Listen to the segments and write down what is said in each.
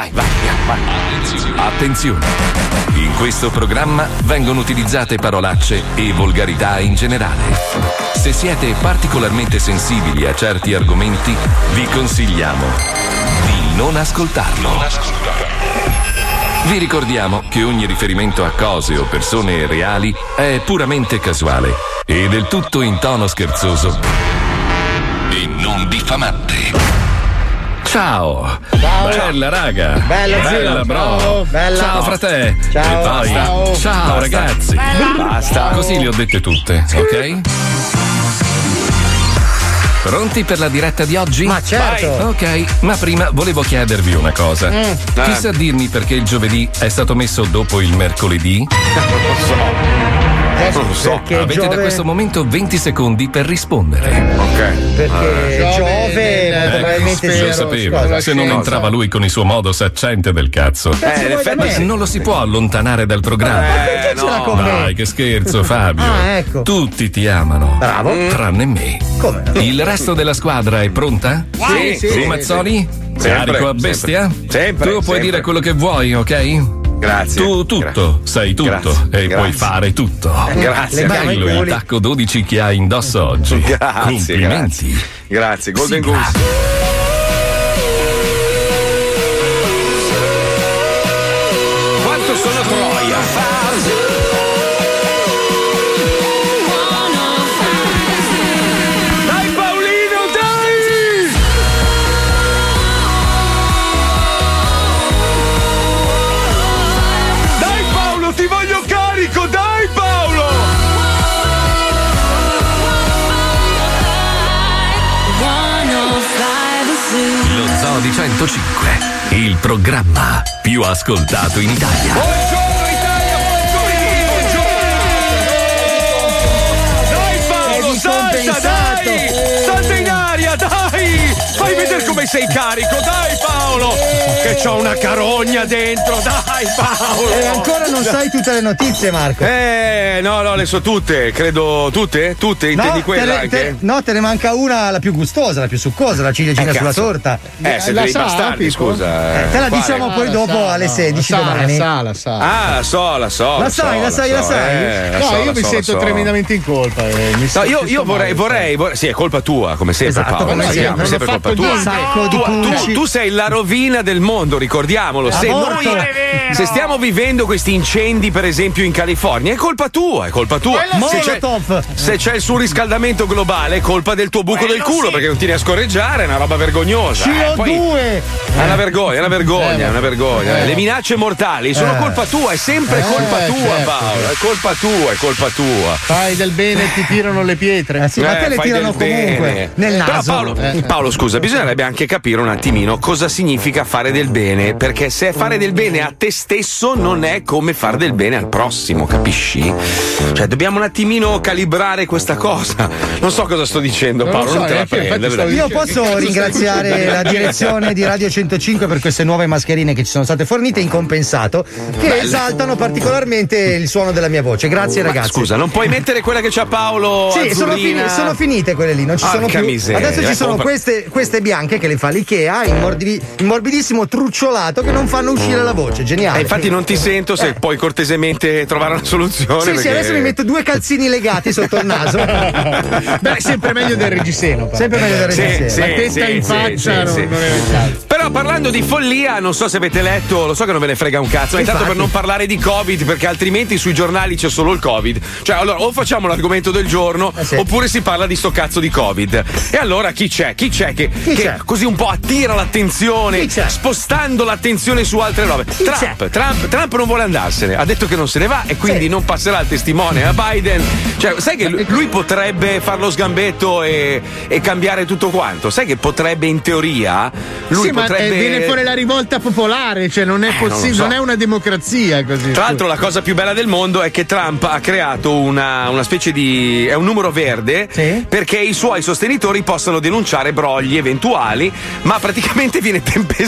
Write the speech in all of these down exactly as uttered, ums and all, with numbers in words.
vai, vai, vai. Attenzione. Attenzione. In questo programma vengono utilizzate parolacce e volgarità in generale. Se siete particolarmente sensibili a certi argomenti, vi consigliamo di non ascoltarlo. Non ascoltarlo. Vi ricordiamo che ogni riferimento a cose o persone reali è puramente casuale e del tutto in tono scherzoso e non diffamante. Ciao. Ciao. Bella raga. Bella, Bella bro. Ciao. Bella. Ciao frate. Ciao. E poi, Ciao. Ciao Basta. ragazzi. Bella. Basta. Così le ho dette tutte, ok? Pronti per la diretta di oggi? Ma certo. Vai. Ok, ma prima volevo chiedervi una cosa. Mm. Chi Eh. sa dirmi perché il giovedì è stato messo dopo il mercoledì? Non lo so. Non lo so. Perché Avete Giove- da questo momento venti secondi per rispondere. Ok. Perché Giove Giove nel- probabilmente Lo spero, sapevo, scusa, se non cosa? entrava lui con il suo modo saccente del cazzo. Cazzo Eh, in vuoi da effetti me? Non lo si può allontanare dal programma. Ma perché Eh, ce l'ha no. con me? Dai, che scherzo, Fabio. Ah, ecco. Tutti ti amano. Bravo. Tranne me. Come? Il resto della squadra è pronta? Sì, sì, Tu, sì, Mazzoli? Sempre, Carico a bestia? sempre. Sempre, Tu puoi sempre. dire quello che vuoi, ok? Grazie. Tu tutto, sai tutto Grazie, e grazie. puoi fare tutto. Grazie. Le mani Bello ai il culi. tacco dodici che hai indosso oggi. Grazie, Complimenti. grazie. Grazie, Golden Sigla. Goose. Quanto sono Troia? Dai Paolino, dai! Dai Paolo, ti voglio carico, dai Paolo! Lo Zoo di centocinque, il programma più ascoltato in Italia. Buongiorno Italia, buongiorno! Dai Paolo, È salta, ricompensato. dai! Salta in aria, dai! Fai vedere come sei carico, dai Paolo! Che c'ho una carogna dentro, dai Paolo! E ancora non sai tutte le notizie, Marco. Eh, no, no, le so tutte, credo tutte, tutte, intendi te quella ne, anche? te- no, te ne manca una, la più gustosa, la più succosa, la ciliegina Eh, sulla cazzo. torta. Eh, siete La dei sa, bastardi, Pippo? scusa. Eh, te la Quale? diciamo poi Ah, dopo la sa, alle no, sedici la sa, domani. La sa, la sa. Ah, la so, la so. La sai, la sai, la so, sai? eh, la no, so, io la mi so, sento la so. tremendamente in colpa. eh, mi No, sento- io, mi io sto vorrei, male, vorrei, vorrei, sì, è colpa tua, come sempre, Esatto, Paolo. come Sì, sempre. è Non sempre ho colpa fatto tua. niente. Sacco di Tu, pulci. tu, tu sei la rovina del mondo, ricordiamolo. Se Aborto. noi se stiamo vivendo questi incendi, per esempio in California, è colpa tua, è colpa tua. Se c'è, Molotov. se c'è il surriscaldamento globale, è colpa del tuo buco del culo, perché non tieni a scorreggiare, è una roba vergognosa. Eh, C O poi- due. È una vergogna, è una vergogna, Eh, è una vergogna. eh. Le minacce mortali sono Eh. colpa tua, è sempre Eh, colpa tua, certo. Paolo. È colpa tua, è colpa tua. Fai del bene e ti tirano le pietre. Eh sì, ma Eh, te le fai tirano del comunque bene. nel Però naso. Paolo, Eh. Paolo, scusa, bisognerebbe anche capire un attimino cosa significa fare del bene, perché se è fare del bene a te stesso non è come fare del bene al prossimo, capisci? Cioè, dobbiamo un attimino calibrare questa cosa. Non so cosa sto dicendo, Non Paolo, lo so, non te la neanche io, prende. infatti vedrai. Io Che posso cosa ringraziare stai la dicendo? direzione di Radio centocinque per queste nuove mascherine che ci sono state fornite in compensato, che esaltano particolarmente il suono della mia voce. Grazie Ma ragazzi. scusa, non puoi mettere quella che c'ha Paolo Sì, sono, azzurrina? fini- sono finite quelle lì, non ci Porca sono più. miseria, Adesso ci sono ecco. queste, queste bianche che le fa l'Ikea in, morbi- in morbidissimo trucciolato che non fanno uscire la voce. Geniale. Eh, infatti non ti sento, se puoi cortesemente trovare una soluzione. Sì, sì, perché- adesso mi metto due calzini legati sotto il naso. Beh, sempre meglio del reggiseno. però. Sempre meglio del Sì, reggiseno. sì, La testa sì, in sì, faccia sì, non, sì. non è il caso. Però parlando di follia, non so se avete letto, lo so che non ve ne frega un cazzo, ma intanto Infatti. per non parlare di Covid, perché altrimenti sui giornali c'è solo il Covid. Cioè, allora, o facciamo l'argomento del giorno, Eh sì. oppure si parla di sto cazzo di Covid. E allora chi c'è? Chi c'è che, che c'è? così un po' attira l'attenzione, Chi c'è? spostando l'attenzione su altre robe? Chi Trump, c'è? Trump, Trump non vuole andarsene, ha detto che non se ne va e quindi Sì. non passerà il testimone a Biden. Cioè, sai che lui, lui potrebbe fare lo sgambetto e, e cambiare tutto quanto? Sai che potrebbe in teoria lui sì, ma potrebbe eh, viene fuori la rivolta popolare, cioè non è Eh, non lo possibile, so. non, è una democrazia così. Tra l'altro la cosa più bella del mondo è che Trump ha creato una, una specie di... è un numero verde Sì. perché i suoi sostenitori possano denunciare brogli eventuali, ma praticamente viene tempestato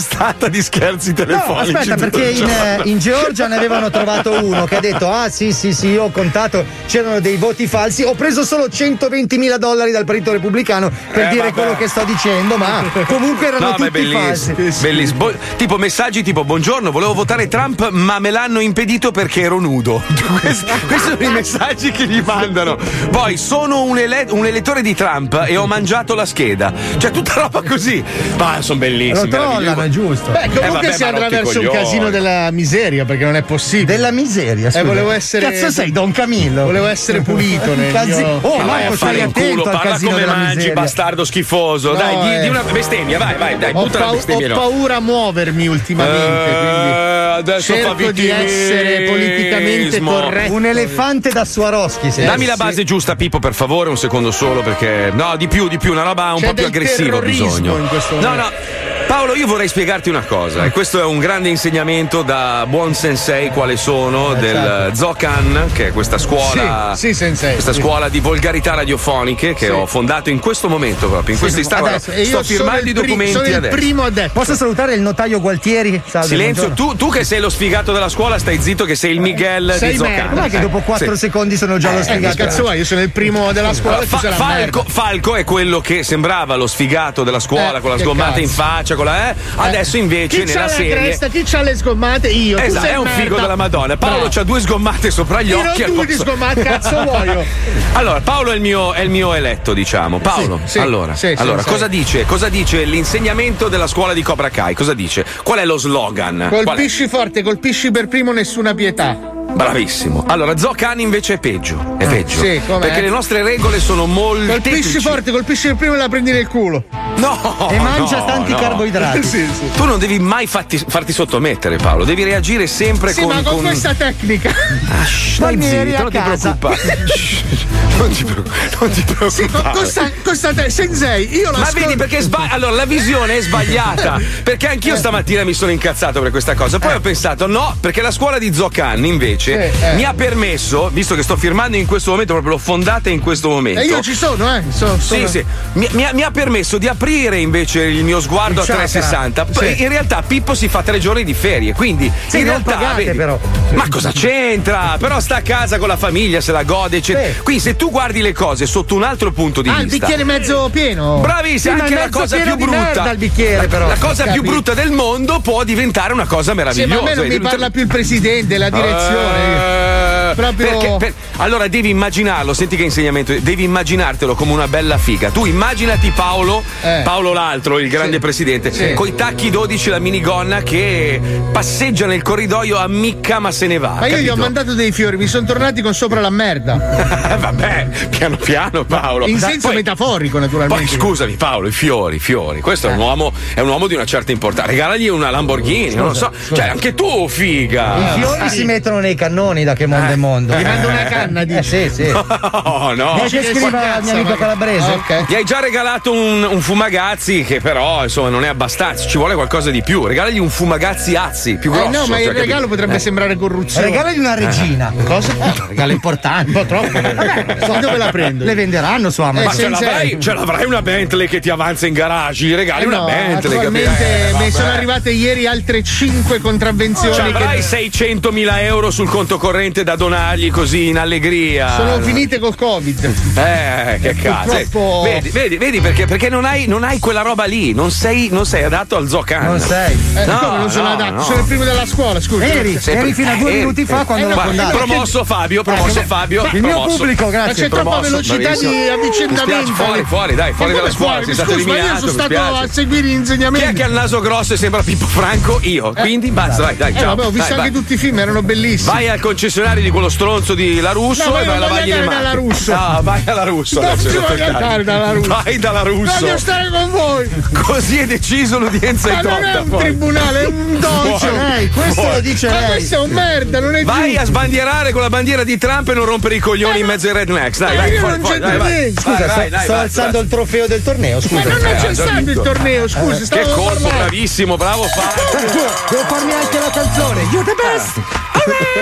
puntata di scherzi telefonici. No, aspetta, perché in, in Georgia ne avevano trovato uno che ha detto: ah sì sì sì, io ho contato, c'erano dei voti falsi, ho preso solo centoventimila dollari dal partito repubblicano per eh, dire vabbè. quello che sto dicendo, ma comunque erano no, tutti bellissimo, falsi. bellissimo. Tipo messaggi tipo: buongiorno, volevo votare Trump ma me l'hanno impedito perché ero nudo. questi, questi sono i messaggi che gli mandano. Poi sono un, ele- un elettore di Trump e ho mangiato la scheda, cioè tutta roba così. Ma sono bellissimi, lo trollano, è giusto. Beh, comunque eh, vabbè, si andrà verso un coglioni. casino della miseria, perché non è possibile. Della miseria, scusa. Eh, volevo essere. Cazzo sei, Don Camillo? Volevo essere pulito nel Cazzi- mio... Oh, Ma vai Marco, a fare stai in culo, attento al parla casino come della mangi, miseria. bastardo schifoso. No, Dai, di, eh. di una bestemmia, vai, vai, dai, Ho, butta la pau- bestemmia. ho paura a muovermi ultimamente, Eh, quindi adesso fa cerco di vittimismo. essere politicamente corretto. Un elefante da Swarovski, sei. Dammi la sì. base giusta, Pippo, per favore, un secondo solo, perché. No, di più, di più, una roba un C'è po' più del aggressiva ho terrorismo bisogno. in questo No, momento. no. Paolo, io vorrei spiegarti una cosa, e questo è un grande insegnamento da buon sensei quale sono Eh, del certo. Zokan, che è questa scuola. Sì, sì, sensei, Questa sì. scuola di volgarità radiofoniche che Sì. ho fondato in questo momento proprio, in questo istante. Adesso, e io Sto sono firmando il i pri- documenti sono il adesso. primo adesso. Posso salutare il notaio Gualtieri? Salve, Silenzio, buongiorno. tu, tu che sei lo sfigato della scuola, stai zitto che sei il Miguel Sei di merda. Zokan. Com'è che dopo quattro Sì. secondi sono già lo Eh, che sfigato? cazzo vuoi? Io sono il primo della scuola e tu Fa- sei la Falco, merda. Falco è quello che sembrava lo sfigato della scuola Eh, con la che sgommata cazzo. in faccia, con la, eh? Adesso invece chi c'ha nella la serie. cresta, chi c'ha le sgommate? Io. Tu Esatto, sei è un merda. figo della Madonna. Paolo Bravo. c'ha due sgommate sopra gli Io occhi. al non tu di posto- sgommate, cazzo vuoi? Allora, Paolo è il mio, è il mio eletto, diciamo. Paolo, Sì, sì, allora, sì, sì, allora sì. cosa dice? Cosa dice l'insegnamento della scuola di Cobra Kai? Cosa dice? Qual è lo slogan? Qual è? Colpisci forte, colpisci per primo, nessuna pietà. Bravissimo. Allora, Zokan invece è peggio. È peggio. sì, com'è? Perché le nostre regole sono molto. Colpisci forte, colpisci per primo e la prendi nel culo. No! E mangia no, tanti no. carboidrati. Sì, sì. Tu non devi mai fatti, farti sottomettere, Paolo. Devi reagire sempre Sì, con. ma con, con... questa tecnica. Ah, shh, stai Guarnieri zitto, a non ti casa. preoccupare. Shh, non ti preoccupare. Non ti preoccupare. Sì, con questa, questa te- sensei, io la Ma vedi perché sbaglia. Allora, la visione è sbagliata. Perché anch'io stamattina mi sono incazzato per questa cosa. Poi ho pensato, no, perché la scuola di Zokan invece Sì, eh. mi ha permesso, visto che sto firmando in questo momento, proprio l'ho fondata in questo momento. E io ci sono, eh. So- Sì, sono- sì, mi, mi ha, mi ha permesso di aprire invece il mio sguardo Il a chakra. trecentosessanta. Sì. In realtà Pippo si fa tre giorni di ferie, quindi Sì, in non realtà pagate, vedi- però. Ma cosa c'entra? Però sta a casa con la famiglia, se la gode, eccetera. Sì. Quindi se tu guardi le cose sotto un altro punto di Ah, il vista. bicchiere mezzo pieno. Bravissimo, Sì, ma anche è la mezzo cosa pieno più di brutta. merda il bicchiere, la, però. la cosa più Capito. brutta del mondo può diventare una cosa Sì, meravigliosa. ma a me non mi Vedi, parla più il presidente, la direzione. Eh, Proprio- perché- per- allora devi immaginarlo, senti che insegnamento, devi immaginartelo come una bella figa. Tu immaginati Paolo, Eh. Paolo l'altro, il grande Sì. presidente, Sì. coi tacchi dodici, la minigonna che passeggia nel corridoio a micca ma se ne va. Ma io gli ho capito? mandato dei fiori, mi sono tornati con sopra la merda. Eh, Vabbè, piano piano Paolo. In Dai, senso poi- metaforico, Poi naturalmente. scusami Paolo, i fiori, i fiori. Questo è un uomo, è un uomo di una certa importanza. Regalagli una Lamborghini, non lo so. Cioè, anche tu, figa. I fiori si mettono nei cannoni da che mondo è mondo. Gli mando una canna, Eh dici? sì, sì. Oh no. Vuoi che scriva il mio amico calabrese? Ah, ok. Gli hai già regalato un, un fumagazzi che però insomma non è abbastanza, ci vuole qualcosa di più. Regalagli un fumagazzi azzi più Eh grosso. no, ma il cioè, regalo capito? potrebbe sembrare corruzione. Regalagli una regina. Cosa? Eh, un regalo importante. Un po' troppo. Vabbè, so dove la prendo. Le venderanno su Amazon. Ma Eh, ce senza- l'avrai, ce l'avrai una Bentley che ti avanza in garage, gli regali Eh una no, Bentley. attualmente capirai? Eh, mi vabbè. sono arrivate ieri altre cinque contravvenzioni. Ci avrai che seicentomila euro sul conto corrente da donargli così in allegria. sono finite col Covid. Eh, che cazzo. Purtroppo- Vedi, vedi, vedi perché, perché non, hai, non hai quella roba lì, non sei, non sei adatto al Zokan. Non sei. Eh, No, come non sono no, adatto? no. Sono il primo della scuola, scusa. Eri, Sempre- eri fino a due eh, minuti fa eh, quando eh, l'ho ma- fondato. Promosso Fabio, promosso Eh, Fabio. il mio promosso. pubblico, Ma grazie. c'è troppa promosso, velocità bravissimo. di Mi avvicendamento. spiace, fuori, fuori, dai, fuori Ma dalla come scuola, fuori? sei stato Scusa, ma io eliminato, sono mi stato spiace. a seguire gli Chi è insegnamenti. che ha il naso grosso e sembra Pippo Franco? Io. Quindi basta, vai, dai, Eh, ciao. vabbè, ho visto Dai, anche vai. tutti i film, erano bellissimi. Vai al concessionario di quello stronzo di La Russo No, ma e io vai a non voglio lavargli le andare mani. dalla Russo. No, vai alla Russo. Non adesso, ci hai rotto voglio il cazzo. andare dalla Russo. Vai dalla Russo. Voglio stare con voi. Così è deciso, l'udienza Ma è non è totta. un poi. tribunale, è un dolce. Fuori. Lei, questo Fuori. lo dice Ma lei. questo è un merda, non è Vai giusto. a sbandierare con la bandiera di Trump e non rompere i coglioni in mezzo ai rednecks. Dai, Ma vai, io fuori, non fuori, c'entro dai, vai. niente. Scusa, Vai, sto, vai, dai, sto basta, alzando basta. il trofeo del torneo, Ma scusa. non è Eh, cessato il torneo, scusa, Che stavo colpo, parlando. bravissimo, bravo Fabio. Devo farmi anche la canzone. You the best.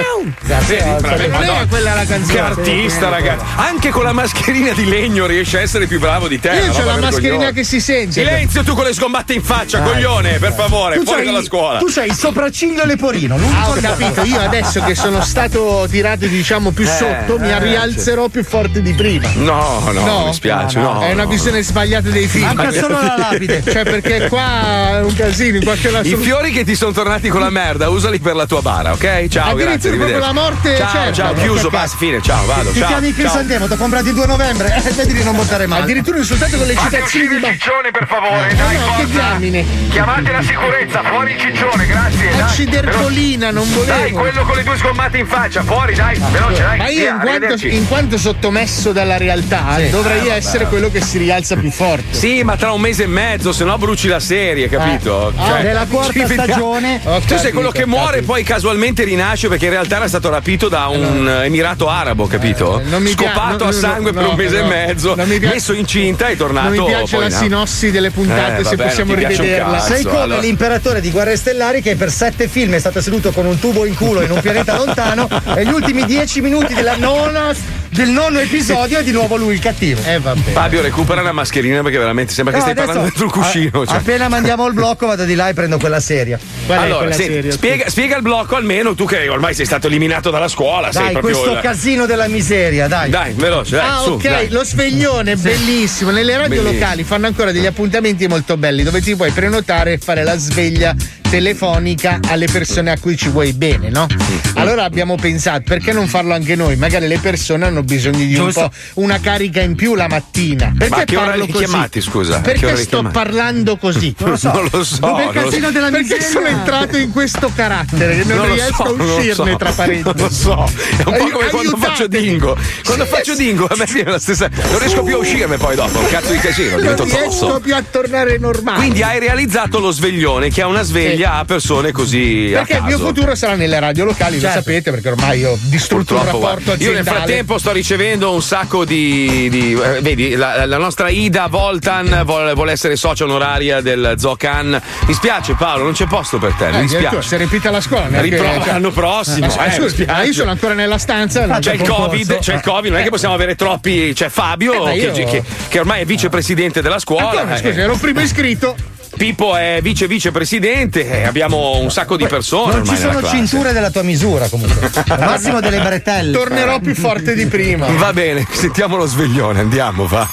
Vedi, non Madonna, è quella la canzone. che artista, ragazzi. Anche con la mascherina di legno riesce a essere più bravo di te. Io una c'ho roba la mascherina vergognosa. che si sente. Silenzio tu con le sgommate in faccia, coglione, per favore, Tu fuori c'hai- dalla scuola. Tu sei il sopracciglio leporino. Ah, ho capito, io adesso che sono stato tirato diciamo più sotto mi eh, rialzerò più forte di prima. No, no, No? mi spiace, no. È una no. visione sbagliata dei film. Manca solo la lapide. Cioè, perché qua è un casino, in qualche la I fiori che ti sono tornati con la merda, usali per la tua bara, ok? Ciao, Addirittura grazie, proprio arrivederci. la morte, Ciao, certo. ciao, chiuso, basta, fine, ciao, vado, Ti ciao. chiami Chris ciao. Andiamo, ti ho comprato il due novembre. Eh, vedi di non buttare male. Addirittura insultato con le citazioni di Bach. Ciccione, per favore, Eh, dai, no, che forza. diamine. Chiamate la sicurezza, fuori il ciccione, grazie. dai. Accidercolina, non volevo. Dai, quello con le due sgommate in faccia, fuori, dai, veloce, dai. Ma io via, in quanto, arrivederci. in quanto sottomesso dalla realtà dovrei essere quello che si rialza più forte. Sì, ma tra un mese e mezzo, se no bruci la serie, capito? Ah, nella quarta ci vediamo- stagione. Ho Tu sei capito, quello che ho muore e capito. poi casualmente rinasce perché in realtà era stato rapito da un emirato arabo, capito? Eh, non mi pia- Scopato no, a no, sangue no, per un mese no. e mezzo, Non mi piace- messo incinta e tornato. Non mi piace poi, la no. sinossi delle puntate, Eh, se vabbè, possiamo non ti piace un rivederla. cazzo. Sei come allora. l'imperatore di Guerre Stellari che per sette film è stato seduto con un tubo in culo in un pianeta lontano e gli ultimi dieci minuti della nona, del nono episodio è di nuovo lui il cattivo. Eh vabbè. Fabio, recupera la mascherina perché veramente sembra che No, stai adesso, parlando dentro il cuscino. a- cioè. Appena mandiamo il blocco vado di là e prendo quella seria. Qual è Allora, quella senti, serie? spiega, spiega il blocco almeno tu che ormai sei stato eliminato dalla scuola. sei Dai, proprio questo il- casino della miseria, dai. Dai, veloce, dai, Ah, su, ok, dai. lo sveglione, bellissimo. Nelle radio Bellissimo. locali fanno ancora degli appuntamenti molto belli dove ti puoi prenotare e fare la sveglia telefonica alle persone a cui ci vuoi bene, no? Allora abbiamo pensato, perché non farlo anche noi? Magari le persone hanno bisogno di un Giusto. po' una carica in più la mattina. Perché Ma che ora parlo li così? chiamati, scusa? Che Perché ora li sto chiamati? parlando così? Non lo so. Non lo so. Dov'è il non lo casino so. della Perché miseria? sono entrato in questo carattere che non, Non lo riesco so, a non lo uscirne so. tra parentesi. Non lo so, è un po' Ai- come quando faccio aiutatemi. dingo. Quando Sì, faccio sì. dingo a me viene la stessa. Non riesco più a uscirne poi dopo, un cazzo di casino, Non divento riesco tosso. più a tornare normale. Quindi hai realizzato lo sveglione che è una sveglia a persone così Perché a il mio caso. futuro sarà nelle radio locali, Certo. lo sapete, perché ormai ho distrutto un Purtroppo, rapporto guarda, io nel aziendale. frattempo sto ricevendo un sacco di, di- eh, vedi la, la nostra Ida Voltan vuole, vuole essere socia onoraria del Zocan. Mi spiace Paolo, non c'è posto per te, mi Eh, addirittura, dispiace. si è riempita la scuola. neanche- Riprova cioè- l'anno prossimo. Ma, eh, scusi, mi spiace. ma io sono ancora nella stanza. non C'è il concorso. Covid, c'è il Covid, non è che possiamo avere troppi. C'è Fabio, Eh, ma io- che, che- che ormai è vicepresidente della scuola. Ancora, scusi, eh. ero primo iscritto. Pippo è vice vicepresidente, e abbiamo un sacco di persone. Non ormai ci sono nella classe. cinture della tua misura comunque. Al massimo delle bretelle. Tornerò più forte di prima. Va bene, sentiamo lo sveglione, andiamo, vai.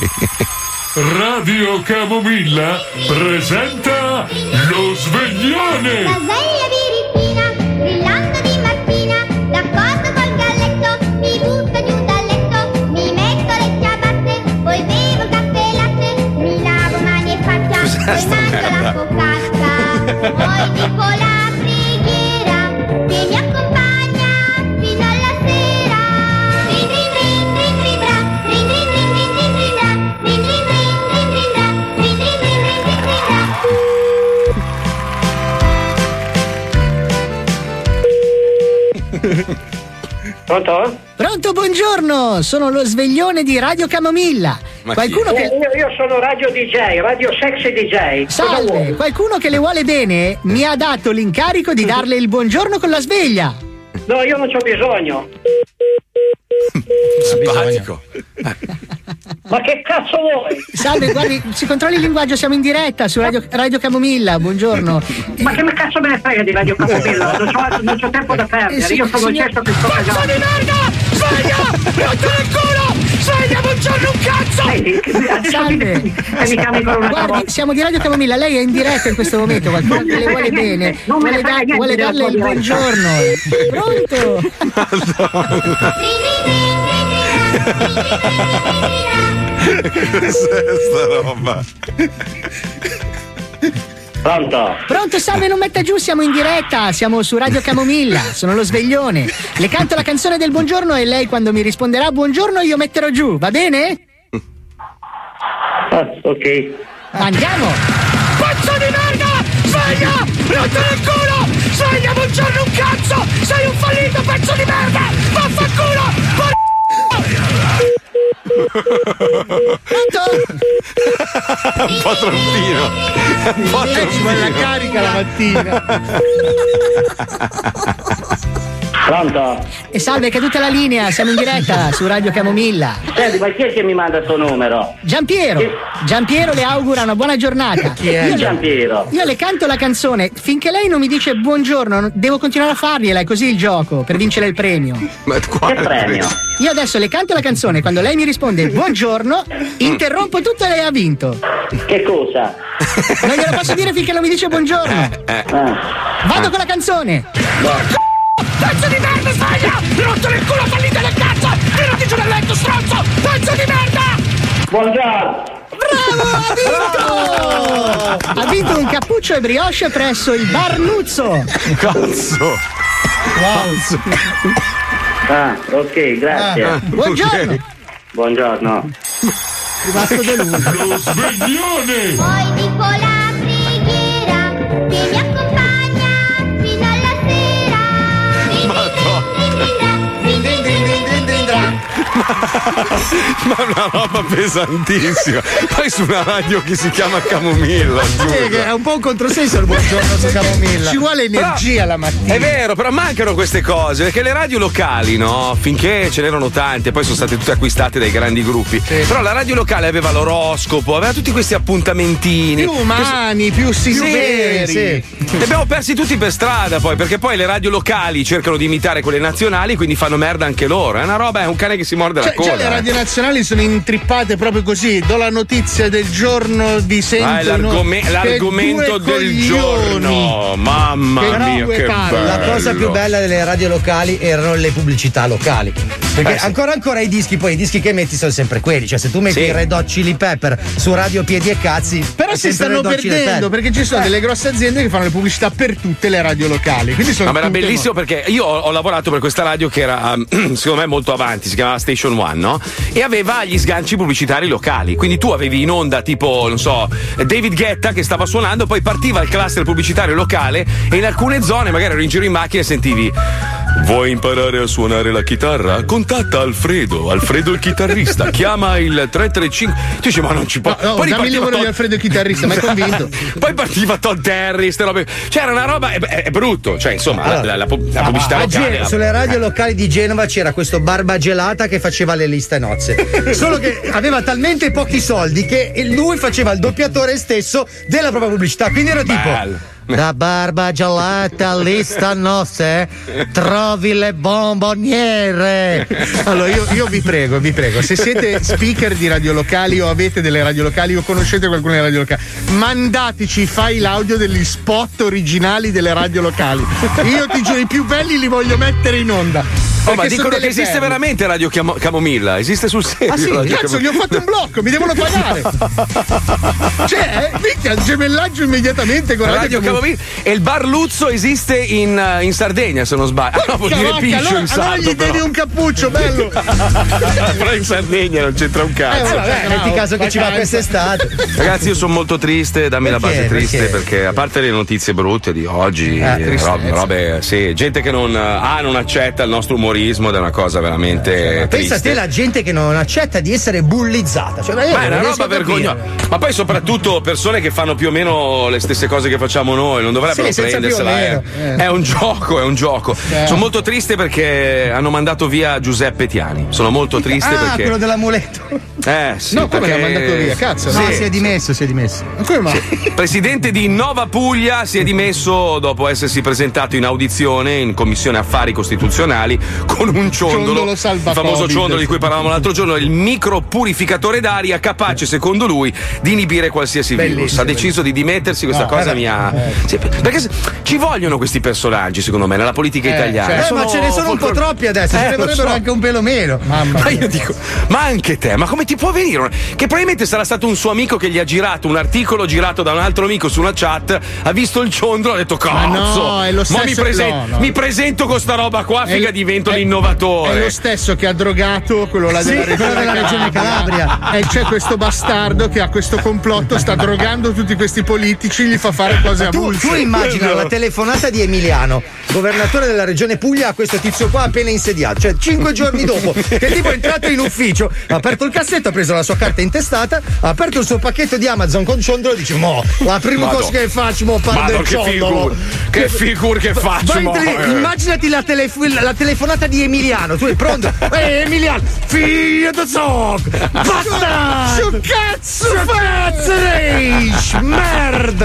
Radio Camomilla presenta lo sveglione. La sveglia birichina, brillando di mattina, d'accordo col galletto, mi butto giù dal letto, mi metto le ciabatte, poi bevo caffè e latte, mi lavo mani e faccia, poi mangio la focaccia, poi dico la preghiera che mi accompagna fino alla sera. Rin rin rin rin rin ra, rin rin rin rin rin rin ra, rin rin rin rin rin ra, rin rin rin rin rin rin ra. Pronto? Pronto, buongiorno, sono lo sveglione di Radio Camomilla. Ma Qualcuno Eh, che. io, io sono Radio D J, Radio Sexy D J. Cosa Salve, vuoi? qualcuno che le vuole bene mi ha dato l'incarico di darle il buongiorno con la sveglia. No, io non c'ho bisogno. Simpatico. Ma che cazzo vuoi? Salve, guardi, si controlli il linguaggio, siamo in diretta su Radio, Radio Camomilla, buongiorno. Ma che cazzo me ne frega di Radio Camomilla? Non c'ho, non c'ho tempo da perdere. Io sono il Signor- cesto che sto Pazzo cagando. di merda! Sveglia! Rotto nel culo! Sveglia, buongiorno un cazzo! Senti, adesso Salve. mi, e mi chiami per un'altra Guardi, volta. siamo di Radio Camomilla, lei è in diretta in questo momento, qualcuno Non che me le ne vuole frega bene, niente, non me ne vuole, frega niente vuole della darle tua il diretta. buongiorno. Pronto? Sta roba. Pronto? Pronto, salve, non metta giù, siamo in diretta, siamo su Radio Camomilla, sono lo sveglione. Le canto la canzone del buongiorno e lei quando mi risponderà buongiorno io metterò giù, va bene? Ah, ok. Andiamo! Pazzo di merda! Sveglia! Rotto nel culo! Sveglia, buongiorno un cazzo! Sei un fallito, pezzo di merda! Vaffanculo! Por- Pronto? Un po' troppino. Un po' Eh, ci vuole la troppino. carica la mattina. Pronto? E salve, è caduta la linea, siamo in diretta su Radio Camomilla. Senti, ma chi è che mi manda il suo numero? Giampiero, Giampiero le augura una buona giornata. Chi è io Giampiero? Le, io le canto la canzone, finché lei non mi dice buongiorno, devo continuare a fargliela, è così il gioco, per vincere il premio. Ma che premio? Io adesso le canto la canzone, quando lei mi risponde buongiorno, interrompo tutto e lei ha vinto. Che cosa? Non glielo posso dire finché non mi dice buongiorno. Eh. Vado con la canzone. Pezzo di merda, sveglia! Mi rotto nel culo, fallite le cazzo! Tirati giù dal letto, stronzo! Pezzo di merda! Buongiorno! Bravo, ha vinto! Ha vinto un cappuccio e brioche presso il bar Nuzzo. Cazzo! Wow! Ah, ok, grazie. Ah, buongiorno! Buongiorno. Rimasto deluso. Lo sveglione! Poi dico la preghiera che mi accompagna fino alla sera. Din, din, din, din, din, din, din, din, din. Ma è una roba pesantissima. Poi su una radio che si chiama Camomilla. Sì, che è un po' un controsenso il buongiorno su Camomilla. Ci vuole energia Però, la mattina. È vero, però mancano queste cose, perché le radio locali, no? Finché ce n'erano tante, poi sono state tutte acquistate dai grandi gruppi. Sì. Però la radio locale aveva l'oroscopo, aveva tutti questi appuntamentini. Più umani, più sinceri. Sì, sì. Li abbiamo persi tutti per strada poi, perché poi le radio locali cercano di imitare quelle nazionali, quindi fanno merda anche loro. È una roba, è un cane che si morde Cioè, la coda. cioè le radio nazionali sono intrippate proprio così. Do la notizia del giorno, vi sentono. Ah, è l'argome- che l'argomento due del coglioni. giorno. Mamma Che mia, due che palle. bello. La cosa più bella delle radio locali erano le pubblicità locali. Perché Eh, sì. ancora ancora i dischi, poi i dischi che metti sono sempre quelli. Cioè, se tu metti Sì. i Red Hot Chili Pepper su Radio Piedi e Cazzi. Però è si sempre stanno Red Hot Chili perdendo Pepper. perché ci sono delle grosse aziende che fanno le pubblicità per tutte le radio locali. Quindi sono Ma era tutte bellissimo perché io ho, ho lavorato per questa radio che era secondo me molto avanti, si chiamava Station One, no? E aveva gli sganci pubblicitari locali. Quindi tu avevi in onda tipo, non so, David Guetta che stava suonando, poi partiva il cluster pubblicitario locale e in alcune zone, magari ero in giro in macchina e sentivi: vuoi imparare a suonare la chitarra? Contatta Alfredo, Alfredo il chitarrista, chiama il tre tre cinque. Tu dici, ma non ci può. No, no, poi dammi il ripartiva numero di Todd- Alfredo il chitarrista, mi hai convinto. Poi partiva Todd Terry, ste robe. Cioè, era una roba. È, è- è brutto. Cioè, insomma, la- Allora, la, la, pu- la pubblicità a locale. Gen- sulle radio locali di Genova c'era questo Barba Gelata che faceva le liste nozze. Solo che aveva talmente pochi soldi che lui faceva il doppiatore stesso della propria pubblicità. Quindi era tipo: Bello. da Barba Gelata lista nozze trovi le bomboniere. Allora io, io vi prego, vi prego, se siete speaker di radio locali o avete delle radio locali o conoscete qualcuno delle radio locali, mandateci i file audio degli spot originali delle radio locali. Io ti giuro, i più belli li voglio mettere in onda. Oh, ma Perché sono dicono che delle esiste perle. veramente Radio Chiamo- Camomilla, esiste sul serio. Ah sì, Radio cazzo, Cam- gli ho fatto un blocco, mi devono pagare. Cioè, minchia, gemellaggio immediatamente con Radio, Radio Camomilla. Camomilla. E il bar Luzzo esiste in, eh, in Sardegna, se non sbaglio. Ah, no, vuol dire Porca piscio vacca, allora, in allora sardo, gli devi però. un cappuccio, bello. Però in Sardegna non c'entra un cazzo. Eh, vabbè, metti caso che ci va quest'estate. Ragazzi, io sono molto triste, dammi la Perché? base triste Perché? perché? a parte le notizie brutte di oggi, Eh, eh, tristezza. robe, robe- sì, gente che non ah, non accetta il nostro umorismo ed è una cosa veramente Pensa a triste. te la gente che non accetta di essere bullizzata. Cioè, ma io Ma è non una riesco roba a capire. vergognosa. Ma poi soprattutto persone che fanno più o meno le stesse cose che facciamo noi, non dovrebbero Sì, senza prendersela. più o eh. meno. È un gioco, è un gioco. Eh. Sono molto triste perché hanno mandato via Giuseppe Tiani. Sono molto triste Ah, perché. quello dell'amuleto. Eh, sì, No, come perché- l'ha mandato via? Cazzo, No, Sì. si è dimesso, si è dimesso. Ma come mai? Presidente di Nova Puglia si è dimesso dopo essersi presentato in audizione in commissione affari costituzionali con un ciondolo, Ciondolo il salva famoso Covid. ciondolo di cui parlavamo l'altro giorno, il micropurificatore d'aria capace, secondo lui, di inibire qualsiasi virus. Bellissimo, Ha deciso di dimettersi, questa No, cosa eh, mi ha. eh. Sì, perché se- ci vogliono questi personaggi, secondo me, nella politica Eh, italiana. Eh, ma ce ne sono un po' folclor- troppi adesso, ce Eh, ne lo vorrebbero so. anche un pelo meno. Mamma Ma mia. io dico, ma anche te, ma come ti può venire? una- Che probabilmente sarà stato un suo amico che gli ha girato un articolo girato da un altro amico su una chat, ha visto il ciondolo, ha detto cazzo, Ma no, è lo mo mi, stesso- presen- no, no. mi presento con sta roba qua, È- figa, divento è- l'innovatore. È lo stesso che ha drogato quello là Sì, della regione, quello della regione Calabria. E c'è questo bastardo che ha questo complotto, sta drogando tutti questi politici, gli fa fare cose Tu, avulse. tu immagina la telefonata di Emiliano, governatore della regione Puglia, a questo tizio qua appena insediato, cioè cinque giorni dopo, che tipo è entrato in ufficio, ha aperto il cassetto momento ha preso la sua carta intestata, ha aperto il suo pacchetto di Amazon con ciondolo e dice: Mo, la prima Madò. cosa che faccio, mo parlo del che ciondolo. figur, che figur che faccio. Vai, mo, tele- eh. immaginati la, telef- la telefonata di Emiliano. Tu sei pronto? Ehi, Emiliano, figlio di zoc! Bastardo! Cazzo, cazzo, merda!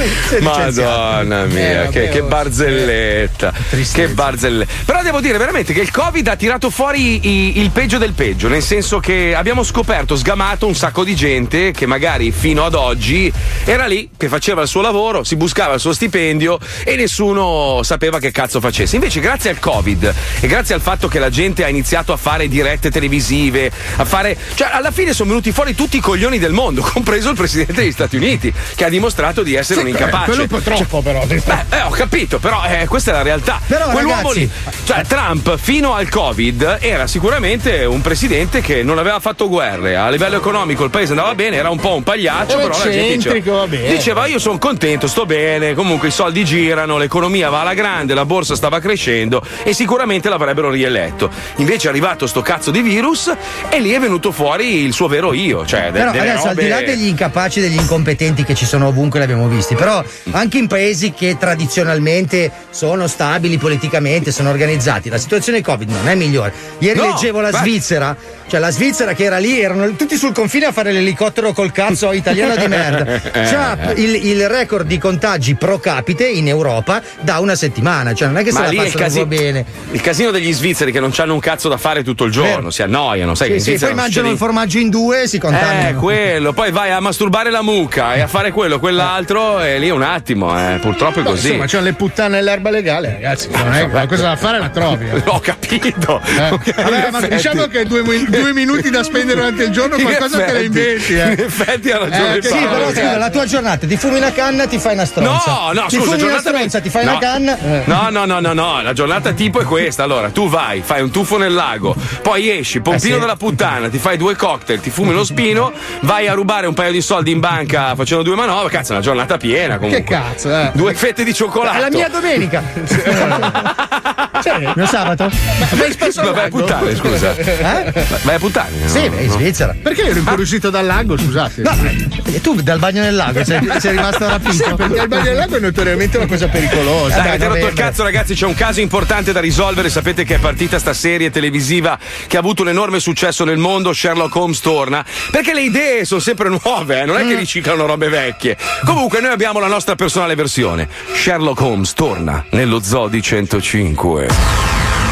Madonna mia, Eh, che, vabbè, che oh, barzelletta. Che barzelletta. Però devo dire veramente che il Covid ha tirato fuori i- il peggio del peggio, nel senso che abbiamo scoperto, sgamato un sacco di gente che magari fino ad oggi era lì, che faceva il suo lavoro, si buscava il suo stipendio e nessuno sapeva che cazzo facesse. Invece grazie al Covid e grazie al fatto che la gente ha iniziato a fare dirette televisive, a fare, cioè alla fine sono venuti fuori tutti i coglioni del mondo, compreso il presidente degli Stati Uniti, che ha dimostrato di essere Sì, un incapace. quello un po' troppo, però. Beh, eh, ho capito, però eh, questa è la realtà. Però, Quell'uomo ragazzi, lì, cioè Trump fino al Covid era sicuramente un presidente che non aveva fatto guerre, a livello economico il paese andava bene, era un po' un pagliaccio, Era però la gente eccentrico, diceva, va bene. diceva io sono contento, sto bene, comunque i soldi girano, l'economia va alla grande, la borsa stava crescendo e sicuramente l'avrebbero rieletto. Invece è arrivato sto cazzo di virus e lì è venuto fuori il suo vero io, cioè de- Però delle adesso, al di là robe- degli incapaci, degli incompetenti che ci sono ovunque, li abbiamo visti, però anche in paesi che tradizionalmente sono stabili politicamente, sono organizzati, la situazione Covid non è migliore. Ieri No, leggevo la beh. Svizzera, cioè la Svizzera che era lì, erano tutti sul confine a fare l'elicottero col cazzo italiano di merda. C'ha il, il record di contagi pro capite in Europa da una settimana, cioè non è che se Ma la lì è il, passano casi- un po' bene. il casino degli svizzeri che non hanno un cazzo da fare tutto il giorno, Vero. si annoiano, sai che Sì, in sì, Svizzera poi non mangiano il succede- formaggio in due e si contaminano. Eh, quello, poi vai a masturbare la mucca e a fare quello, quell'altro, e lì un attimo, eh, purtroppo è Beh, così. insomma, c'hanno le puttane nell'erba legale, ragazzi. Non è qualcosa da fare, la trovi. eh. Ho capito. Eh. Ok, Vabbè, in ma effetti. diciamo che due, mi- due minuti da spendere durante il giorno, In qualcosa te le effetti, inventi. Eh. In effetti ha ragione. Eh, che Sì, Paolo. però scusa, la tua giornata, ti fumi una canna, ti fai una stronza. No, no, ti scusa, fumi una giornata stronza, ti fai no. una canna. Eh. No, no, no, no, no, la giornata tipo è questa. Allora, tu vai, fai un tuffo nel lago, poi esci, pompino Eh, sì. della puttana, ti fai due cocktail, ti fumi lo spino, vai a rubare un paio di soldi in banca facendo due manovre. Cazzo, è una giornata piena comunque. Che cazzo, eh? Due fette di cioccolato. È la mia domenica. Cioè, mio sabato. Ma vai spesso al Vai a lago? puttane, scusa. Eh? Vai a puttane. no? Sì, beh, in No. Svizzera. Perché ero incuriosito dal lago, scusate? No, eh, tu dal bagno nel lago sei, sei rimasto rapito. Sì, perché il bagno del lago è notoriamente una cosa pericolosa. Dai, Dai, avete rotto il novembre. cazzo, ragazzi. C'è un caso importante da risolvere. Sapete che è partita sta serie televisiva che ha avuto un enorme successo nel mondo. Sherlock Holmes torna. Perché le idee sono sempre nuove, eh? Non è che riciclano robe vecchie. Comunque, noi abbiamo la nostra personale versione. Sherlock Holmes torna nello Zoo di centocinque.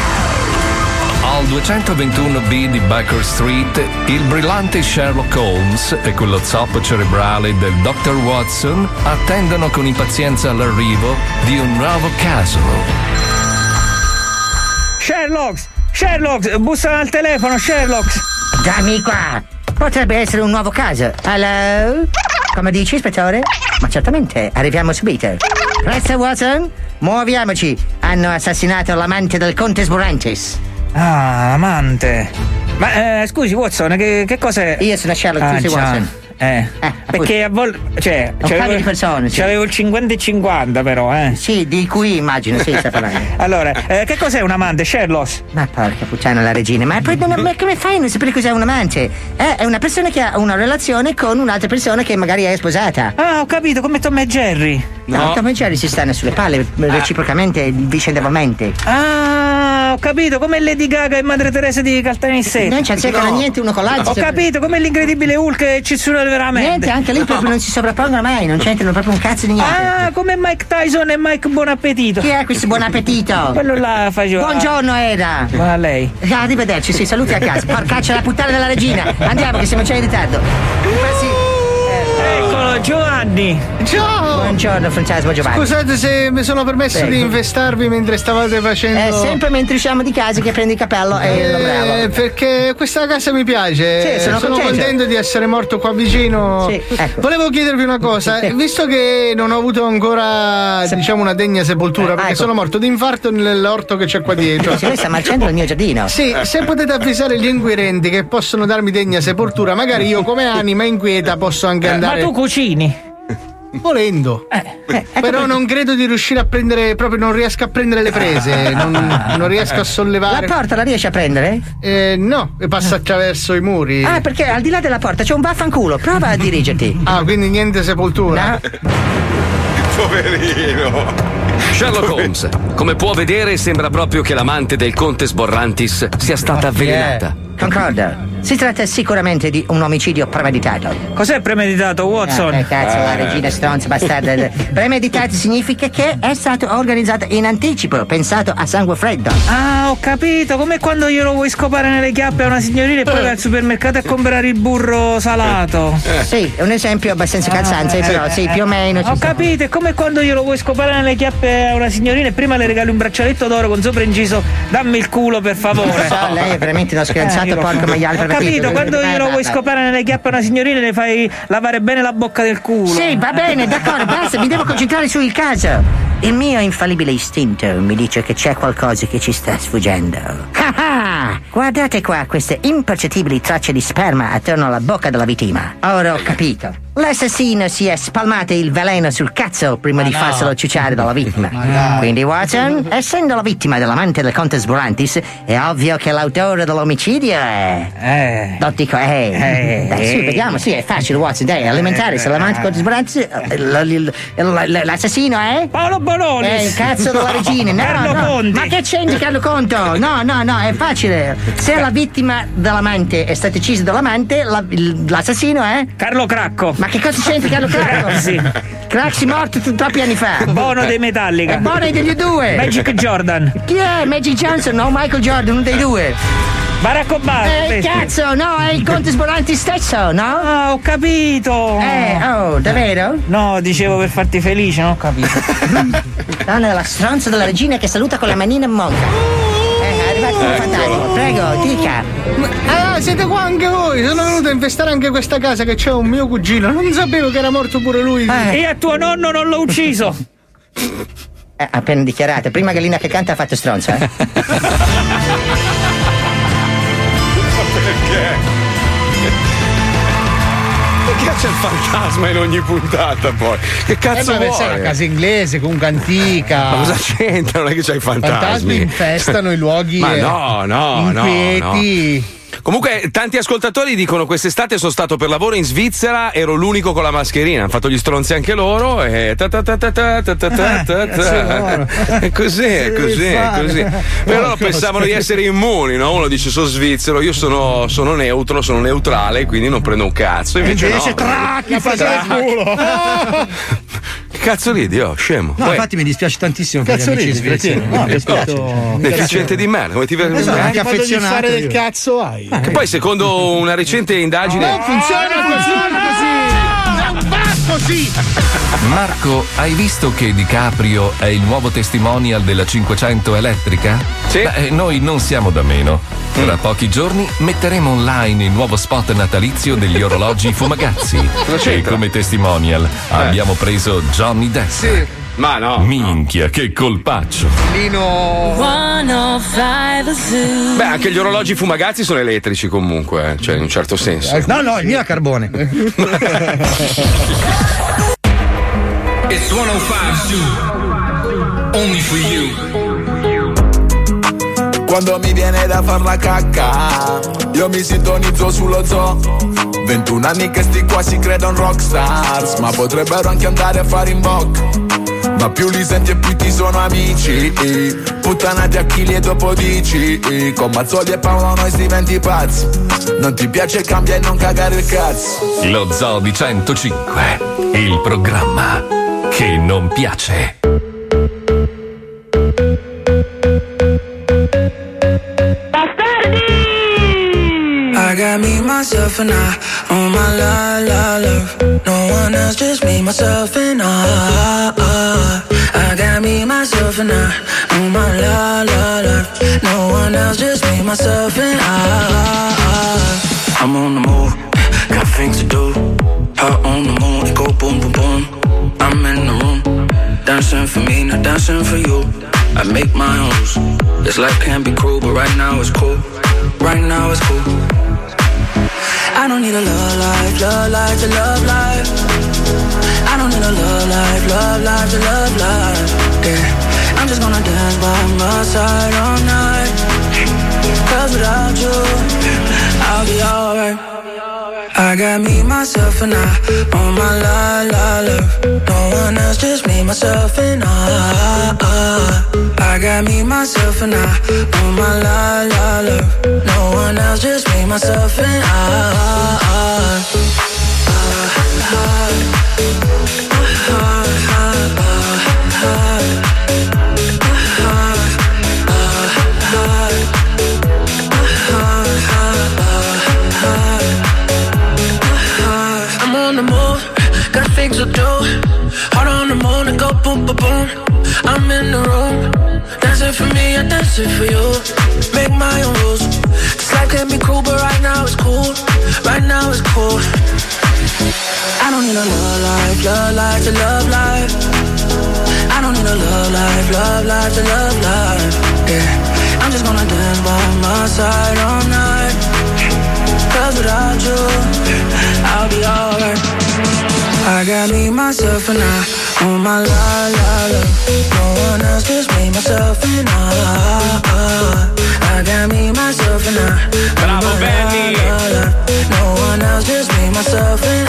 Al duecentoventuno B di Baker Street, il brillante Sherlock Holmes e quello zoppo cerebrale del dottor Watson attendono con impazienza l'arrivo di un nuovo caso. Sherlock! Sherlock! Bussa al telefono, Sherlock! Dammi qua! Potrebbe essere un nuovo caso. Hello? Come dici, ispettore? Ma certamente, arriviamo subito. Presto, Watson? Muoviamoci. Hanno assassinato l'amante del conte Sburantis. Ah, amante. Ma eh, scusi, Watson, che, che cos'è? Io sono Sherlock, Ah, tu sei già. Watson. Eh, perché a volte. Cioè, Un paio di persone, sì. C'avevo il cinquanta e cinquanta, però, eh. Sì, di cui immagino, sì, sta parlando. Allora, eh, che cos'è un amante, Sherlock? Ma porca puttana la regina, ma poi non- ma come fai a non sapere cos'è un amante? Eh, è una persona che ha una relazione con un'altra persona che magari è sposata. Ah, ho capito, come Tom e Jerry. No, Tom e Jerry si stanno sulle palle reciprocamente, vicendevolmente. Ah, ho capito, come Lady Gaga e Madre Teresa di Caltanissetta. Non ci azzeccano niente uno con l'altro. Ho capito, come l'incredibile Hulk e Cizzuno veramente. Niente, anche lì proprio non si sovrappongono mai, non c'entrano proprio un cazzo di niente. Ah, come Mike Tyson e Mike Buon Appetito. Chi è questo buon appetito? Quello là faceva. Buongiorno Era. Ma a lei. Ah, arrivederci, sì, saluti a casa. Porcaccia la puttana della regina. Andiamo che siamo già in ritardo. Passi. Eccolo, Giovanni. Ciao! Buongiorno Francesco Giovanni. Scusate se mi sono permesso Prego. di investarvi mentre stavate facendo. È sempre mentre usciamo di casa che prendi il cappello e l'ombrello. Eh, perché questa casa mi piace. Sì, sono contento. contento di essere morto qua vicino. Sì, ecco. Volevo chiedervi una cosa, Sì. visto che non ho avuto ancora diciamo una degna sepoltura, Eh, perché ecco. sono morto di infarto nell'orto che c'è qua dietro. Sì, lei sta marciando nel mio giardino. Sì, se potete avvisare gli inquirenti che possono darmi degna sepoltura, magari io come anima inquieta posso anche Ma andare. tu cucini. Volendo. Eh, eh, Però non credo di riuscire a prendere, proprio non riesco a prendere le prese, non, non riesco a sollevare. La porta la riesci a prendere? Eh, no, e passa attraverso i muri. Ah, perché al di là della porta c'è un vaffanculo, prova a dirigerti. Ah, quindi niente sepoltura. No. Poverino. Sherlock Holmes, come può vedere, sembra proprio che l'amante del conte Sborrantis sia stata avvelenata. Concordo. Si tratta sicuramente di un omicidio premeditato. Cos'è premeditato, Watson? Ah, che cazzo, Ah. la regina stronza bastarda. Premeditato significa che è stato organizzato in anticipo, pensato a sangue freddo. Ah, ho capito, come quando glielo vuoi scopare nelle chiappe a una signorina e poi vai al supermercato a comprare il burro salato. Sì, è un esempio abbastanza calzante, Ah, però eh, sì, eh, più o meno. Ho capito, è come quando glielo vuoi scopare nelle chiappe a una signorina e prima le regali un braccialetto d'oro con sopra inciso dammi il culo per favore. So, lei è veramente uno schianzato, Eh, porco maiale. Ho capito, quando glielo vuoi scopare nelle chiappe a una signorina le fai lavare bene la bocca del culo. Sì, va bene, d'accordo, basta, mi devo concentrare sul caso. Il mio infallibile istinto mi dice che c'è qualcosa che ci sta sfuggendo. Ah ah! Guardate qua queste impercettibili tracce di sperma attorno alla bocca della vittima. Ora ho capito. L'assassino si è spalmato il veleno sul cazzo prima Ma di no. farselo ciucciare dalla vittima. Ma dai. Quindi Watson, essendo la vittima dell'amante del conte Sborrantis, è ovvio che l'autore dell'omicidio è... Eh. Non dico, eh. Eh. Dai, sì, vediamo, sì, è facile, Watson, dai, elementare, se l'amante del conte Sborrantis, eh, l- l- l- l'assassino è... Paolo Bonolis. È il cazzo della regina, no, Carlo no. Conti. Ma che c'entra Carlo Conto? No, no, no, è facile. Se la vittima dell'amante è stata uccisa dall'amante, la- il- l'assassino è... Carlo Cracco. Ma che cosa c'entra Carlo Cracco? Sì. Craxi morto t- troppi anni fa. Bono dei Metallica. È Bono degli due. Magic Jordan. Chi è? Magic Johnson? No, Michael Jordan, uno dei due. Barack Obama. Eh, cazzo, no, è il conte Sborranti stesso, no? Ah, ho capito. Eh, oh, davvero? No, dicevo per farti felice, non ho capito. Donna, la stronza della regina che saluta con la manina in monca. Eh, è arrivato un fantasma, prego, dica. Ah, siete qua anche voi? Sono venuto a infestare anche questa casa che c'è un mio cugino. Non sapevo che era morto pure lui. Eh. E a tuo nonno non l'ho ucciso. Eh, appena dichiarato, prima gallina che canta ha fatto stronza, eh? Perché? Perché c'è il fantasma in ogni puntata poi? Che cazzo eh, vuoi? questa è una casa inglese, comunque antica. Ma cosa c'entra? Non è che c'hai i fantasmi. Fantasmi infestano i luoghi Ma eh, no, no, no, inquieti. no. Comunque, tanti ascoltatori dicono quest'estate sono stato per lavoro in Svizzera, ero l'unico con la mascherina. Hanno fatto gli stronzi anche loro e ta ta ta ta ta ta ta ta ta ta. È così, è così, è così. Però loro pensavano di essere immuni, no? Uno dice sono svizzero, io sono, sono neutro, sono neutrale, quindi non prendo un cazzo. Invece, Invece no. tracchi, fa il culo. Che cazzo ridi, oh, scemo. No, Poi- infatti mi dispiace tantissimo per gli Cazzo amici ridi, svizzeri. cretino? No, mi dispiace. Deficiente di merda, come ti vedi? Esatto, Eh? anche Che modo di affezionato fare del io. cazzo hai? Che poi secondo una recente indagine Non funziona così! Non va così! Marco, hai visto che DiCaprio è il nuovo testimonial della cinquecento elettrica? Sì. Beh, noi non siamo da meno. Tra pochi giorni metteremo online il nuovo spot natalizio degli orologi Fumagazzi. E c'entra? come testimonial abbiamo preso Johnny Depp. Sì. Ma no. Minchia, che colpaccio. Lino. Beh, anche gli orologi Fumagazzi sono elettrici comunque, eh, cioè in un certo senso. No, no, il mio è a carbone. It's centocinque Zoo, only for you. Quando mi viene da far la cacca, io mi sintonizzo sullo zoo. ventuno anni che sti qua si credono rockstars, ma potrebbero anche andare a fare in bocca. Ma più li senti e più ti sono amici, puttanati a chili e dopo dici, con Mazzoli e Paolo noi si diventi pazzi. Non ti piace cambia e non cagare il cazzo. Lo Zoo di centocinque, il programma che non piace. I got me, myself, and I on my la la love. No one else, just me, myself, and I. I got me, myself, and I on my la la love. No one else, just me, myself, and I. I'm on the move, got things to do. Hot on the moon, it go boom, boom, boom. I'm in the room, dancing for me, not dancing for you. I make my own rules. This life can be cruel, but right now it's cool. Right now it's cool. I don't need a love life, love life, to love life. I don't need a love life, love life to love life. Yeah, I'm just gonna dance by my side all night. Cause without you, I'll be alright. I got me, myself, and I on my la la love. No one else, just me, myself, and I. I got me, myself, and I on my la la love. No one else, just me, myself, and I. I'm on the move, got things to do. Hard on the moon and go boom, boom, boom. I'm in the room, dancing for me, I dance it for you. Make my own rules. This life can be cruel, but right now it's cool. Right now it's cool. I don't need a love life, love life to love life. I don't need a love life, love life to love life. Yeah, I'm just gonna dance by my side all night. Cause without you, I'll be alright. I got me, myself, and I on my la la la. No one else, just me, myself, and I. I got me, myself, and I. Bravo Benny. No one else, just me, myself, and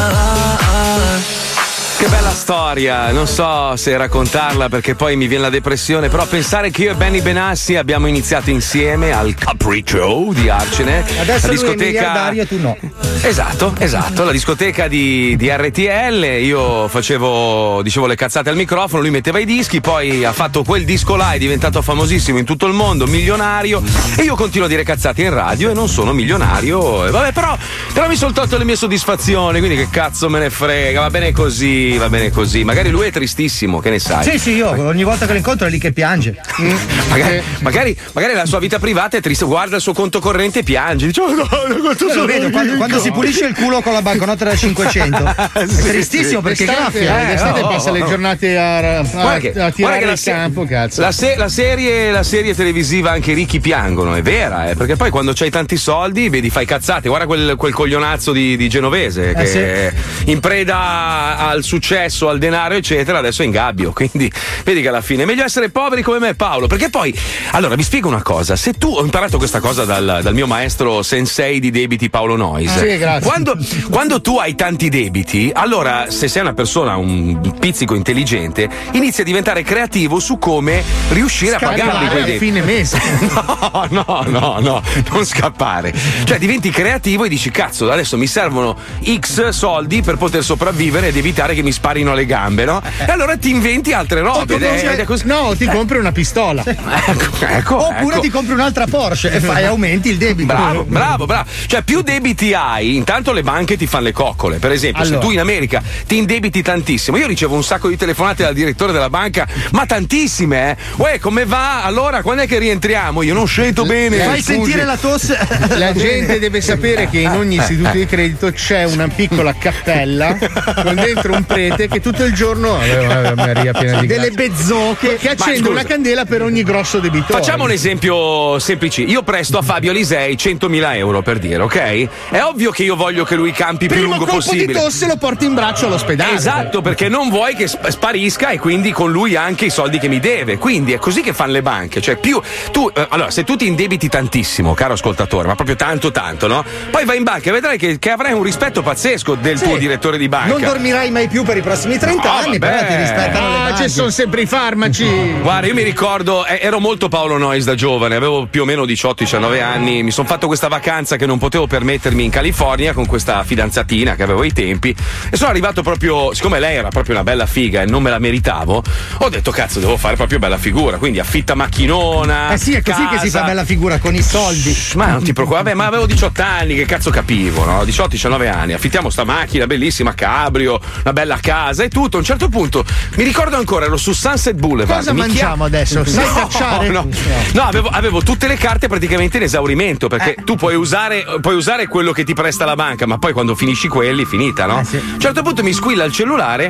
I. Che bella storia, non so se raccontarla perché poi mi viene la depressione, però pensare che io e Benny Benassi abbiamo iniziato insieme al Capriccio di Arcene. Adesso la lui è discoteca... miliardario e tu no. Esatto, esatto, la discoteca di, di R T L, io facevo, dicevo le cazzate al microfono, lui metteva i dischi, poi ha fatto quel disco là, è diventato famosissimo in tutto il mondo, milionario, e io continuo a dire cazzate in radio e non sono milionario, e vabbè, però, però mi sono tolto le mie soddisfazioni, quindi che cazzo me ne frega, va bene così, va bene così, magari lui è tristissimo, che ne sai? Sì, sì, io ogni volta che lo incontro è lì che piange. magari, magari, magari la sua vita privata è triste, guarda il suo conto corrente e piange, dice, oh no, quanto io lo vedo quando, quando si pulisce il culo con la banconota da cinquecento. È Sì, tristissimo sì. perché L'estate, graffia. eh, l'estate oh, passa oh, le oh. giornate a, a, Guarda che- a guarda tirare che la il se- campo, cazzo. La, se- la serie, la serie televisiva anche i ricchi piangono, è vera, eh, perché poi quando c'hai tanti soldi, vedi, fai cazzate. Guarda quel, quel coglionazzo di, di Genovese Eh, che sì. è in preda al successo, al denaro, eccetera, adesso è in gabbio. Quindi vedi che alla fine è meglio essere poveri come me, Paolo. Perché poi, allora, vi spiego una cosa: se tu ho imparato questa cosa dal, dal mio maestro sensei di debiti Paolo Noyes. Sì, grazie. Quando, quando tu hai tanti debiti, allora se sei una persona un pizzico intelligente, inizi a diventare creativo su come riuscire a pagarli quei a debiti. fine mese. No, no, no, no, non scappare. Cioè diventi creativo e dici cazzo, adesso mi servono X soldi per poter sopravvivere ed evitare che mi sparino le gambe, no? E allora ti inventi altre robe. Ed è, ed è così. No, ti compri una pistola. Ecco, ecco, Oppure ecco. ti compri un'altra Porsche e fai aumenti il debito. Bravo, bravo, bravo. Cioè, più debiti hai, intanto le banche ti fanno le coccole. Per esempio, Allora. se tu in America ti indebiti tantissimo, io ricevo un sacco di telefonate dal direttore della banca, ma tantissime, eh. Uè, come va? Allora, quando è che rientriamo? Io non scelto bene. Fai scusi. sentire la tosse. La gente deve sapere che in ogni istituto di credito c'è una piccola cappella con dentro un prete che tutto il giorno aveva Maria piena di Delle grazia, bezzocche. che Ma accende scusa. una candela per ogni grosso debitore. Facciamo un esempio semplice. Io presto a Fabio Alisei centomila euro per dire, ok? È ovvio che io voglio che lui campi più Primo lungo colpo possibile. di tosse lo porti in braccio all'ospedale. Esatto, perché non vuoi che sp- sparisca e quindi con lui anche i soldi che mi deve. Quindi è così che fanno le banche. Cioè, più tu, eh, allora, se tu ti indebiti tantissimo, caro ascoltatore, ma proprio tanto, tanto, no? Poi vai in banca e vedrai che, che avrai un rispetto pazzesco del Sì. tuo direttore di banca. Non dormirai mai più per i prossimi trenta No, anni, vabbè. però ti rispettano le Ah, banche. ci sono sempre i farmaci. Guarda, io mi ricordo, eh, ero molto Paolo Noyes da giovane, avevo più o meno diciotto diciannove anni, mi sono fatto questa vacanza che non potevo permettermi in California con questa fidanzatina che avevo ai tempi e sono arrivato proprio, siccome lei era proprio una bella figa e non me la meritavo, ho detto cazzo devo fare proprio bella figura, quindi affitta macchinona. Eh sì, è così casa. che si fa bella figura con i soldi. Ma non ti preoccupare, vabbè, ma avevo diciotto anni, che cazzo capivo, no? diciotto diciannove anni, affittiamo sta macchina bellissima, cabrio, una bella casa e tutto. A un certo punto mi ricordo ancora, ero su Sunset Boulevard. Cosa mi mangiamo adesso? Sai no, cacciare? No, no avevo, avevo tutte le carte praticamente in esaurimento perché tu puoi usare, puoi usare quello che ti presta la banca, ma poi quando finisci quelli, finita, no? A un certo punto mi squilla il cellulare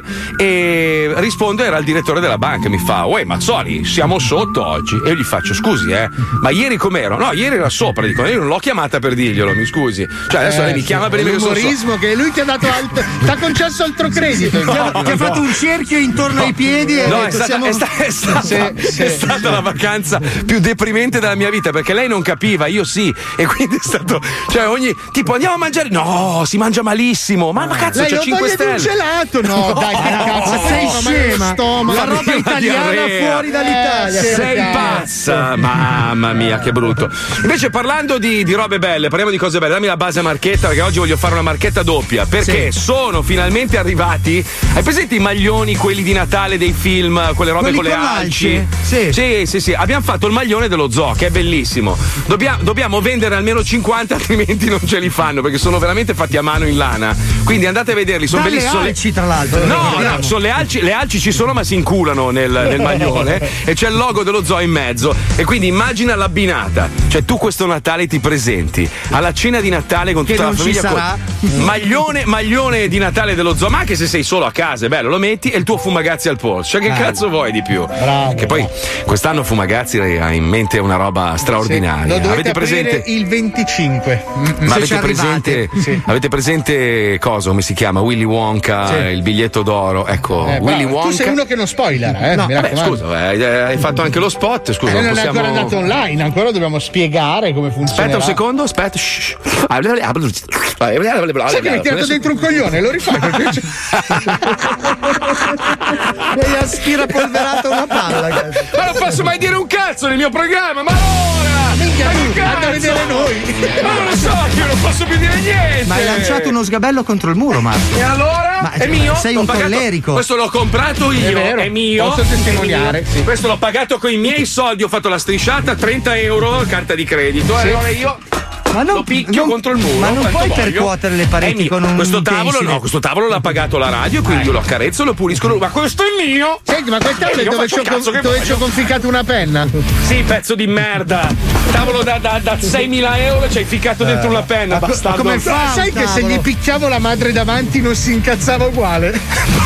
e rispondo, era il direttore della banca, mi fa, uè Mazzoli, siamo sotto oggi. E io gli faccio, scusi, eh, ma ieri com'ero? No, ieri era sopra, dico, io non l'ho chiamata per dirglielo, mi scusi. Cioè adesso Eh, lei mi chiama per dire che sono l'umorismo che lui ti ha dato altro, ti ha concesso altro credito. subito in Ti ha, ti ha fatto un cerchio intorno ai piedi e No, ha è detto, stata, siamo... è sta- è stata- Sì, sì. è stata la vacanza più deprimente della mia vita perché lei non capiva, io sì, e quindi è stato, cioè ogni tipo andiamo a mangiare, no, si mangia malissimo, ma, ma cazzo Lei c'ho ho cinque voglia di un stelle. gelato, no, dai, che cazzo, ma sei no, scema. stomaco. La roba Fammi una italiana diarrea. fuori dall'Italia. Eh, sì. Sei pazza, mamma mia, che brutto. Invece, parlando di, di robe belle, parliamo di cose belle. Dammi la base marchetta, perché oggi voglio fare una marchetta doppia. Perché Sì. sono finalmente arrivati. Hai presente i maglioni, quelli di Natale dei film, quelle robe Quelli con le con alci? l'alce? Sì. sì, sì, sì. Abbiamo fatto il maglione dello zoo, che è bellissimo. Dobbiamo, dobbiamo vendere almeno cinquanta, altrimenti non ce li fanno, perché sono veramente fatti a mano in lana. Quindi andate a vederli, sono Dalle bellissimi. alci, tra l'altro. No, ricordiamo. no, sono le alci, le alci ci sono, ma si inculano nel, nel maglione e c'è il logo dello zoo in mezzo. E quindi immagina l'abbinata. Cioè, tu questo Natale ti presenti alla cena di Natale con Che tutta la non ci famiglia. sarà. Con... Maglione, maglione di Natale dello zoo, ma anche se sei solo a casa, è bello, lo metti e il tuo Fumagazzi al polso. Cioè, che Bello. cazzo vuoi di più? Bravo, che poi quest'anno Fumagazzi ha in mente una roba straordinaria. Lo dovete Avete presente? aprire il venticinque. Ma Se avete ci presente, Sì. avete presente cosa? Come si chiama? Willy Wonka, Sì. il biglietto d'oro. Ecco, Eh, Willy bravo. Wonka. Tu sei uno che non spoiler, eh? No, mi vabbè, raccomando. scusa, eh, hai fatto anche lo spot. Scusa, Eh, non non è possiamo... ancora andato online, ancora dobbiamo spiegare come funziona. Aspetta un secondo, aspetta. shh. Sai che mi hai tirato dentro un coglione, lo rifai? perché- Lei ha aspirapolverato una palla. cazzo. Ma non posso mai dire un cazzo nel mio programma, ma ora! Minchia, Ma che tu, cazzo? andate a vedere noi. Ma non lo so, io non posso più dire niente! Ma hai lanciato uno sgabello contro il muro, Marco. E allora? Ma è mio? sei L'ho un pagato- collerico. Questo l'ho comprato io, È vero, è mio. posso testimoniare, è mio. sì. Questo l'ho pagato con i miei soldi, ho fatto la strisciata, trenta euro, carta di credito. Sì. E allora io Ma non, lo picchio non- contro il muro. Ma non quanto puoi voglio. percuotere le È pareti mio. con un Questo tavolo utensile. no, questo tavolo l'ha pagato la radio, quindi io lo accarezzo e lo pulisco. Ma questo è mio! Senti, ma quel tavolo è Io dove faccio c'ho, il cazzo che dove voglio. c'ho conficcato una penna? Sì, pezzo di merda! Tavolo da, da, da seimila euro ci hai ficcato dentro una penna, ma co- bastardo. come fa? Sai che se tavolo. gli picchiavo la madre davanti non si incazzava uguale?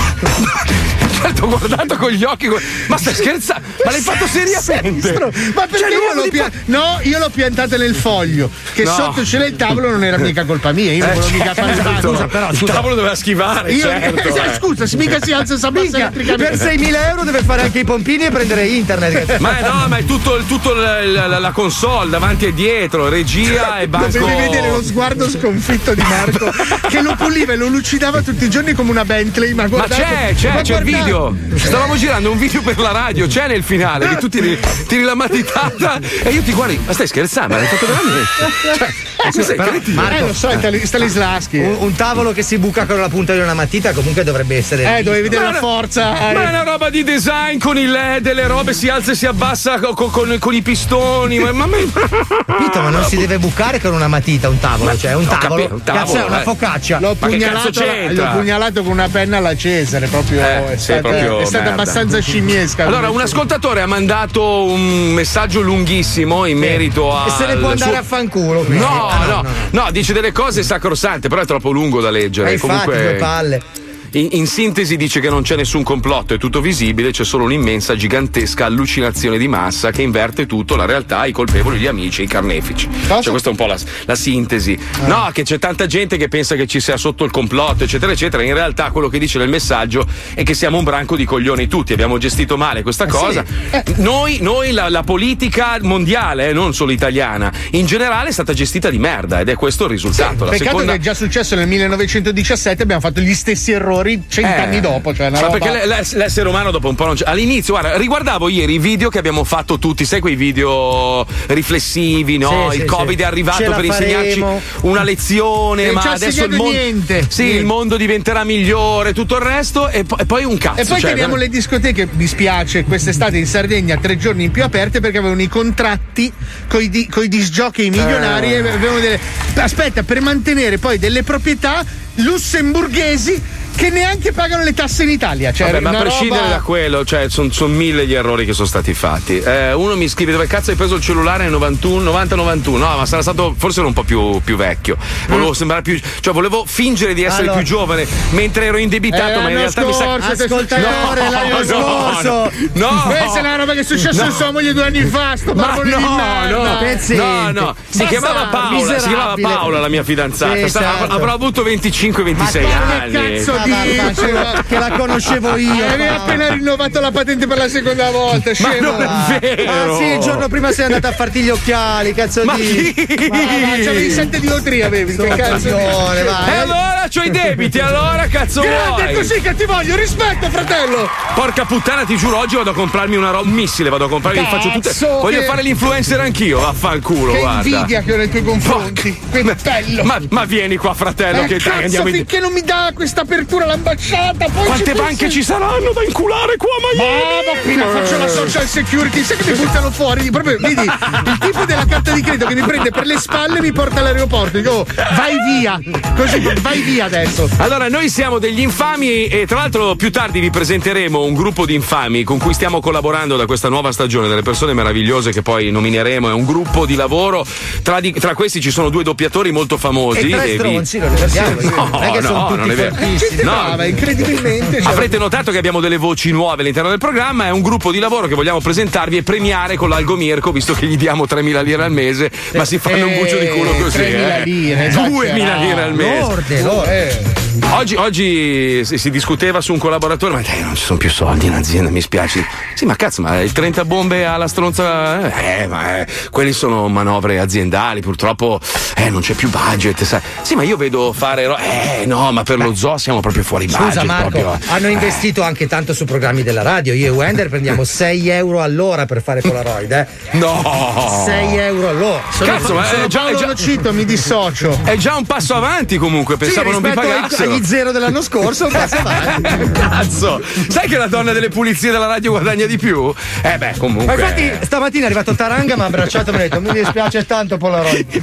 Certo, ho guardato con gli occhi. Ma stai scherzando? Ma l'hai fatto seriamente? Ma perché Cioè, io l'uomo l'ho di pia- No, io l'ho piantata nel foglio. Che No. sotto c'era il tavolo, non era mica colpa mia. Io non Eh, volevo mica fare il certo. bagno. Scusa, però, il scusa. tavolo doveva schivare, Io, certo. eh, eh. scusa, se mica si alza sta bassa Minchia, elettrica. per seimila euro deve fare anche i pompini e prendere internet. Ma no, ma è tutto, il- tutto la, la- la console davanti e dietro, regia e banco. Dovevi vedere lo sguardo sconfitto di Marco che lo puliva e lo lucidava tutti i giorni come una Bentley. Ma, Ma guardate, c'è, c'è, ma c'è il guardate. video. Stavamo girando un video per la radio, c'è nel finale che tu tiri, tiri la matitata e io ti guardi, ma stai scherzando? Ma l'hai fatto veramente? Cioè, ma sei però, cretino? Marco, Eh, lo so, sta lì- sta lì Slasky. Un, un tavolo che si buca con la punta di una matita comunque dovrebbe essere. Eh, dovevi vedere Ma la è una- forza. Ma è una roba di design con i led, le robe si alza e si abbassa co- co- con, con i pistoni. Ma, ma, ma- Capito? Ma non si deve bucare con una matita un tavolo, cioè è un ho tavolo. capito, un tavolo, Cazzo, è una eh. focaccia. L'ho Ma che pugnalato, cazzo c'entra? l'ho pugnalato con una penna alla Cesare, proprio, Eh, è sì, stata, proprio è stata merda. abbastanza scimmiesca. Allora, un ascoltatore ha mandato un messaggio lunghissimo in merito a. E se ne può andare a fanculo. quindi. No, Ah, no, no, dice delle cose sacrosante, però è troppo lungo da leggere. Eh, infatti, Comunque, due palle. In, in sintesi dice che non c'è nessun complotto, è tutto visibile, c'è solo un'immensa, gigantesca allucinazione di massa che inverte tutto, la realtà, i colpevoli, gli amici, i carnefici. Cioè, questa è un po' la, la sintesi. No, che c'è tanta gente che pensa che ci sia sotto il complotto, eccetera, eccetera. In realtà quello che dice nel messaggio è che siamo un branco di coglioni tutti, abbiamo gestito male questa cosa. Noi, noi la, la politica mondiale, eh, non solo italiana, in generale è stata gestita di merda ed è questo il risultato. La Peccato seconda... che è già successo nel millenovecentodiciassette, abbiamo fatto gli stessi errori cent'anni Eh, dopo. Cioè una ma roba... perché l'ess- l'essere umano dopo un po' non c'è. All'inizio, guarda, riguardavo ieri i video che abbiamo fatto tutti, sai quei video riflessivi, no? Sì, il sì, Covid sì. è arrivato Ce la per insegnarci faremo. una lezione, Non ma ci ha adesso il insegnato mondo. niente. Sì, Niente. il mondo diventerà migliore, tutto il resto, e, po- e poi un cazzo. E poi cioè, teniamo ver- le discoteche, mi spiace, quest'estate in Sardegna tre giorni in più aperte perché avevano i contratti con i di, disjockey milionari Eh. e avevano delle. Aspetta, per mantenere poi delle proprietà lussemburghesi che neanche pagano le tasse in Italia. Cioè, Vabbè, ma a una prescindere roba... da quello, cioè, sono mille gli errori che sono stati fatti. Eh, uno mi scrive dove cazzo hai preso il cellulare nel novantuno, novanta novantuno. No, ma sarà stato forse ero un po' più, più vecchio. Volevo sembrare più. Cioè, volevo fingere di essere Allora. più giovane mentre ero indebitato, Eh, ma in l'anno realtà mi sa scorso, Ascoltatore, No, l'anno no, scorso. No, no. Questa è una roba che è successa No. a sua moglie due anni fa, sto Ma barbone di no, merda. no, Pezzente. no, no, si Bastardo, chiamava Paola, si chiamava miserabile. Paola la mia fidanzata. Sì, Sarà- certo. Avrà avuto venticinque ventisei Ma anni. che cazzo Vabbè, schifo. Che la conoscevo io. Avevi appena rinnovato la patente per la seconda volta, scemo. Ma non è vero. Ah sì, il giorno prima sei andata a farti gli occhiali, cazzo Ma di. chi? Ma, ma c'avevi sette diotrie, avevi, che cazzo di... vai. E allora c'ho i debiti, allora cazzo Grande, vuoi? è così che ti voglio, rispetto, fratello. Porca puttana, ti giuro, oggi vado a comprarmi una roba, un missile, vado a comprarmi, Cazzo, faccio tutte. che- Voglio fare l'influencer anch'io, vaffanculo, Che guarda. invidia che ho nei tuoi confronti. Che bello. Ma, ma vieni qua, fratello, Eh, che cazzo, dai, andiamo in. finché non mi dà questa apertura l'ambasciata, poi Quante ci banche pensi. ci saranno da inculare qua a Miami? Ma appena faccio la social security, sai che mi buttano fuori? Proprio, vedi, il tipo della carta di credito che mi prende per le spalle e mi porta all'aeroporto. Dico, oh, vai via. Così, vai via adesso. Allora, noi siamo degli infami e tra l'altro più tardi vi presenteremo un gruppo di infami con cui stiamo collaborando da questa nuova stagione, delle persone meravigliose che poi nomineremo. È un gruppo di lavoro, tra, di, tra questi ci sono due doppiatori molto famosi. E tre vi- stronzi, lo ricordiamo. No, non è che sono no, tutti non è vero. fortissimi. No. Brava, incredibilmente. c'era- Avrete notato che abbiamo delle voci nuove all'interno del programma, è un gruppo di lavoro che vogliamo presentarvi e premiare con l'Algomirco, visto che gli diamo tremila lire al mese, ma si fanno un bucio di culo così. tremila eh. lire, duemila lire al mese. Lorde, lorde. Oggi, oggi si, si discuteva su un collaboratore, ma dai, non ci sono più soldi in azienda, mi spiace. Sì, ma cazzo, ma il trenta bombe alla stronza. Eh, ma eh, quelli sono manovre aziendali, purtroppo eh, non c'è più budget, sai. Sì, ma io vedo fare. ro- Eh, no, ma per lo zoo siamo proprio fuori budget. Scusa Marco, proprio. hanno investito anche tanto su programmi della radio. Io e Wender prendiamo sei euro all'ora per fare Polaroid, eh? No! sei euro all'ora. Sono, Cazzo, ma sono è già, è Paolo già- Nocito, mi dissocio. è già un passo avanti comunque, pensavo Sì, non vi rispetto ai- pagassero. agli zero dell'anno scorso, un passo avanti. Cazzo, sai che la donna delle pulizie della radio guadagna di più? Eh beh, comunque. Ma infatti stamattina è arrivato Taranga, mi ha abbracciato e mi ha detto mi dispiace tanto Polaroid.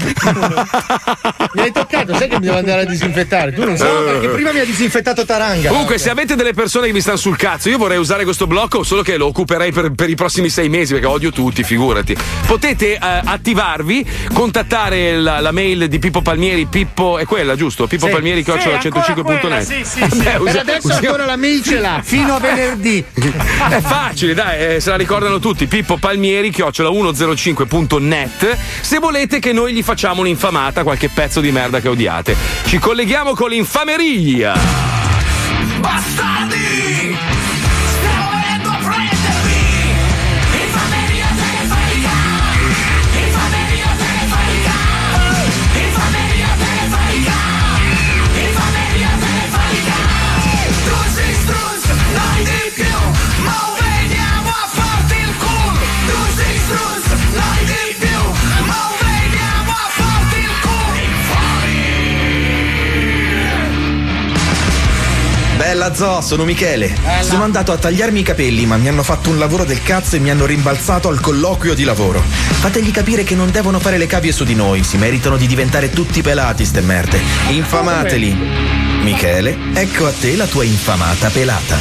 Mi hai toccato, sai che mi devo andare a disinfettare? Tu non sai. No, perché prima mi ha disinfettato Taranga. Comunque, se avete delle persone che mi stanno sul cazzo, io vorrei usare questo blocco, solo che lo occuperei per, per i prossimi sei mesi, perché odio tutti, figurati. Potete eh, attivarvi, contattare la, la mail di Pippo Palmieri, Pippo, è quella, giusto? Pippo Sì. Palmieri, Sì, chiocciola centocinque punto net. sì, sì, Eh, sì. beh, Per usa- adesso usiamo- ancora la mail ce l'ha. Fino a venerdì. È facile, dai, eh, se la ricordano tutti. Pippo Palmieri, chiocciola centocinque punto net. Se volete che noi gli facciamo un'infamata, qualche pezzo di merda che odiate. Ci colleghiamo con l'infameria. Bastardi! Stiamo venendo a prendervi! Infameria telefonica! Infameria telefonica! Infameria telefonica! Infameria telefonica! Struzzi, struzz, noi di più! Ma veniamo a farti il culo! Struzzi, struzz, noi di più! Ma veniamo a farti il culo! Infami! Bella Zo, sono Michele. Sono andato a tagliarmi i capelli, ma mi hanno fatto un lavoro del cazzo e mi hanno rimbalzato al colloquio di lavoro. Fategli capire che non devono fare le cavie su di noi, si meritano di diventare tutti pelati ste merde. Infamateli. Michele, ecco a te la tua infamata pelata.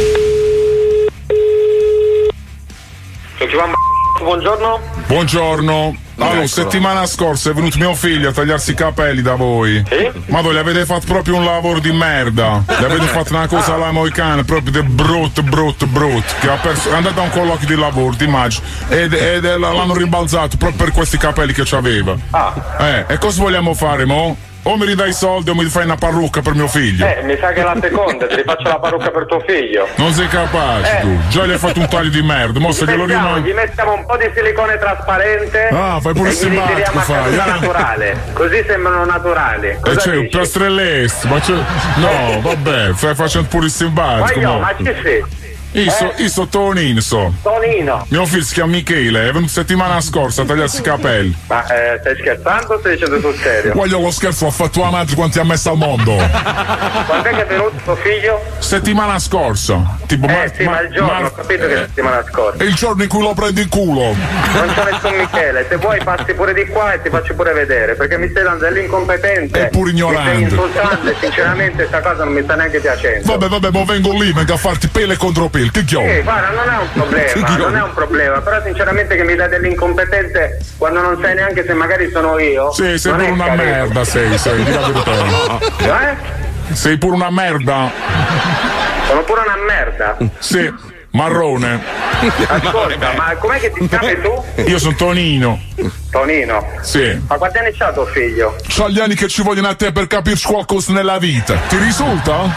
Buongiorno. Buongiorno. Allora, Eccolo. settimana scorsa è venuto mio figlio a tagliarsi i capelli da voi. Sì? Ma voi gli avete fatto proprio un lavoro di merda. Gli avete fatto una cosa alla moicana, proprio di brutto, brutto, brutto. Che ha perso, è andato a un colloquio di lavoro, ti immagini. Ed, ed è- l'hanno rimbalzato proprio per questi capelli che c'aveva. Ah. Eh, e cosa vogliamo fare, mo? O mi ridai i soldi o mi fai una parrucca per mio figlio. Eh, mi sa che è la seconda, ti rifaccio la parrucca per tuo figlio. Non sei capace Eh. tu. Già gli hai fatto un taglio di merda. Mo se Gli glielo mettiamo, rimane. gli mettiamo un po' di silicone trasparente Ah, fai pure e gli simpatico, ritiriamo a fai, caduta eh. naturale. Così sembrano naturali. E Cosa c'è un dici? piastrellest, ma c'è. No, vabbè, stai facendo pure il simpatico. Ma io, mo. ma chi sei? Io so, io so Tonino, so. Tonino. Mio figlio si chiama Michele, è venuto settimana scorsa a tagliarsi i capelli. Ma eh, stai scherzando o stai dicendo sul serio? Voglio lo scherzo, ho fatto la madre quanti ha messo al mondo. Quando è che è venuto tuo figlio? Settimana scorsa. Tipo, Eh mar- sì, ma il giorno, mar- ho capito che è settimana scorsa. È il giorno in cui lo prendi in culo. Non c'è nessun Michele, se vuoi passi pure di qua e ti faccio pure vedere, perché mi stai dando dell'incompetente. È pure ignorante. Mi stai insultando e sinceramente sta cosa non mi sta neanche piacendo. Vabbè, vabbè, ma vengo lì, vengo a farti pele contro pele, che Sì, chiamo? guarda, non è un problema, non è un problema, però sinceramente che mi dai dell'incompetente quando non sai neanche se magari sono io. Sì, sei non pure è una carino. merda, sei, sei, di la verità. Eh? Sei pure una merda. Sono pure una merda. Sì, marrone. Ascolta, ma com'è che ti chiami tu? Io sono Tonino. Tonino. Sì. Ma quanti anni c'ha tuo figlio? C'ho gli anni che ci vogliono a te per capirci qualcosa nella vita. Ti risulta?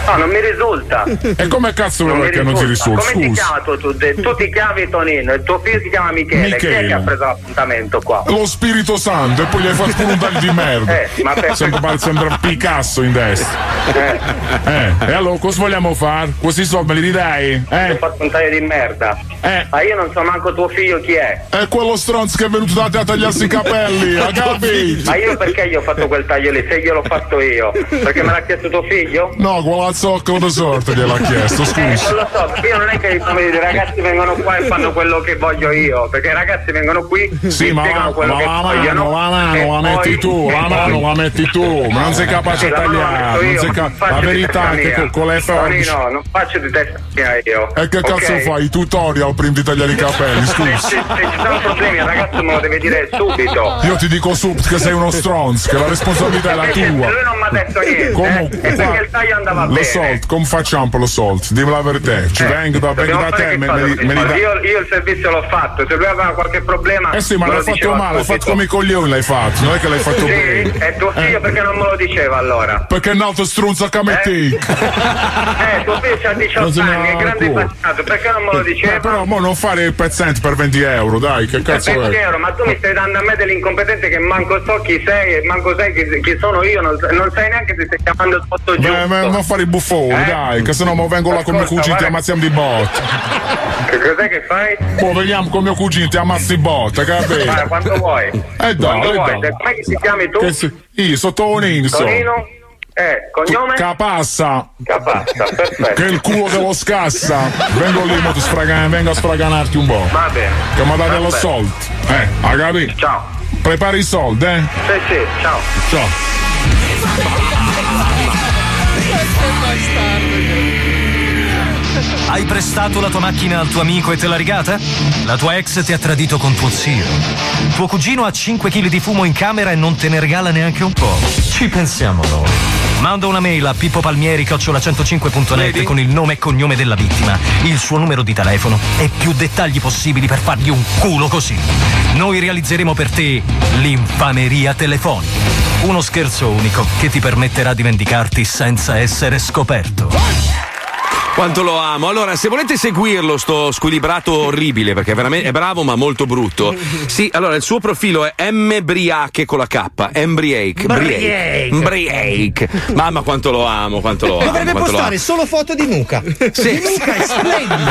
No, non mi risulta. E come cazzo Non vuoi mi che non ti risulta? Come ti Scusa. chiama tu? Tu, tu ti chiami Tonino, il tuo figlio si chiama Michele. Chi è Michele. che ha preso l'appuntamento qua? Lo Spirito Santo, e poi gli hai fatto pure un taglio di merda. Eh, ma per- Sembra, sembra Picasso in destra. Eh. Eh, e allora cosa vogliamo fare? Questi soldi me li ridai? Eh? Ho fatto un taglio di merda. Eh. Ma io non so manco tuo figlio chi è. È quello stronzo che è venuto da te a tagliarsi i capelli, hai capito? Ma io perché gli ho fatto quel taglio lì? Se io l'ho fatto io? Perché me l'ha chiesto tuo figlio? No, quella zoccolo di sorte gliel'ha chiesto, Eh, scusa. non lo so, perché io non è che come dire, i ragazzi vengono qua e fanno quello che voglio io, perché i ragazzi vengono qui Sì, mi ma spiegano la, quello ma che la vogliono. mano, la mano e la poi- metti tu, e la poi- mano la metti tu, ma non sei capace Sì, a la mano la tagliare, metto non io, sei ma ca- faccio la di verità testa è che mia. con, con le forbici. Tonino, non faccio di testa mia io. E che cazzo Ok? fai? I tutorial prima di tagliare i capelli, Se, scusa. se- se ci sono problemi il ragazzo me lo deve dire subito. Io ti dico subito che sei uno stronzo, che la responsabilità è la Invece tua. lui non mi ha detto niente. Comunque, eh, e perché il taglio andava lo bene. soldi, come facciamo per lo soldi? Dimmi la verità, ci Eh, vengo da, vengo dobbiamo da fare te, che me, cosa me, per me li soldi? dai. io, io il servizio l'ho fatto, se lui aveva qualche problema. Eh sì, ma me l'hai lo fatto diceva male, l'hai fatto subito. come i coglioni, l'hai fatto, non è che l'hai fatto Sì? bene. E tuo figlio Eh. perché non me lo diceva allora? Perché è un altro strunzo che me te. Eh, tuo figlio c'ha Non diciotto se ne anni, è ha grande culo. passato, perché non me lo Eh, diceva? però mo non fare il pezzente per venti euro, dai, che Per cazzo venti è? euro, ma tu mi stai dando a me dell'incompetente che manco so chi sei e manco sai chi, chi sono io, non, non sai neanche se stai chiamando sotto giusto. Beh, ma non fare i buffoni, Eh? dai, che sennò mo vengo là con mio Ascolta, cugino e ti guarda- ammazziamo di botte. Che cos'è che fai? Mo veniamo con mio cugino, ti ammazzi di botte, Guarda, capito? quanto vuoi? Eh dai, Quanto eh vuoi? dai. Come ti chiami tu? Che si- Io sono Tonino, so. Tonino? Eh, cognome? Capassa. Capassa, perfetto. Che è il culo che lo scassa. Vengo lì, mo ti sfraga- vengo a sfraganarti un po'. Va bene. Che mi date lo Perfetto. soldi. Eh, hai capito? Ciao. Prepari i soldi, eh? Sì, sì, ciao. Ciao. Hai prestato la tua macchina al tuo amico e te l'ha rigata? La tua ex ti ha tradito con tuo zio. Tuo cugino ha cinque chili di fumo in camera e non te ne regala neanche un po'. Ci pensiamo noi. Manda una mail a pippopalmieri chiocciola centocinque punto net Vedi? con il nome e cognome della vittima, il suo numero di telefono e più dettagli possibili per fargli un culo così. Noi realizzeremo per te l'infameria telefonica. Uno scherzo unico che ti permetterà di vendicarti senza essere scoperto. Quanto lo amo. Allora, se volete seguirlo, sto squilibrato orribile, perché veramente è bravo ma molto brutto. Sì, allora il suo profilo è mbriache con la K. Embriake. Briake. Briake. Mamma quanto lo amo, quanto lo amo. Dovrebbe quanto lo postare amo. solo foto di nuca. Sì. Di nuca è splendido.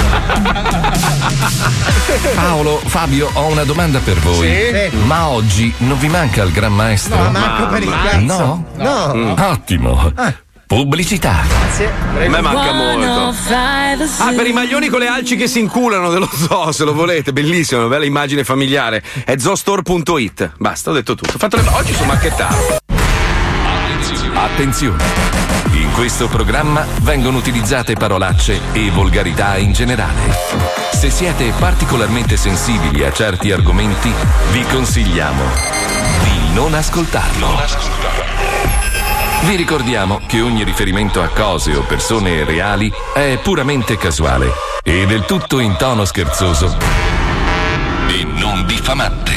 Paolo, Fabio, ho una domanda per voi. Sì. Ma oggi non vi manca il Gran Maestro? No, manco per il cazzo. No? No. Mm. Ottimo. Pubblicità. Grazie. A me manca molto. Ah, per i maglioni con le alci che si inculano dello zoo, se lo volete, bellissimo, una bella immagine familiare. È zoostore punto it. Basta, ho detto tutto. Ho fatto le... Oggi sono macchettato. Attenzione! In questo programma vengono utilizzate parolacce e volgarità in generale. Se siete particolarmente sensibili a certi argomenti, vi consigliamo di non ascoltarlo. Vi ricordiamo che ogni riferimento a cose o persone reali è puramente casuale e del tutto in tono scherzoso e non diffamante.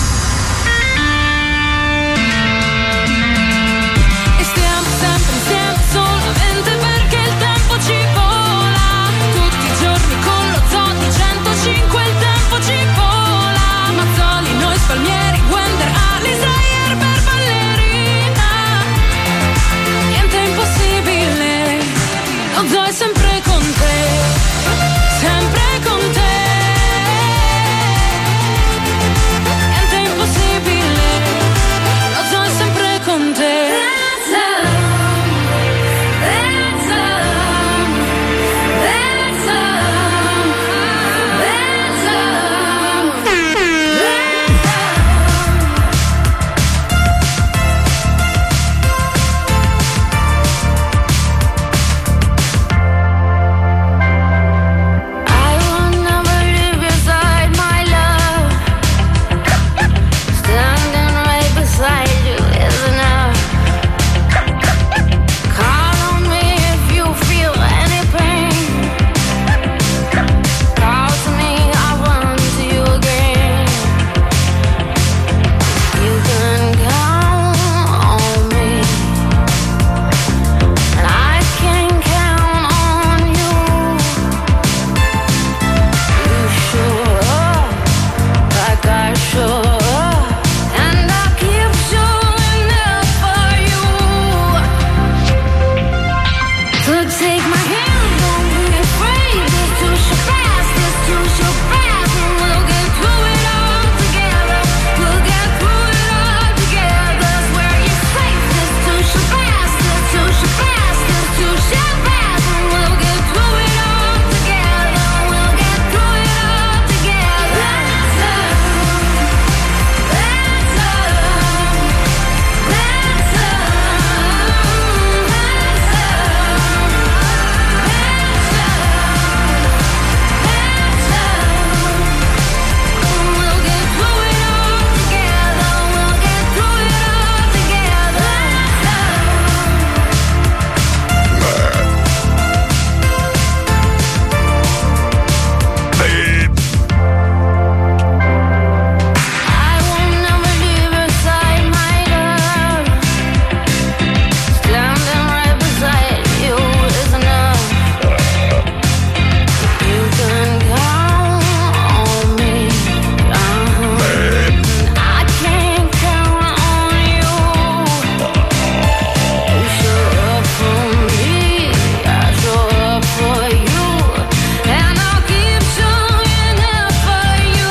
E stiamo sempre insieme solamente perché il tempo ci vola. Tutti i giorni con lo zoo di centocinque il tempo ci vola. Mazzoli, noi spalmieri, Wender, Alisa, Erber, ballerina. Niente è impossibile, lo zoo è sempre con te, sempre con te. show up, and I'll keep showing up for you. So take my hand, don't be afraid. This too shall pass, this too shall pass, and we'll get through it all together. We'll get through it all together. Swear you're safe. This too shall pass, this too shall pass, this too shall pass, and we'll get through it all together. We'll get through it all together. That's love. That's love. That's love. That's We'll get through it all together. We'll get through it all together. I will never leave your side, my love. Standing right beside you is enough. You can count on me. Uh-huh. I can't count on you. You show up for me, I show up for you, and I'll keep showing up for you.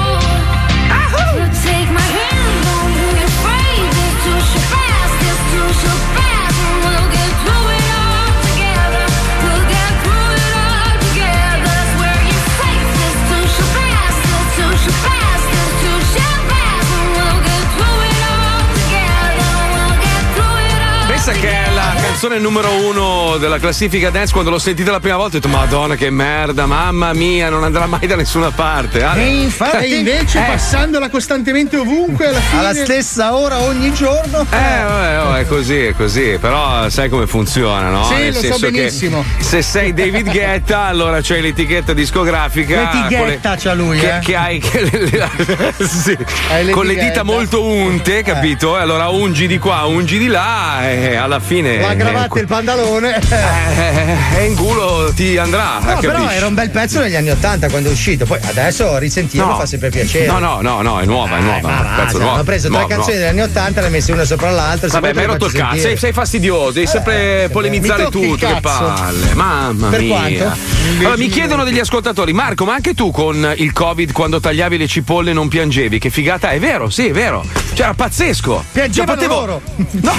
So take my hand, don't be afraid. This too shall pass, this too shall pass, and we'll get through it all together. We'll get through it all together. Swear you're safe. This too shall pass, this too shall pass, this too shall pass, and we'll get through it all together. We'll get through it all. Pensa che è la canzone numero uno della classifica dance. Quando l'ho sentita la prima volta ho detto madonna che merda, mamma mia, non andrà mai da nessuna parte. Ale. E infatti, e invece Eh. passandola costantemente ovunque alla fine. Alla stessa ora ogni giorno. Eh, vabbè, oh, è così, è così, però sai come funziona, no? Sì, Nel lo so senso benissimo. che se sei David Guetta, allora c'hai l'etichetta discografica. L'etichetta con le- c'ha lui, che, eh. che hai che le- le- sì, Hai con le l'etichetta. dita molto unte, capito? E allora ungi di qua, ungi di là, e alla fine. La cravatta e il pantalone. Eh, e in culo ti andrà. No, però capisci? era un bel pezzo negli anni ottanta quando è uscito. Poi adesso risentirlo No. fa sempre piacere. No, no, no, no, è nuova, è nuova. Ma un va, pezzo cioè, nuovo. hanno preso tre nuovo, canzoni nuovo. degli anni ottanta, le hai messe una sopra l'altra. se Vabbè, vuoi mi hai te le rotto il faccio cazzo, sentire. sei, sei fastidioso, devi sempre polemizzare mi tocchi tutto, il che cazzo. palle. Mamma Per mia. quanto? Allora, mi chiedono degli ascoltatori, Marco, ma anche tu con il Covid quando tagliavi le cipolle non piangevi? Che figata, è vero, sì, è vero. Cioè, era pazzesco. Piangevano Cioè, potevo- loro. No,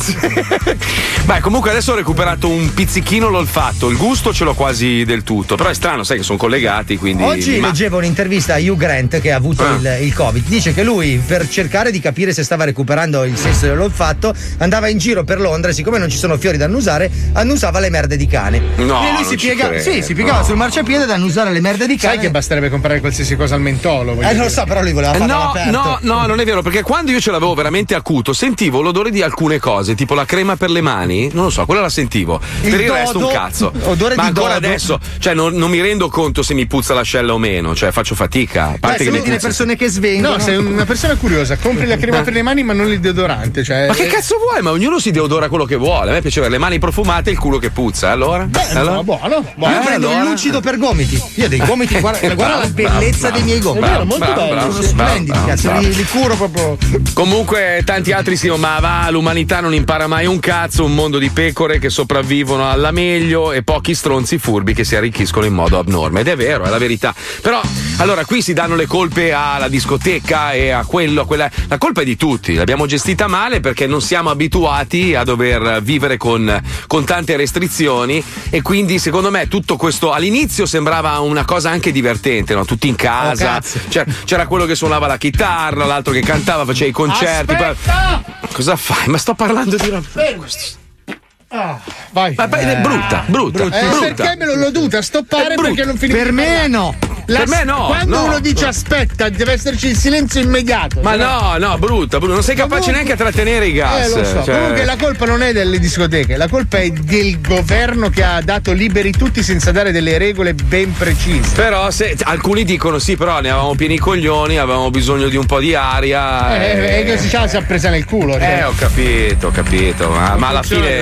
beh, comunque adesso ho recuperato un pizzichino l'olfatto, il gusto ce l'ho quasi del tutto, però è strano, sai che sono collegati, quindi. Oggi ma- leggevo un'intervista a Hugh Grant che ha avuto Ah. il, il Covid. Dice che lui, per cercare di capire se stava recuperando il senso dell'olfatto, andava in giro per Londra e siccome non ci sono fiori da annusare, annusava le merde di cane. No, e lui non si ci piega, credo. sì, si piegava No. sul marciapiede ad annusare le merde di cane. Sai che basterebbe comprare qualsiasi cosa al mentolo? voglio Eh, non lo dire. so, però lui voleva Eh, farlo No, all'aperto. no, no, non è vero, perché quando io ce l'avevo veramente acuto, sentivo l'odore di alcune cose, tipo la crema per le mani, non lo so, quella la sentivo. Il per il resto dodo, un cazzo. odore Ma di ancora dodo. adesso, cioè non, non mi rendo conto se mi puzza l'ascella o meno, cioè faccio fatica. A Beh, parte se che mi vedi le puzza- persone che svengono. No, sei una persona curiosa, compri la crema per le mani ma non il deodorante. Cioè, Ma che cazzo vuoi? Ma ognuno si deodora quello che vuole. A me piace avere le mani profumate e il culo che puzza. Allora? Beh, allora? no, buono. Io Eh, prendo allora? il lucido per gomiti. Io dei gomiti, guarda, guarda la bellezza dei miei gomiti. È vero, molto bravo, bello. bravo, Sono bravo, splendidi, bravo, cazzo, bravo. li, li curo proprio. Comunque tanti altri sì, ma va, l'umanità non impara mai un cazzo, un mondo di pecore che sopravvivono alla meglio e pochi stronzi furbi che si arricchiscono in modo abnorme. Ed è vero, è la verità. Però, allora, qui si danno le colpe alla discoteca e a quello, a quella. La colpa è di tutti, l'abbiamo gestita male perché non siamo abituati a dover vivere con, con tante restrizioni e quindi secondo me tutto questo all'inizio sembrava una cosa anche divertente, no? Tutti in casa, cazzo. c'era, c'era quello che suonava la chitarra, l'altro che cantava, faceva i concerti. poi- Cosa fai? Ma sto parlando di roba. Ah, vai. Ma poi è brutta, brutta, Eh, brutta. perché me lo, l'ho dovuta stoppare È brutta. perché non finisce Per di me parlare. no. La- Per me no, Quando no, uno dice no. aspetta, deve esserci il silenzio immediato. Ma se no, no, brutta, brutta. Non sei capace Comunque- neanche a trattenere i gas. Eh, lo so. cioè- Comunque la colpa non è delle discoteche, la colpa è del governo che ha dato liberi tutti senza dare delle regole ben precise. Però se, alcuni dicono sì, però ne avevamo pieni i coglioni, avevamo bisogno di un po' di aria. Eh, e- e così ce la si è presa nel culo. Eh, cioè. ho capito, ho capito. Ma, ma alla funziona fine, così.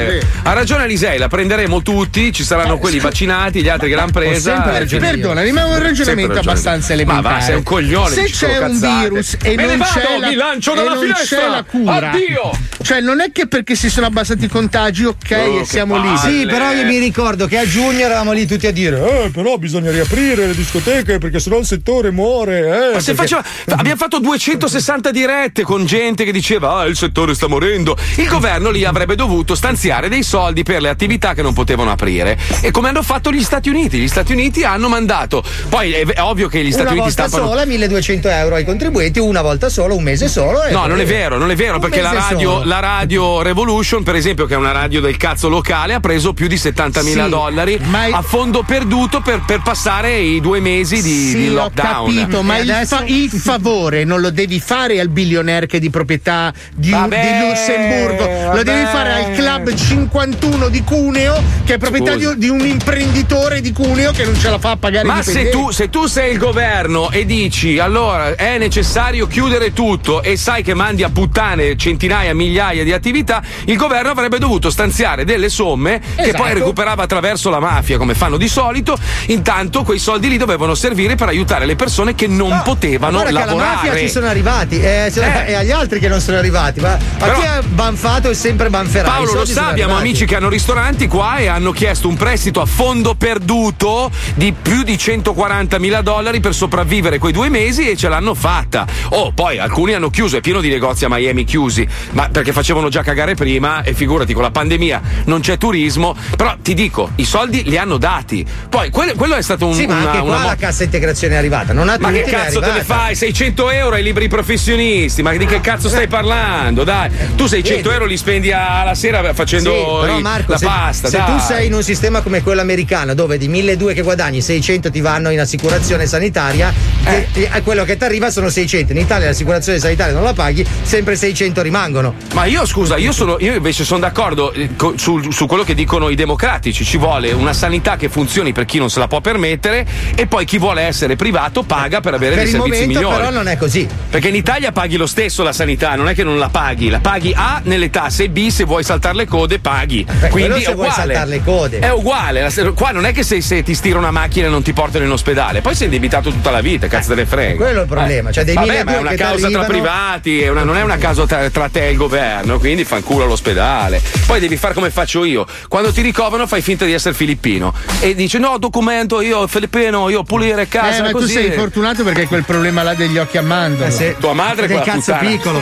Ha ragione Alisei, la prenderemo tutti, ci saranno quelli vaccinati, gli altri che l'hanno presa. Perdonami, ma è un ragionamento abbastanza elementare. Ma va, sei un coglione. Se c'è un virus e Me non ne c'è vado, la, mi lancio e dalla non finestra. c'è la cura. Addio. Cioè, non è che perché si sono abbassati i contagi, ok, Oh, e siamo lì. Sì, però io mi ricordo che a giugno eravamo lì tutti a dire: Eh, però bisogna riaprire le discoteche perché sennò il settore muore. Eh, Ma se perché... faceva, abbiamo fatto duecentosessanta dirette con gente che diceva: ah, il settore sta morendo. Il governo lì avrebbe dovuto stanziare dei soldi per le attività che non potevano aprire. E come hanno fatto gli Stati Uniti? Gli Stati Uniti hanno mandato. Poi è, è ovvio che gli Stati una Uniti volta stampano. sola, milleduecento euro ai contribuenti, una volta solo, un mese solo. No, non è vero, non è vero, Un perché la mese radio, solo. la radio Revolution, per esempio, che è una radio del cazzo locale, ha preso più di settantamila Sì, dollari ma è- a fondo perduto per, per passare i due mesi di, Sì, di ho lockdown. capito, ma E il, adesso- fa- il favore non lo devi fare al billionaire che è di proprietà di, Vabbè, di Lussemburgo, vabbè. lo devi fare al club cinquantuno di Cuneo, che è proprietà di, Scusa. di un imprenditore di Cuneo che non ce la fa a pagare i Ma se dipendenti. tu, se tu sei il governo e dici allora è necessario chiudere tutto e sai che mandi a puttane centinaia, migliaia di attività, il governo avrebbe dovuto stanziare delle somme che Esatto. poi recuperava attraverso la mafia, come fanno di solito. Intanto quei soldi lì dovevano servire per aiutare le persone che non potevano Guarda che alla lavorare. mafia ci sono arrivati, eh, ce- Eh. e agli altri che non sono arrivati. Ma a Però- chi ha banfato e sempre banferà. I Paolo lo soldi sa, sono abbiamo arrivati. amici che hanno ristoranti qua e hanno chiesto un prestito a fondo perduto di più di centoquarantamila dollari per sopravvivere quei due mesi e ce l'hanno fatta. Oh, poi alcuni hanno chiuso, è pieno di negozi a Miami chiusi, ma perché facevano già cagare prima e figurati con la pandemia non c'è turismo, però ti dico, i soldi li hanno dati. Poi quello, quello è stato un Sì, ma una, anche qua una mo- la cassa integrazione è arrivata. Non a ma tutti, che ma è cazzo te ne arrivata. fai? seicento euro ai liberi professionisti? Ma di che cazzo stai parlando? Dai, tu seicento euro li spendi alla sera facendo Sì, però i- Marco, la se, pasta. se dai. tu sei in un sistema come quello americano dove di milleduecento che guadagni seicento ti vanno in assicurazione sanitaria, Eh. che- e quello che ti arriva sono seicento. In Italia l'assicurazione sanitaria non la paghi, sempre seicento rimangono. Ma io scusa, io sono io invece sono d'accordo eh, co- sul- su quello che dicono i democratici. Ci vuole una sanità che funzioni per chi non se la può permettere e poi chi vuole essere privato paga per avere Per dei il servizi momento migliori. però non è così. Perché in Italia paghi lo stesso la sanità, non è che non la paghi, la paghi A nelle tasse e B se vuoi saltare le code paghi. Beh, Quindi quello è se vuoi uguale. saltare le code. È uguale, la- qua non è che se, se ti stira una macchina e non ti portano in ospedale, poi sei indebitato tutta la vita, cazzo te ne frega. quello è il problema, cioè dei Vabbè, milleduecento ma è una che causa tra t'arrivano- privati, è una- non è una causa tra, tra te e il governo, quindi fanculo all'ospedale. Poi devi fare come faccio io. Quando ti ricoverano fai finta di essere filippino e dici no, documento, io filippino, io pulire casa, Eh, ma così. tu sei fortunato perché hai quel problema là degli occhi a mandorla. Eh, sì. Tua madre è Del quella cazzo puttana. piccolo.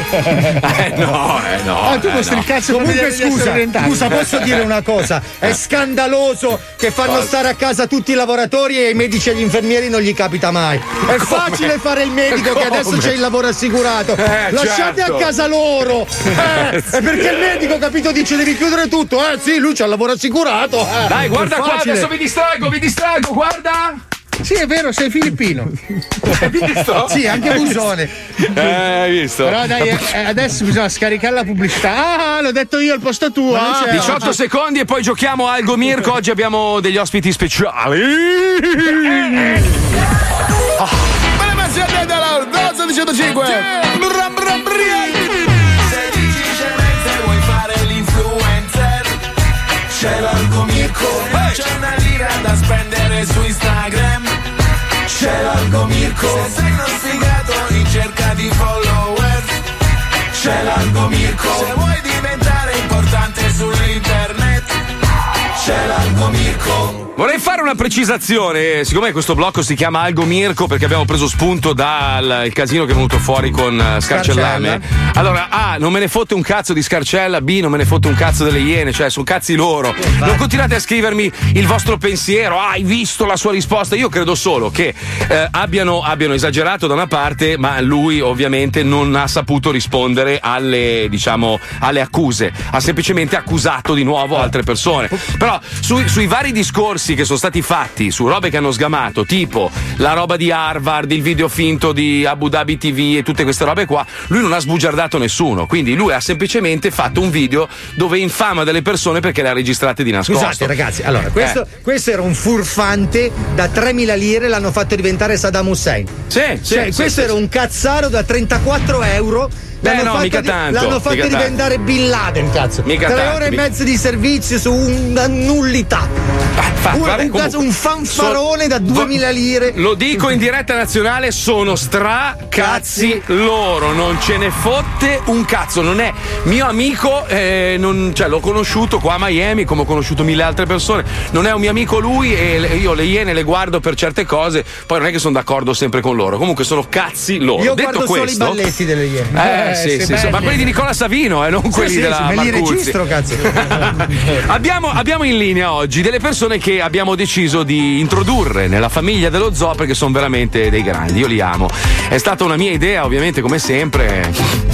Eh no, eh no. Ah, tu eh, mostri no. il cazzo Comunque come devi essere scusa, orientato. scusa, posso dire una cosa? È scandaloso che fanno Cosa? stare a casa tutti i lavoratori e i medici e gli infermieri non gli capita mai. È facile fare il medico che adesso Come? c'è il lavoro assicurato. Eh, Lasciate certo. a casa loro. Eh, è perché il medico, capito, dice devi chiudere tutto. Eh sì, lui c'ha il lavoro assicurato. Eh, Dai, guarda è qua, facile. adesso vi distraggo, vi distraggo, guarda. Sì, è vero, sei filippino. Hai visto? Sì, anche Busone. Eh, hai visto? Però dai, eh, adesso bisogna scaricare la pubblicità. Ah, l'ho detto io al posto tuo. Ma non Ah, c'è- diciotto secondi e poi giochiamo a Algo Mirko. Oggi abbiamo degli ospiti speciali. Bene, messi a te dalla dose di centocinque. Bram, bram, bram. Se dici scemenze vuoi fare l'influencer, c'è l'Algo Mirko. C'è una lira da spendere su Instagram, c'è l'Algo Mirko. Se sei uno sfigato in cerca di followers, c'è l'Algo Mirko. Se vuoi diventare importante sull'internet, c'è l'Algo Mirko. Vorrei fare una precisazione, siccome questo blocco si chiama Algo Mirko perché abbiamo preso spunto dal il casino che è venuto fuori con eh, Scarcellame. Allora, A, non me ne fotte un cazzo di Scarcella, B, non me ne fotte un cazzo delle Iene, cioè sono cazzi loro. Non continuate a scrivermi il vostro pensiero, ah, hai visto la sua risposta? Io credo solo che eh, abbiano, abbiano esagerato da una parte, ma lui ovviamente non ha saputo rispondere alle, diciamo, alle accuse. Ha semplicemente accusato di nuovo altre persone. Però Però sui, sui vari discorsi che sono stati fatti su robe che hanno sgamato, tipo la roba di Harvard, il video finto di Abu Dhabi T V e tutte queste robe qua, lui non ha sbugiardato nessuno. Quindi lui ha semplicemente fatto un video dove infama delle persone perché le ha registrate di nascosto. Scusate ragazzi, allora questo, Eh. questo era un furfante da tremila lire, l'hanno fatto diventare Saddam Hussein. Sì, sì, cioè, sì, questo sì, era sì. un cazzaro da trentaquattro euro. Beh, L'hanno no, fatto mica di- tanto, L'hanno fatto mica diventare Bin Laden, cazzo. Mica Tre tanto, ore e mica- mezzo di servizio su una nullità. Fa- un, vabbè, un, comunque, cazzo- un fanfarone da duemila lire. Lo dico in diretta nazionale, sono stra cazzi loro, non ce ne fotte un cazzo, non è mio amico, eh, non- cioè l'ho conosciuto qua a Miami come ho conosciuto mille altre persone, non è un mio amico lui e le- io le iene le guardo per certe cose, poi non è che sono d'accordo sempre con loro, comunque sono cazzi loro. Io Detto guardo solo questo, i balletti delle iene. Eh, sì, se sì, belli. sì, ma quelli di Nicola Savino, eh, non Sì, quelli sì, della sì, me li Marcuzzi. registro, cazzo. abbiamo, abbiamo in linea oggi delle persone che abbiamo deciso di introdurre nella famiglia dello zoo perché sono veramente dei grandi, io li amo. È stata una mia idea, ovviamente, come sempre.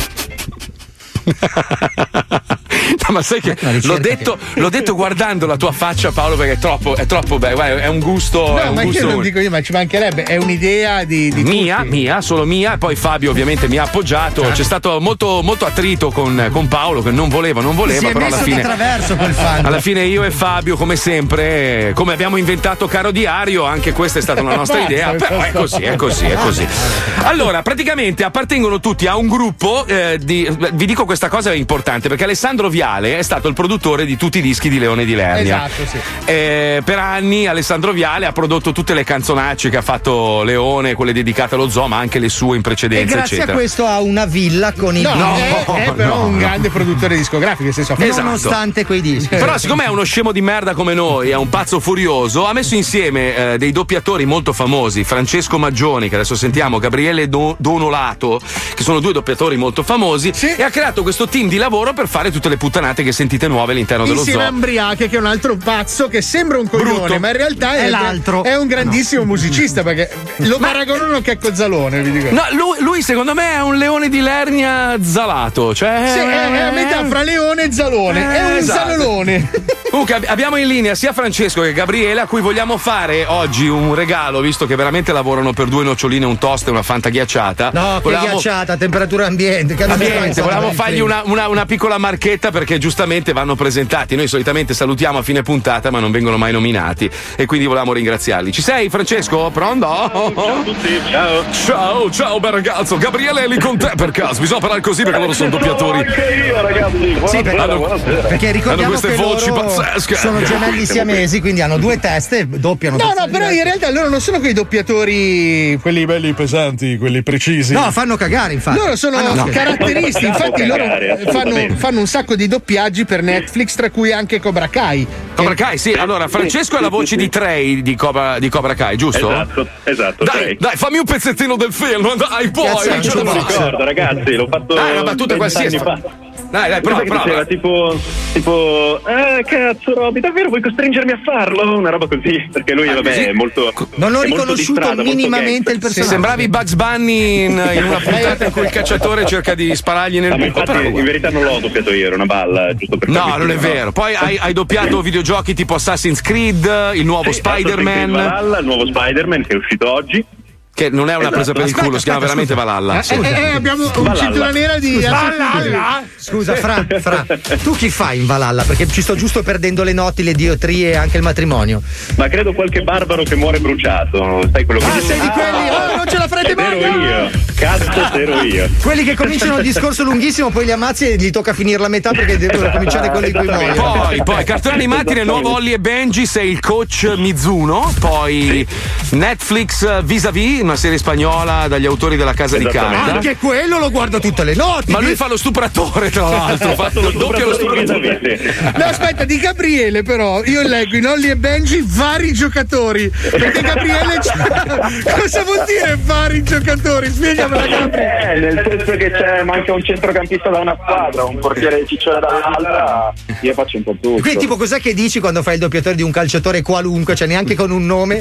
No, ma sai che l'ho detto, l'ho detto guardando la tua faccia, Paolo, perché è troppo, è troppo bello, guarda, è un gusto. No, è un ma gusto io non unico. dico io, ma ci mancherebbe, è un'idea di, di Mia, tutti. mia, solo mia, e poi Fabio ovviamente mi ha appoggiato. Certo. C'è stato molto, molto attrito con, con Paolo che non voleva, non voleva, Si è però alla messo fine. d'attraverso quel fan. Alla fine io e Fabio, come sempre, come abbiamo inventato Caro Diario, anche questa è stata una nostra Basta, idea, però è così, è così, è così. Allora, praticamente appartengono tutti a un gruppo eh, di. Vi dico questa cosa è importante perché Alessandro Viale è stato il produttore di tutti i dischi di Leone di Lernia. Esatto, sì. Eh, per anni Alessandro Viale ha prodotto tutte le canzonacce che ha fatto Leone, quelle dedicate allo zoo, ma anche le sue in E precedenza, grazie eccetera. a questo ha una villa con il No, è, è però no, un no. grande produttore discografico, nel senso, ha fatto- Esatto. nonostante quei dischi. Però siccome è uno scemo di merda come noi, è un pazzo furioso, ha messo insieme eh, dei doppiatori molto famosi, Francesco Maggioni, che adesso sentiamo, Gabriele Do- Donolato, che sono due doppiatori molto famosi, e ha creato questo team di lavoro per fare tutte le puttanate che sentite nuove all'interno dello insieme a zoo. Ambriache, che è un altro pazzo che sembra un coglione, Brutto. ma in realtà è, È l'altro. è un grandissimo musicista, perché lo paragonano a Checco Zalone, vi dico. No, lui, lui secondo me è un leone di Lernia zalato, cioè Sì, è, è a metà fra Leone e Zalone, Eh, è un esatto. zalolone. Comunque ab- abbiamo in linea sia Francesco che Gabriele, a cui vogliamo fare oggi un regalo, visto che veramente lavorano per due noccioline, un toast e una fanta ghiacciata. No, che Volevamo- ghiacciata, temperatura ambiente. Che Ambiente, volevamo fargli una, una- una piccola marchetta perché giustamente vanno presentati. Noi solitamente salutiamo a fine puntata, ma non vengono mai nominati. E quindi volevamo ringraziarli. Ci sei, Francesco? Pronto? Ciao a tutti, ciao. Ciao, ciao, bel ragazzo. Gabriele è lì con te per caso. Bisogna parlare così perché loro sono doppiatori. Anche io, ragazzi. Buonasera, Sì, perché, buonasera. perché ricordiamo Hanno queste che voci loro pazzesche. sono gemelli siamesi, quindi hanno due teste e doppiano. No, per no, però in diversi. realtà loro non sono quei doppiatori, quelli belli pesanti, quelli precisi. No, fanno cagare, infatti. Loro sono Ah, no, no. caratteristi, infatti loro Cagare, fanno, assolutamente. fanno un sacco di doppiaggi per Netflix, tra cui anche Cobra Kai. Cobra Kai, sì. Allora, Francesco è la voce di Trey di Cobra, di Cobra Kai, giusto? Esatto, esatto. Dai, Trey. dai, fammi un pezzettino del film, dai, poi. Cazzo, non ce Non la mi faccio. ricordo, ragazzi, l'ho fatto Dai, una battuta vent'anni qualsiasi. fa. Dai, dai, Cosa prova, che prova. diceva, tipo, tipo, eh, cazzo, Roby, davvero vuoi costringermi a farlo? Una roba così, perché lui, vabbè, così? è molto. Non ho è molto riconosciuto di strada, molto minimamente gangster. il personaggio. Sembravi Bugs Bunny in, in una puntata in cui il cacciatore cerca di sparargli nel No, ma buco. infatti, Però, in verità non l'ho doppiato io, era una balla, giusto per no, farmi non è capire, vero. Poi hai, hai doppiato videogiochi tipo Assassin's Creed, il nuovo Sì, Assassin's Creed Spider-Man, Valhalla, il nuovo Spider-Man che è uscito oggi. che non è una presa per il Aspetta, culo, si chiama aspetta, veramente Valhalla. Eh, Sì. eh, eh, abbiamo un Valhalla. cintura nera di Valhalla? Scusa, Fra, Fra, tu chi fai in Valhalla? Perché ci sto giusto perdendo le noti, le diotrie e anche il matrimonio. Ma credo qualche barbaro che muore bruciato. Sai quello che Ah, dice? sei di quelli? Oh, non ce la farete ed ero mai! io. Cazzo, ero io. Quelli che cominciano il discorso lunghissimo, poi li ammazzi e gli tocca finire la metà perché devono cominciare quelli con i Esattamente. muoiono. Poi, poi, cartoni animati nel nuovo Holly e Benji, sei il coach Mizuno. Poi Netflix Vis-a-Vis, una serie spagnola dagli autori della Casa di Carta. Anche quello lo guardo tutte le notti. Ma lui fa lo stupratore, tra l'altro. Fa Fatto lo doppia lo stupratore stupratore. vis-a-vis. No, aspetta, di Gabriele però io leggo in Holly e Benji vari giocatori, perché Gabriele c'ha... cosa vuol dire vari giocatori? Spiegamela, Gabriele. Eh, nel senso che c'è manca un centrocampista da una squadra, un portiere ciccione dall'altra, io faccio un po' tutto. Quindi tipo cos'è che dici quando fai il doppiatore di un calciatore qualunque, cioè neanche con un nome?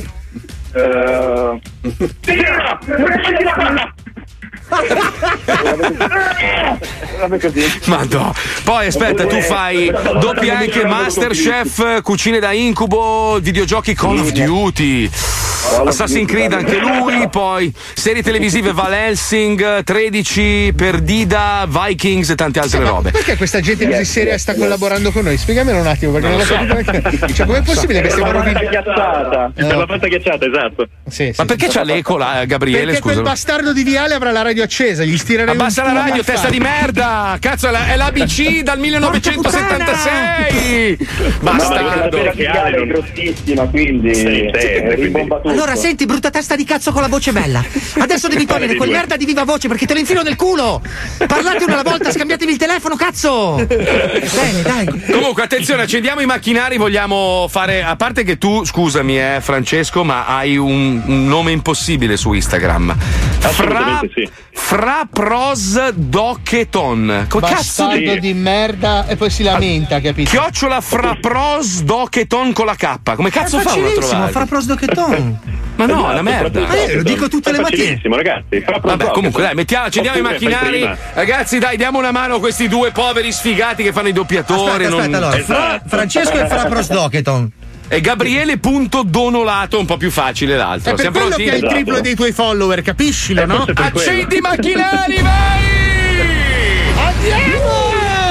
Eh, Vabbè così. Madò. Poi aspetta, tu fai doppi anche Masterchef, cucine da incubo, videogiochi Call of Duty, Assassin's Creed anche lui, poi serie televisive Val Helsing, tredici, Perdida, Vikings e tante altre Ma robe. perché questa gente così seria sta collaborando con noi? Spiegamelo un attimo, perché non, Non l'ho so. capito neanche. Cioè, com'è possibile che Per stiamo la pasta rovinando? ghiacciata. Eh. Per la pasta ghiacciata, esatto. Sì, Ma perché c'ha l'eco là, Gabriele? Perché Scusa. quel bastardo di Viale avrà la radio accesa, gli stirerei Abbassa un la tubo radio, a testa fare. di merda! Cazzo, è la- è l'A B C dal millenovecentosettantasei! Bastardo! La finale è grossissima, quindi è ribomba tutto. Allora, senti, brutta testa di cazzo con la voce bella. Adesso devi togliere quel merda di viva voce perché te lo infilo nel culo. Parlate una alla volta, scambiatevi il telefono, cazzo. Bene, dai. Comunque, attenzione, accendiamo i macchinari, vogliamo fare. A parte che tu, scusami, eh, Francesco, ma hai un, un nome impossibile su Instagram. Fra, Assolutamente sì. Fra Pros Doketon. Co- cazzo Bastardo di. di merda e poi si lamenta, capito? Chiocciola Fra Pros Doketon con la K. Come cazzo È fa uno a facilissimo, trovarli? fra Ma prosdocheton. no, è Esatto, una merda. proprio Eh, lo dico tutte le È mattine. facilissimo, ragazzi. Fra Vabbè, Pro comunque, dai, Doc. mettiamo, accendiamo i Oppure fai macchinari. prima. Ragazzi, dai, diamo una mano a questi due poveri sfigati che fanno i doppiatori. Aspetta, aspetta, non- allora. Fra- Francesco e Fra Prosdocheton. E Gabriele.donolato, un po' più facile l'altro. È per Siamo quello pronti? che hai il triplo dei tuoi follower, capiscilo, no? forse per quello. Accendi i macchinari, vai! Andiamo!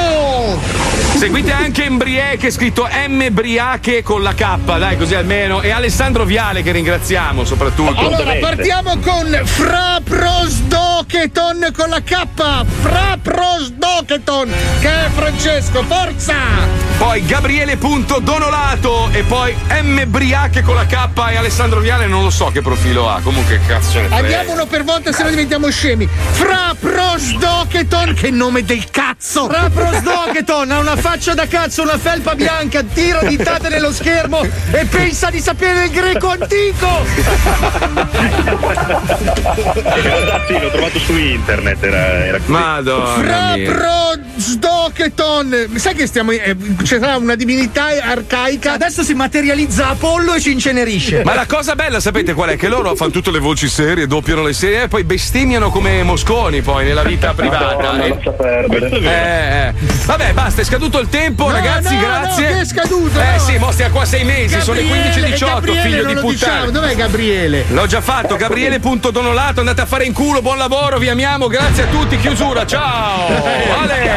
Seguite anche Embrie che è scritto M Briache con la K, dai, così almeno. E Alessandro Viale che ringraziamo soprattutto. Allora, partiamo con Fra Prosdocheton con la K. Fra Prosdocheton, che è Francesco, forza! Poi Gabriele.donolato e poi M Briache con la K e Alessandro Viale non lo so che profilo ha. Comunque cazzo ce ne frega. Andiamo uno per volta, se no diventiamo scemi. Fra Prosdocheton, che nome del cazzo! Fra Prosdocheton ha una faccia da cazzo, una felpa bianca, tira dittate nello schermo e pensa di sapere il greco antico. In realtà sì, l'ho trovato su internet, era, era così. Madonna Fra mia. Prosdocheton, sai che stiamo. Eh, c'è una divinità arcaica. Adesso si materializza Apollo e ci incenerisce. Ma la cosa bella, sapete qual è? Che loro fanno tutte le voci serie, doppiano le serie e poi bestemmiano come mosconi poi nella vita privata. Madonna, E- lascia perdere. Eh, eh. Vabbè, basta, è scaduto il tempo, No, ragazzi, no, grazie. no, che è scaduto, Eh no. sì, mo stiamo qua sei mesi, sono le quindici e diciotto, Gabriele, figlio non di lo puttana. diciamo. Dov'è Gabriele? L'ho già fatto, Gabriele.donolato, andate a fare in culo, buon lavoro, vi amiamo, grazie a tutti, chiusura, ciao! Ale!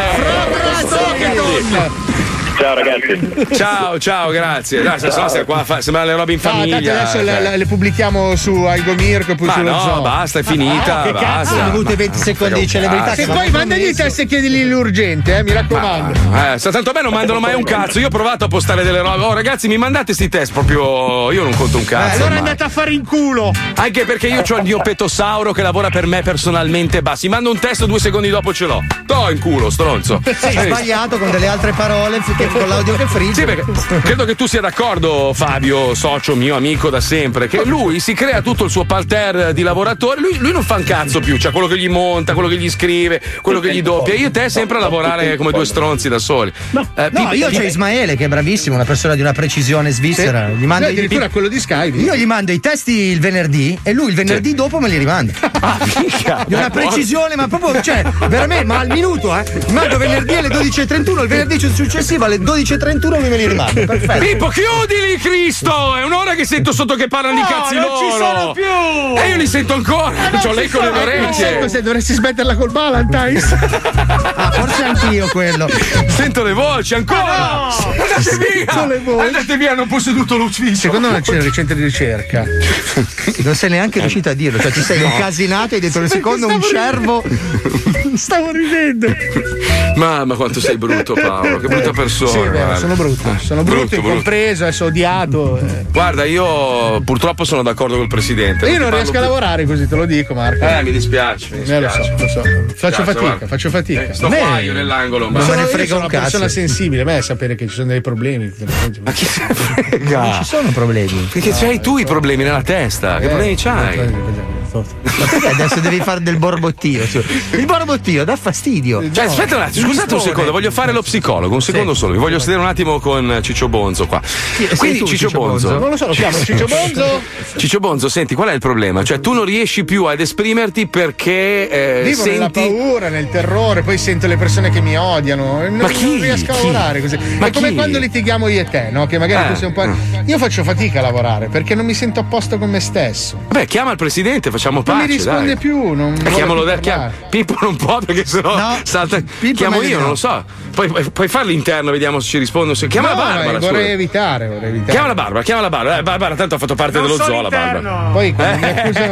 Prosdocheton. Ciao ragazzi. Ciao, ciao, grazie. Dai, se no stiamo qua a fa- sembra le robe in Ah, tanto famiglia. adesso le, cioè. le- le pubblichiamo su Aigo Mirko e poi Ma sullo no, zoo. basta, è finita, Ah, che cazzo, basta. hanno avuto i venti secondi di celebrità. Se che poi avevamo mandagli il promesso. test e chiedili l'urgente, eh, mi raccomando. Eh, sa tanto a me non mandano mai un cazzo. Io ho provato a postare delle robe. Oh, ragazzi, mi mandate sti test proprio. Io non conto un Eh, cazzo. allora ormai. andate a fare in culo. Anche perché io ho il mio pettosauro che lavora per me personalmente. Basta, mi manda un test, due secondi dopo ce l'ho. To in culo, stronzo. Sì, sbagliato con delle altre parole che- con l'audio che frigge. Sì, perché credo che tu sia d'accordo, Fabio, socio mio, amico da sempre, che lui si crea tutto il suo parterre di lavoratori, lui, lui non fa un cazzo più, c'è quello che gli monta, quello che gli scrive, quello che gli doppia. Io e te sempre a lavorare come due stronzi da soli. Eh, No, Pi- io Pi- c'ho Ismaele che è bravissimo, una persona di una precisione svizzera. Gli mando Io addirittura i... quello di Skype. Io gli mando i testi il venerdì e lui il venerdì dopo me li rimanda. Ah, minchia. Di una precisione, ma proprio, cioè, veramente, ma al minuto, eh. Gli mando venerdì alle dodici e trentuno, il venerdì successivo alle dodici e trentuno lui me li rimanda. Perfetto. Pippo, chiudili, Cristo! È un'ora che sento sotto che parlano di No, cazzi non loro! ci sono più! E io li sento ancora! non C'ho ci l'eco sono nelle più! orecchie! Sai cos'è? Dovresti smetterla col Valentine's. Ah, forse anch'io quello. Sento le voci ancora! Andate Sento le via! voci. Andate via, hanno posseduto l'ufficio! Secondo me c'è il centro di ricerca. Non sei neanche riuscito a dirlo, cioè ti sei incasinato e hai detto un secondo un cervo. Stavo ridendo. Mamma quanto sei brutto, Paolo, che brutta persona! Sì, è vero, guarda. sono brutto. Sono brutto, Brutto, incompreso, adesso odiato. eh. Guarda, io purtroppo sono d'accordo col presidente. Io ti non parlo riesco a più- lavorare così, te lo dico, Marco. Eh, mi dispiace, mi Eh, lo so, dispiace. lo so. Faccio Spiace, fatica, guarda. faccio fatica. Eh, sto A me- qua io nell'angolo, ma Non me ne Sono- frega io sono un una persona cazzo. sensibile, a me è sapere che ci sono dei problemi. Ma chi se ne frega? Non ci sono problemi. Perché c'hai tu i problemi nella testa? Che Eh, problemi c'hai? vediamo, vediamo. Ma perché adesso devi fare del borbottio? Il borbottio dà fastidio. Cioè, aspetta un attimo, scusate un secondo, voglio fare lo psicologo, un secondo solo, vi voglio sedere un attimo con Ciccio Bonzo qua. Quindi tu, Ciccio, Ciccio Bonzo. Bonzo. Non lo so, lo chiamo Ciccio Bonzo. Ciccio Bonzo, senti, qual è il problema? Cioè, tu non riesci più ad esprimerti perché eh, Vivo senti... nella paura, nel terrore, poi sento le persone che mi odiano. Non, Ma chi? non riesco a Chi? lavorare così. Ma è come chi? quando litighiamo io e te, no? Che magari Eh. tu sei un po'. Io faccio fatica a lavorare perché non mi sento a posto con me stesso. Vabbè, chiama il presidente, facciamo pace. Non mi risponde dai. più. Non Eh, vuole chiamalo più da chiam- parlare. Pippo non può perché sennò No. salta. Pippo Chiamo meglio io, di non no. lo so. Poi puoi, puoi farlo interno, vediamo se ci rispondono. Se... Chiama No, la Barbara. ma vorrei scusa. evitare, vorrei evitare. Chiama la Barbara, chiama la Barbara. Eh, Barbara, tanto ha fatto parte dello zoo la Barbara. Poi quando mi accusano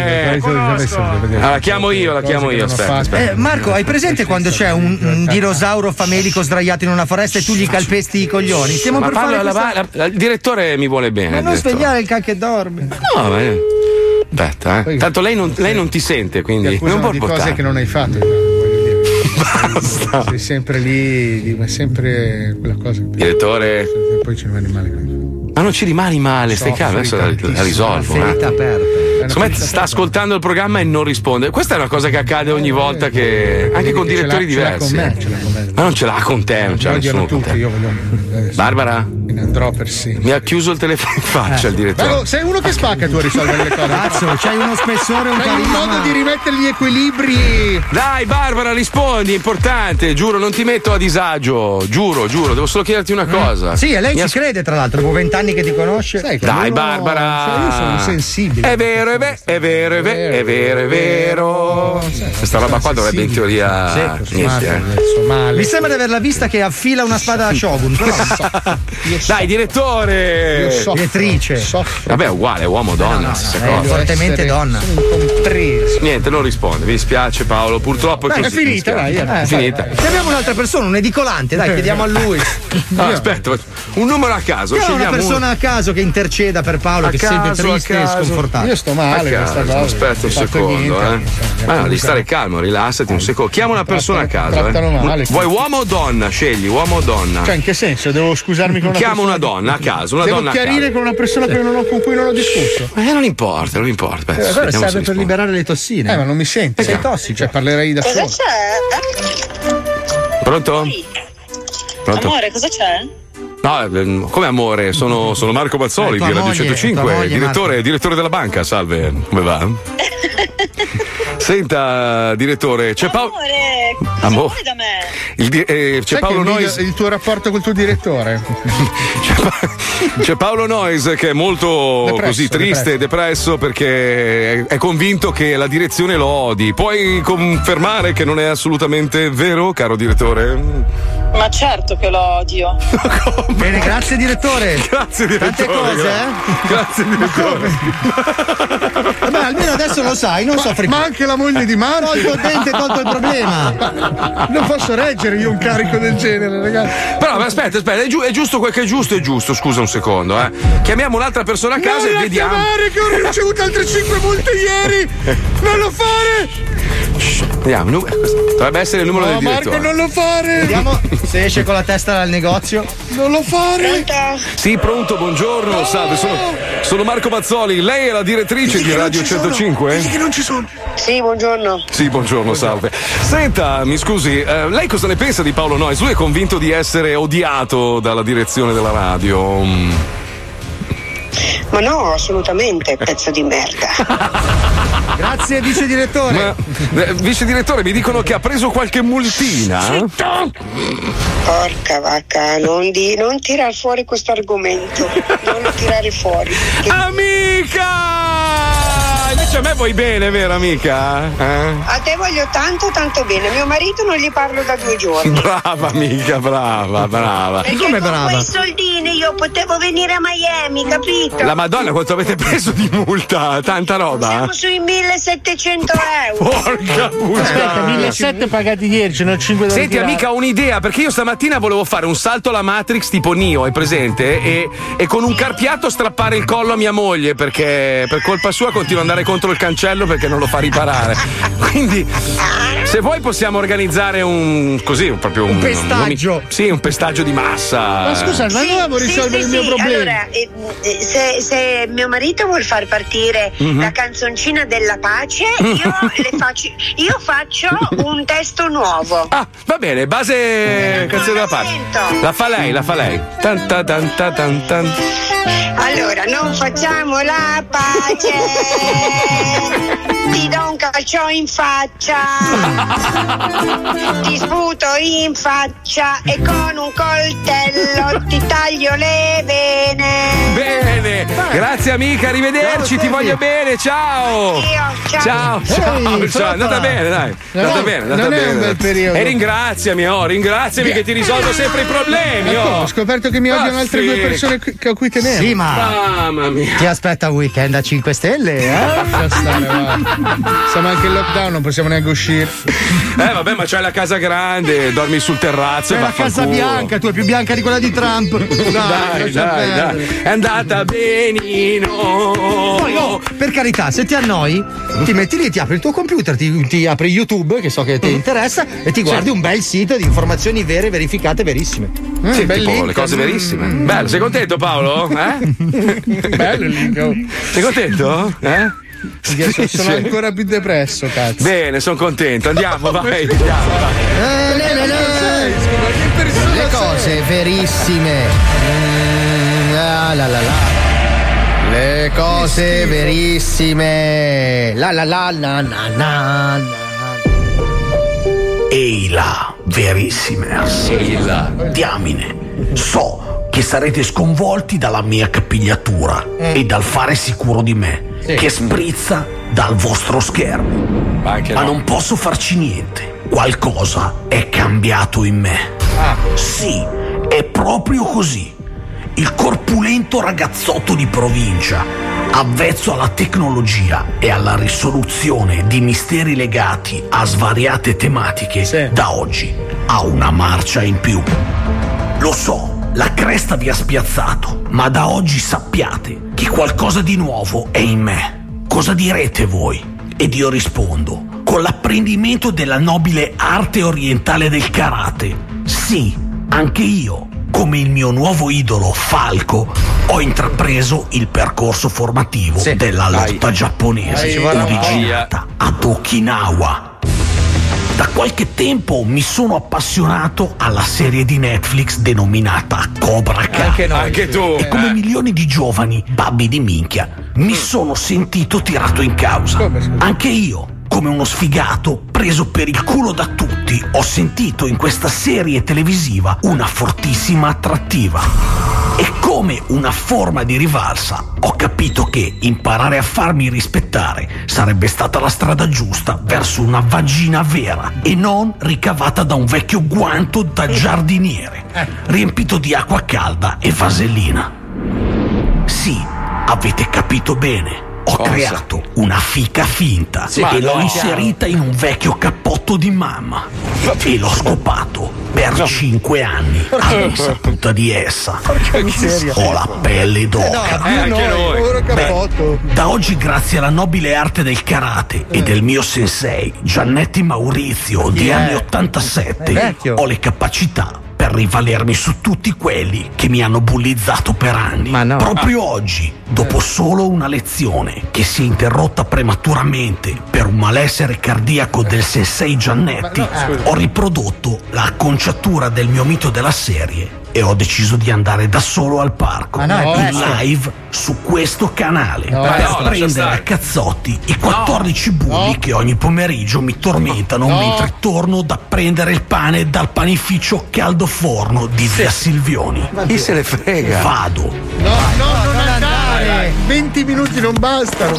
Eh, allora, chiamo io, la chiamo io. Aspetta, aspetta. Eh, Marco, hai presente quando c'è un, un dinosauro famelico sdraiato in una foresta e tu gli calpesti i coglioni? Stiamo Ma per parla fare alla questa... Ba- la- il direttore mi vuole bene. Ma il non direttore. svegliare il can che dorme. No, ma... Aspetta, eh. Tanto lei non, lei non ti sente, quindi Ti accusano non può di portare. cose che non hai fatto. Basta. Sei sempre lì, è sempre quella cosa. Direttore. E poi ci rimani male. Ma non ci rimani male, stai calmo, adesso la, la risolvo. Una ferita eh. aperta. Secondo me sta ascoltando il programma e non risponde. Questa è una cosa che accade ogni volta che. Anche con Ce l'ha- direttori ce l'ha con diversi. me, ce l'ha con me. Ma non ce l'ha con te, non ce l'ha Mi odiano nessuno con tutti, te. io voglio. Barbara? Me ne andrò per sempre. Mi ha chiuso il telefono in faccia Eh. il direttore. Bello, sei uno che spacca tu a risolvere le cose. Cazzo, c'hai uno spessore, un C'hai un carisma. modo di rimettere gli equilibri. Dai, Barbara, rispondi, è importante, giuro, non ti metto a disagio. Giuro, giuro, devo solo chiederti una cosa. Sì, e lei Mi ci as- crede, tra l'altro, dopo vent'anni che ti conosce. Sai che Dai, uno- Barbara. cioè, io sono sensibile. È vero, è vero, è vero, è vero, è vero, è vero. Questa roba qua dovrebbe in teoria. Niente, eh. Mi sembra di averla vista che affila una spada a Shogun. Però non so. Dai, direttore. Io so. Direttrice. Vabbè, è uguale, uomo, donna, stessa È cosa. fortemente donna. Niente, non risponde. Mi dispiace, Paolo. Purtroppo è Dai, così. è mi finita, dispiace. dai, È eh. finita. Chiamiamo un'altra persona, un edicolante, dai, chiediamo a lui. No, aspetta, un numero a caso. Chiama una scegliamo uno. persona a caso che interceda per Paolo, A che si sente caso, triste a e caso. sconfortato. Io sto male A questa caso, cosa. aspetta un Non ho fatto secondo, niente. eh. Ma no, devi stare calmo, rilassati un secondo. Chiama una persona a caso. trattano eh. male. Vuoi uomo o donna? Scegli, uomo o donna. Cioè, in che senso? Devo scusarmi con una Chiama persona? una donna a caso, una Devo donna a chiarire caso. con una persona che non ho- con cui non ho discusso. Eh, non importa, non importa. Beh, Eh, allora vediamo se serve per risponde. liberare le tossine. Eh, ma non mi senti. Sei tossico. Cioè, parlerei da Cosa solo. c'è? Pronto? Pronto? Amore, cosa c'è? No, ehm, come amore? Sono, sono Marco Mazzoli Eh, tua di Radio moglie, centocinque, tua moglie, direttore, Marco. direttore della banca. Salve, come va? Senta, direttore, c'è Paolo. Amore, cosa Amore. vuoi da me? Il di- eh, c'è Sai Paolo che il, Nois. il tuo rapporto col tuo direttore? C'è Paolo Nois che è molto Depresso, così triste e depresso perché è, è convinto che la direzione lo odi. Puoi confermare che non è assolutamente vero, caro direttore? Ma certo che lo odio. Bene, grazie direttore. Grazie direttore. Tante cose, gra- eh? Grazie direttore. Vabbè, almeno adesso lo sai, non soffri più. Ma anche la moglie di Marco. Tolto il dente, tolto il problema. Non posso reggere io un carico del genere, ragazzi. Però ma aspetta, aspetta, è, giu- è giusto quel che è giusto, è giusto. Scusa un secondo, eh. Chiamiamo un'altra persona a casa non e vediamo. chiamare che ho ricevuto altre cinque multe ieri. Non lo fare. Vediamo, nu- questo dovrebbe essere il numero No, del Marco, direttore. non lo fare. Vediamo se esce con la testa dal negozio. Non lo fare. Sì, pronto, buongiorno, salve, sono, sono Marco Mazzoli. Lei è la direttrice di Radio centocinque? Che non ci sono. Sì, buongiorno. Sì, buongiorno, salve. Senta, mi scusi, eh, lei cosa ne pensa di Paolo Nois? Lui è convinto di essere odiato dalla direzione della radio. Mm. Ma no, assolutamente, pezzo di merda. Grazie, vice direttore. Ma, eh, vice direttore, mi dicono che ha preso qualche multina. Porca vacca, non, di, non tirar fuori questo argomento. Non lo tirare fuori. Che- Amica! Invece a me vuoi bene, vero amica? Eh? A te voglio tanto tanto bene. Mio marito non gli parlo da due giorni. Brava amica, brava, brava. Perché Come con brava? quei soldini io potevo venire a Miami, capito? La Madonna, quanto avete preso di multa? Tanta roba? Siamo sui millesettecento euro. Porca puttana. Aspetta, millesettecento pagati ieri, ce ne ho cinque da Senti ritirare. amica, ho un'idea, perché io stamattina volevo fare un salto alla Matrix tipo Neo, hai presente? E, e con un carpiato strappare il collo a mia moglie, perché per colpa sua continua ad andare contro il cancello perché non lo fa riparare. Quindi, se vuoi, possiamo organizzare un così, proprio un, Un pestaggio. Un, sì, un pestaggio di massa. Ma scusa, ma dovevamo risolvere il mio sì, problema. allora, eh, eh, se, se mio marito vuol far partire Mhm. la canzoncina della pace, io le faccio io faccio un testo nuovo. Ah, va bene, base canzone della pace. La fa lei, la fa lei. Tan, tan, tan, tan, tan, tan. Allora, non facciamo la pace. Ti do un calcio in faccia. Ti sputo in faccia e con un coltello ti taglio le vene. Bene, grazie amica, arrivederci, ti voglio bene, ciao. ciao. Ciao, ciao, Ehi, ciao, è andata Frotta. bene, dai. È No, andata bene, è andata non è bene. un bel periodo. E ringraziami, oh, ringraziami che ti risolvo sempre i problemi, Ecco, oh. ho scoperto che mi Ah, odiano altre sì. due persone qui- a cui tenere. Sì, ma. Mamma mia. Ti aspetta un weekend a cinque stelle, eh? Lascia stare, va. Siamo anche in lockdown, non possiamo neanche uscire. Eh vabbè, ma c'hai la casa grande, dormi sul terrazzo e È la Casa vaffanculo. Bianca, tu è più bianca di quella di Trump. Dai, Dai, lascia dai, perdere. dai. È andata benino. Poi, oh, per carità, se ti annoi, ti metti lì, ti apri il tuo computer, ti, ti apri YouTube, che so che ti interessa, e ti guardi un bel sito di informazioni vere, verificate, verissime. Sì, tipo le cose verissime. Bello, sei contento Paolo? Eh? Bello il link. Sei contento? Eh? Io sono, Sì, sono sì. ancora più depresso, cazzo. Bene, sono contento. Andiamo, vai. Andiamo, vai. Le cose verissime. Mm, la la la la. Le cose verissime. La la la la la la. Ehi là, verissime. Ehi là. Diamine, so che sarete sconvolti dalla mia capigliatura e dal fare sicuro di me, che sprizza dal vostro schermo. Ma, anche Ma no. non posso farci niente. Qualcosa è cambiato in me. Sì, è proprio così. Il corpulento ragazzotto di provincia, avvezzo alla tecnologia e alla risoluzione di misteri legati a svariate tematiche, da oggi ha una marcia in più. Lo so, la cresta vi ha spiazzato, ma da oggi sappiate che qualcosa di nuovo è in me. Cosa direte voi? Ed io rispondo, con l'apprendimento della nobile arte orientale del karate, sì, anche io, come il mio nuovo idolo Falco, ho intrapreso il percorso formativo della lotta giapponese, Ci vorrà originata ad Okinawa. Da qualche tempo mi sono appassionato alla serie di Netflix denominata Cobra Kai. Anche noi. Anche tu. E come milioni di giovani babbi di minchia mi sono sentito tirato in causa. Anche io, come uno sfigato preso per il culo da tutti, ho sentito in questa serie televisiva una fortissima attrattiva. E come una forma di rivalsa ho capito che imparare a farmi rispettare sarebbe stata la strada giusta verso una vagina vera e non ricavata da un vecchio guanto da giardiniere, riempito di acqua calda e vasellina. Sì, avete capito bene. Ho Cosa? creato una fica finta Sì, e ma l'ho no. inserita in un vecchio cappotto di mamma e l'ho scopato per cinque anni all'insaputa di essa. miseria. Ho la pelle d'oca. Eh, anche noi. Povero cappotto. Da oggi, grazie alla nobile arte del karate e del mio sensei Giannetti Maurizio di Yeah. anni ottantasette, Vecchio. ho le capacità per rivalermi su tutti quelli che mi hanno bullizzato per anni. Ma no. Proprio oggi, dopo solo una lezione che si è interrotta prematuramente per un malessere cardiaco del sensei Giannetti, ho riprodotto la acconciatura del mio mito della serie e ho deciso di andare da solo al parco, Ma no, è in presto. live su questo canale, No, per no, lascia prendere stare. a cazzotti i quattordici bulli No. che ogni pomeriggio mi tormentano No. mentre torno da prendere il pane dal panificio caldo forno di via Silvioni. Chi se ne frega? Vado. No, no, non andare. venti minuti non bastano.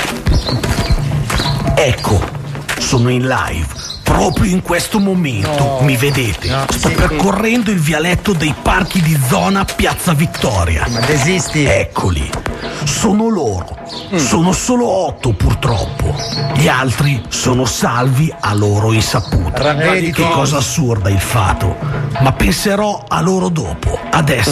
Ecco, sono in live. Proprio in questo momento, mi vedete, sto percorrendo il vialetto dei parchi di zona Piazza Vittoria. Ma desisti? Eccoli, sono loro. Sono solo otto purtroppo. Gli altri sono salvi a loro insaputa. Vedi Che cosa? cosa assurda il fato. Ma penserò a loro dopo. Adesso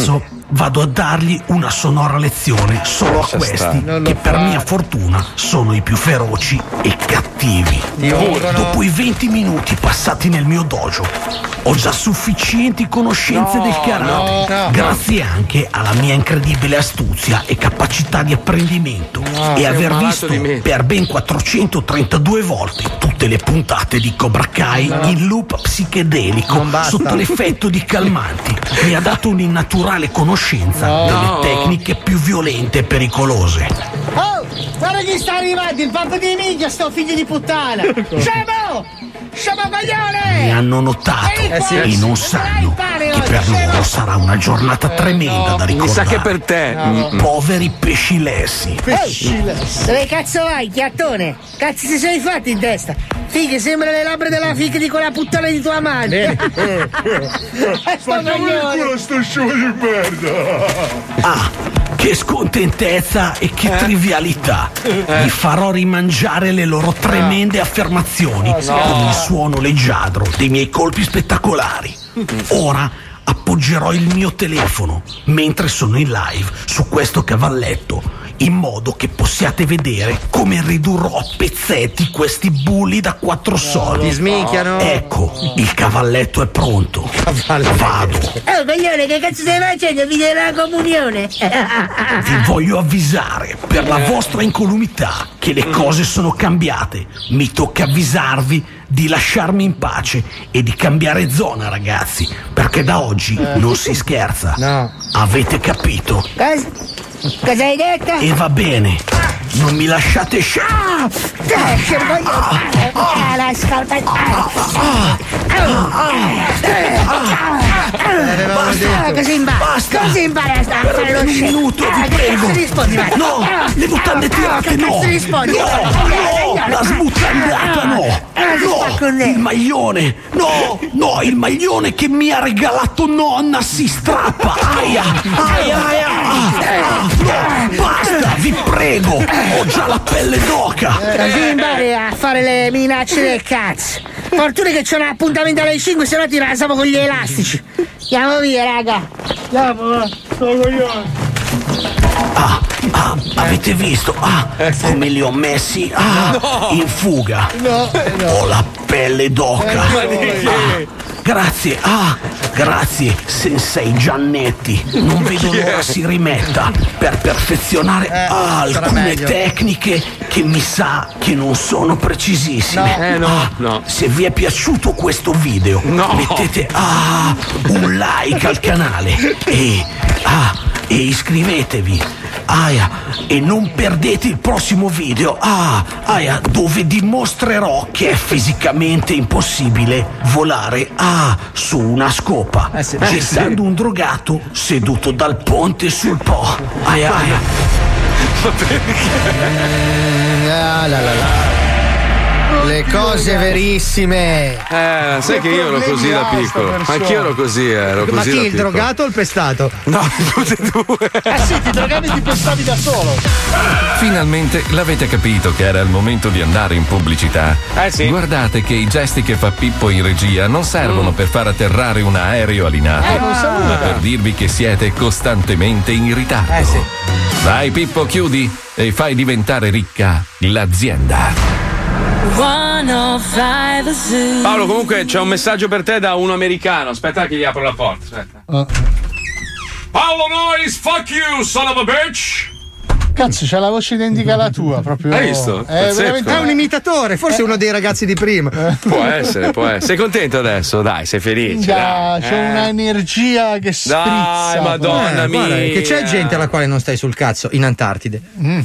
vado a dargli una sonora lezione solo a Lascia questi, stare. che per mia fortuna sono i più feroci e cattivi. Dicono- Dopo i venti minuti passati nel mio dojo, ho già sufficienti conoscenze No, del karate, no, no. grazie anche alla mia incredibile astuzia e capacità di apprendimento, No, e sei aver un malato visto di me. per ben quattrocentotrentadue volte tutte le puntate di Cobra Kai No. in loop psichedelico Non basta. sotto l'effetto di calmanti. Mi ha dato un'innaturale conoscenza No. delle No. tecniche più violente e pericolose. Oh, guarda chi sta arrivando, il papà di minchia, sto figlio di puttana! Scemo! Scemo coglione! Mi hanno notato Eh sì. e non sanno che per loro sarà una giornata tremenda da ricordare. Mi sa che per te. Mm. Poveri pesci lessi. Ehi, dove cazzo vai, chiattone? Cazzo ti sei fatto in testa? Fighe, sembra le labbra della figa di quella puttana di tua madre. Eh, sto coglione. sto scemo di merda. Ah, che scontentezza e che trivialità. Eh. Gli farò rimangiare le loro tremende affermazioni Oh, no. con il suono leggiadro dei miei colpi spettacolari. Ora appoggerò il mio telefono mentre sono in live su questo cavalletto, in modo che possiate vedere come ridurrò a pezzetti questi bulli da quattro soldi. Ti sminchiano. Ecco, il cavalletto è pronto. Vado. Oh, coglione, che cazzo stai facendo? Video della comunione? Vi voglio avvisare, per la vostra incolumità, che le cose sono cambiate. Mi tocca avvisarvi di lasciarmi in pace e di cambiare zona, ragazzi, perché da oggi non si scherza. No. Avete capito? Cosa? Cosa hai detto? E va bene, non mi lasciate scendere. Ah, dai, scemo coglione. Ah, la scarpa. Basta, così impara. Basta. Così impara a Per fare lo un scemo. minuto, vi Ah, che prego. cazzo rispondi, vai? No, Ah, le mutande ah, tirate, che no. cazzo rispondi? No, no, la smutandata, no. No, il maglione. No, no, il maglione che mi ha regalato nonna si strappa. Aia, aia, aia. Ah, no, basta, vi prego. Ho già la pelle d'oca. Così impari a fare le minacce del cazzo. Fortuna che c'è un appuntamento alle cinque, se no ti rasavo con gli elastici. Andiamo via, raga. Andiamo, sto coglione. Ah, ah, avete visto? Ah, come li ho messi? Ah, No. in fuga. No, no. Ho la pelle d'oca. Eh, ma di che? Ah, grazie, ah, grazie, Sensei Giannetti. Non vedo l'ora si rimetta per perfezionare Eh, ah, sarà alcune meglio. tecniche che mi sa che non sono precisissime. No. Eh, no, Ah, no. Se vi è piaciuto questo video, No. mettete ah, un like al canale e, ah, e iscrivetevi. Aia, e non perdete il prossimo video, ah, aia, dove dimostrerò che è fisicamente impossibile volare, ah, su una scopa, Eh sì. gestendo un drogato seduto dal ponte sul Po. Aia, aia. Ah, la, la, la. Le cose verissime. Eh, sai che io ero così da piccolo. Anch'io ero così, ero così Ma da chi, il piccolo. drogato o il pestato? No, tutte e due. Eh sì, ti drogavi e ti pestavi da solo. Finalmente l'avete capito che era il momento di andare in pubblicità. Eh sì. Guardate che i gesti che fa Pippo in regia non servono per far atterrare un aereo alinato, Eh, non sa ma nulla. per dirvi che siete costantemente in ritardo. Eh sì. Vai Pippo, chiudi e fai diventare ricca l'azienda. centocinque Zoo. Paolo, comunque c'è un messaggio per te da uno americano. Aspetta che gli apro la porta. Aspetta. Paolo Noyes, fuck you, son of a bitch! Cazzo, c'ha la voce identica alla tua, proprio. Hai visto? È Pazzesco. veramente È un imitatore, forse uno dei ragazzi di prima. Può essere, può essere. Sei contento adesso? Dai, sei felice. Da, dai. c'è Eh. un'energia che strizza. Dai, Madonna Eh, mia. guarda, che c'è gente alla quale non stai sul cazzo in Antartide.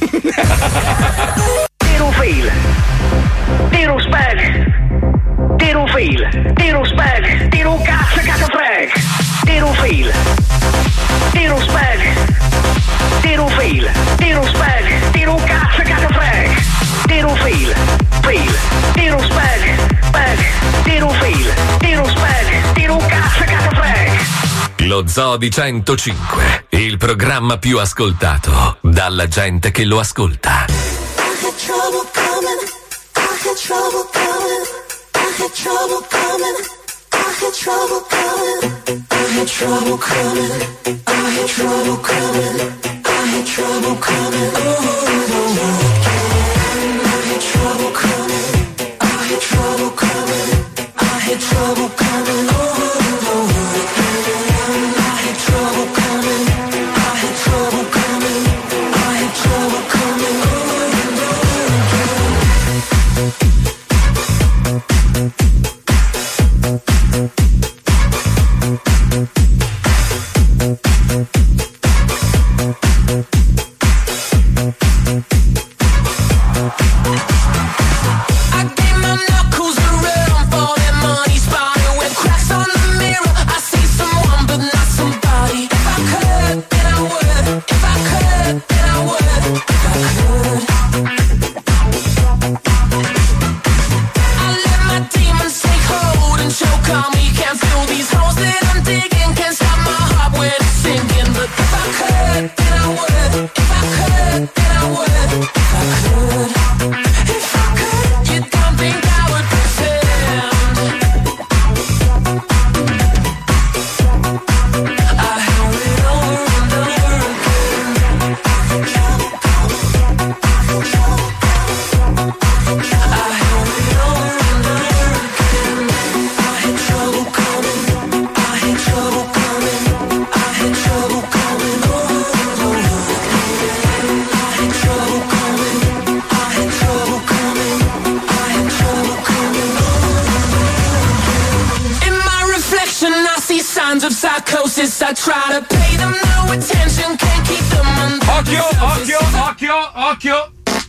Tiro fail. Tiro spag. Tiro fail. Tiro spag. Tiro cazzo cazzo frag. Tiro fail. Tiro spag. Tiro fail. Tiro spag. Tiro cazzo cazzo frag. Tiro fail. Fail. Tiro spag. Spag. Tiro fail. Tiro spag. Tiro cazzo cazzo frag. Lo Zoo di centocinque, il programma più ascoltato dalla gente che lo ascolta. Trouble coming, I had trouble coming, I had trouble coming, I had trouble coming, I had hear trouble coming. I hear trouble coming. I hear trouble coming. Oh, I hear trouble coming. I hear trouble coming. I hear trouble coming. Oh, I hear trouble coming. I hear trouble coming. I hear trouble coming. I try to pay them no attention, can't keep them under. Occhio, occhio, occhio, occhio.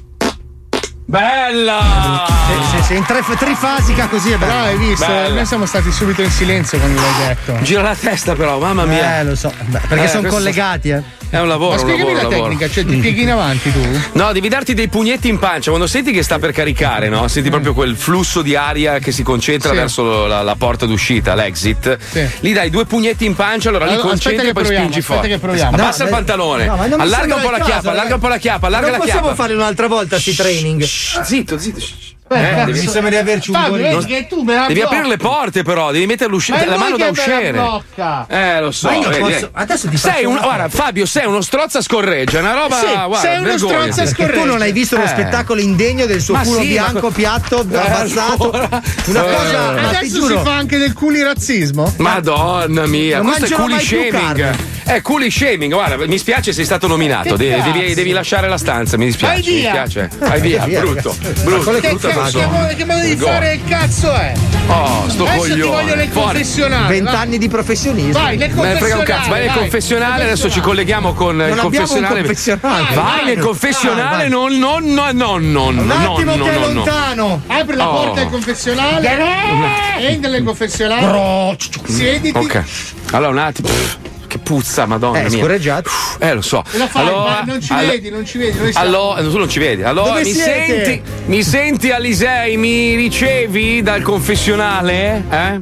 Bella! Se, se, se in tre, trifasica così è bella. Hai visto? Bella. Noi siamo stati subito in silenzio quando l'hai detto. Gira la testa però, mamma mia. Eh, lo so. Beh, perché Eh, sono questo- collegati, eh. È un lavoro, Ma un spiegami lavoro, la un lavoro. tecnica, cioè ti pieghi in avanti tu? No, devi darti dei pugnetti in pancia. Quando senti che sta per caricare, no? Senti proprio quel flusso di aria che si concentra Sì. verso la, la porta d'uscita, l'exit. Sì. Lì dai due pugnetti in pancia, allora, Allora, li concentri aspetta e poi che proviamo, spingi aspetta forte. che proviamo. Abbassa No, il beh, pantalone. no, ma non mi allarga sembra un po' la il chiappa, caso, allarga un po' la chiappa, allarga Non la possiamo chiappa. fare un'altra volta sti training. Zitto, zitto. Eh, mi sembra di averci un Fabio, gorilla. vedi che tu me la Devi blocchi. aprire le porte, però, devi mettere l'uscita, Ma è la lui mano da che me la uscire. blocca. Eh, lo so. Ma io vedi, posso- eh. adesso ti sei faccio un, una guarda, Fabio, sei uno strozza scorreggia, una roba. Sì, guarda, sei uno vergognati. strozza Perché tu non hai visto lo Eh. spettacolo indegno del suo Ma culo sì, bianco, ma- piatto, Eh, abbassato. allora. Una Eh. cosa, ma ti Adesso si giuro. fa anche del culi razzismo? Madonna mia, Non questo è mangerò coolie mai più shaming. carne. È coolie shaming, guarda, mi spiace sei stato nominato. Che De- cazzo? devi, devi lasciare la stanza, mi dispiace. Vai Mi via. dispiace. Vai via, Via, brutto. ragazzi. Brutto, Che Che, brutta che, persona. che modo, che modo di Go. fare il cazzo è? Oh, sto Adesso ti voglio coglione. nel Fuori. confessionale. Vent'anni di professionismo. Vai, nel Me ne frega un cazzo, vai nel vai. confessionale, adesso ci colleghiamo con il abbiamo un confessionale. confessionale. Vai, Vai, nel vai. confessionale, Vai, vai. non, non, no, no, no, Un no, attimo no, che è no, no. lontano. Apri la Oh. porta del confessionale. Entra nel confessionale. Siediti. Ok. Allora un attimo. Pff, Che puzza, madonna Eh, mia. scorreggiato. Eh, lo so. E la fai, Allora, ma non ci all- vedi, non ci vedi. Noi siamo- Allora, tu non ci vedi. Allora, Dove mi siete? senti? Mi senti Alisei? Mi ricevi dal confessionale? Eh?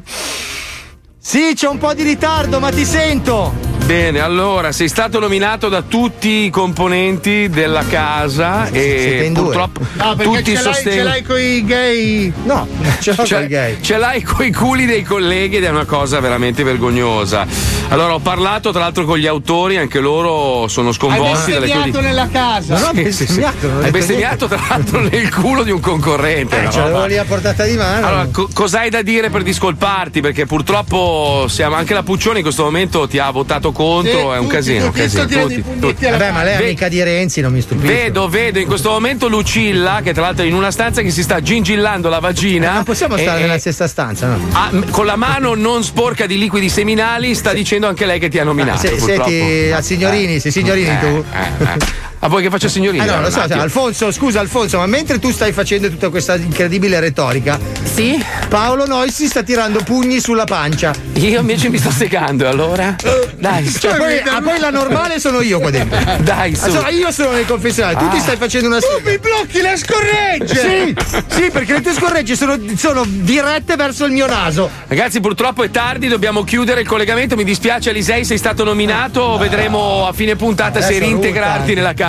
Sì, c'è un po' di ritardo, ma ti sento. Bene, allora sei stato nominato da tutti i componenti della casa Siete e in due. purtroppo No, perché tutti ce l'hai, sostengono. ce l'hai coi gay. No, ce l'ho Ce, con i gay. ce l'hai coi culi dei colleghi ed è una cosa veramente vergognosa. Allora ho parlato tra l'altro con gli autori, anche loro sono Hai sconvolti dalle tue bestemmiato di- nella casa. No, no, Sì, sì, sì. bestemmiato, non ho Hai detto bestemmiato tra l'altro nel culo di un concorrente. Eh, no? ce l'avevo Ma- lì a portata di mano. Allora, co- cos'hai da dire per discolparti? Perché purtroppo siamo, anche la Puccioni in questo momento ti ha votato contro, Sì, è un tutti, casino, un tutti, casino. sto tirando tutti, i pugnetti tutti. alla Vabbè, ma lei è Ve- amica di Renzi, non mi stupisce. Vedo, vedo in questo momento Lucilla, che tra l'altro è in una stanza che si sta gingillando la vagina. Non possiamo stare e- nella stessa stanza, no? ah, m- con la mano non sporca di liquidi seminali, sta dicendo anche lei che ti ha nominato. Se- purtroppo. senti, a signorini, sei signorini tu? Eh, eh. Ah, vuoi che faccia signorina? Eh no, lo so, Un attimo. Alfonso, scusa Alfonso, ma mentre tu stai facendo tutta questa incredibile retorica, Sì? Paolo Nois si sta tirando pugni sulla pancia. Io invece mi sto segando, allora? Dai, su. Cioè, poi, ah, poi la normale sono io qua dentro. Dai, su. Allora, io sono nel confessionale, tu Ah. ti stai facendo una Tu sega. mi blocchi le scorregge. Sì, sì, perché le tue scorregge sono, sono dirette verso il mio naso. Ragazzi, purtroppo è tardi, dobbiamo chiudere il collegamento. Mi dispiace, Alisei, sei stato nominato. Vedremo a fine puntata se Adesso reintegrarti rutta. nella casa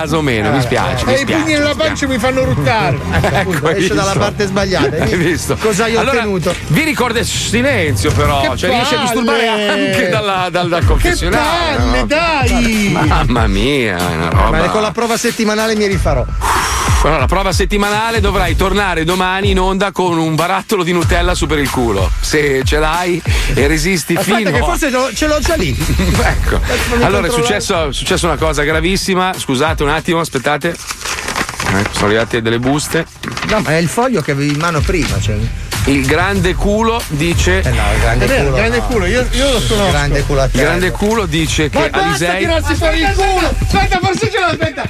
casa o meno, mi spiace. E mi i spiace, pugni nella mi spiace. pancia mi fanno ruttare. Ecco, hai esce dalla visto? parte sbagliata. Hai visto? Cosa hai Allora, ottenuto? vi ricorda silenzio però, Che cioè riesce a disturbare palle! anche dalla, dal, dal confessionale. palle, no? dai! Mamma mia, è una roba. Ma con la prova settimanale mi rifarò. Allora, la prova settimanale dovrai tornare domani in onda con un barattolo di Nutella su per il culo. Se ce l'hai e resisti Aspetta fino che forse lo- ce l'ho già lì. ecco. Fammi Allora è controllare. successo, è successa una cosa gravissima. Scusate un attimo, aspettate. Ecco, sono arrivate delle buste. No, ma è il foglio che avevi in mano prima. Cioè. Il grande culo dice. Eh no, il grande È vero, culo. grande no. culo, io, io lo conosco. Grande culo a Il te. grande culo dice Ma che basta Alisei. tirarsi fuori il culo! Aspetta, forse ce l'ho, aspetta!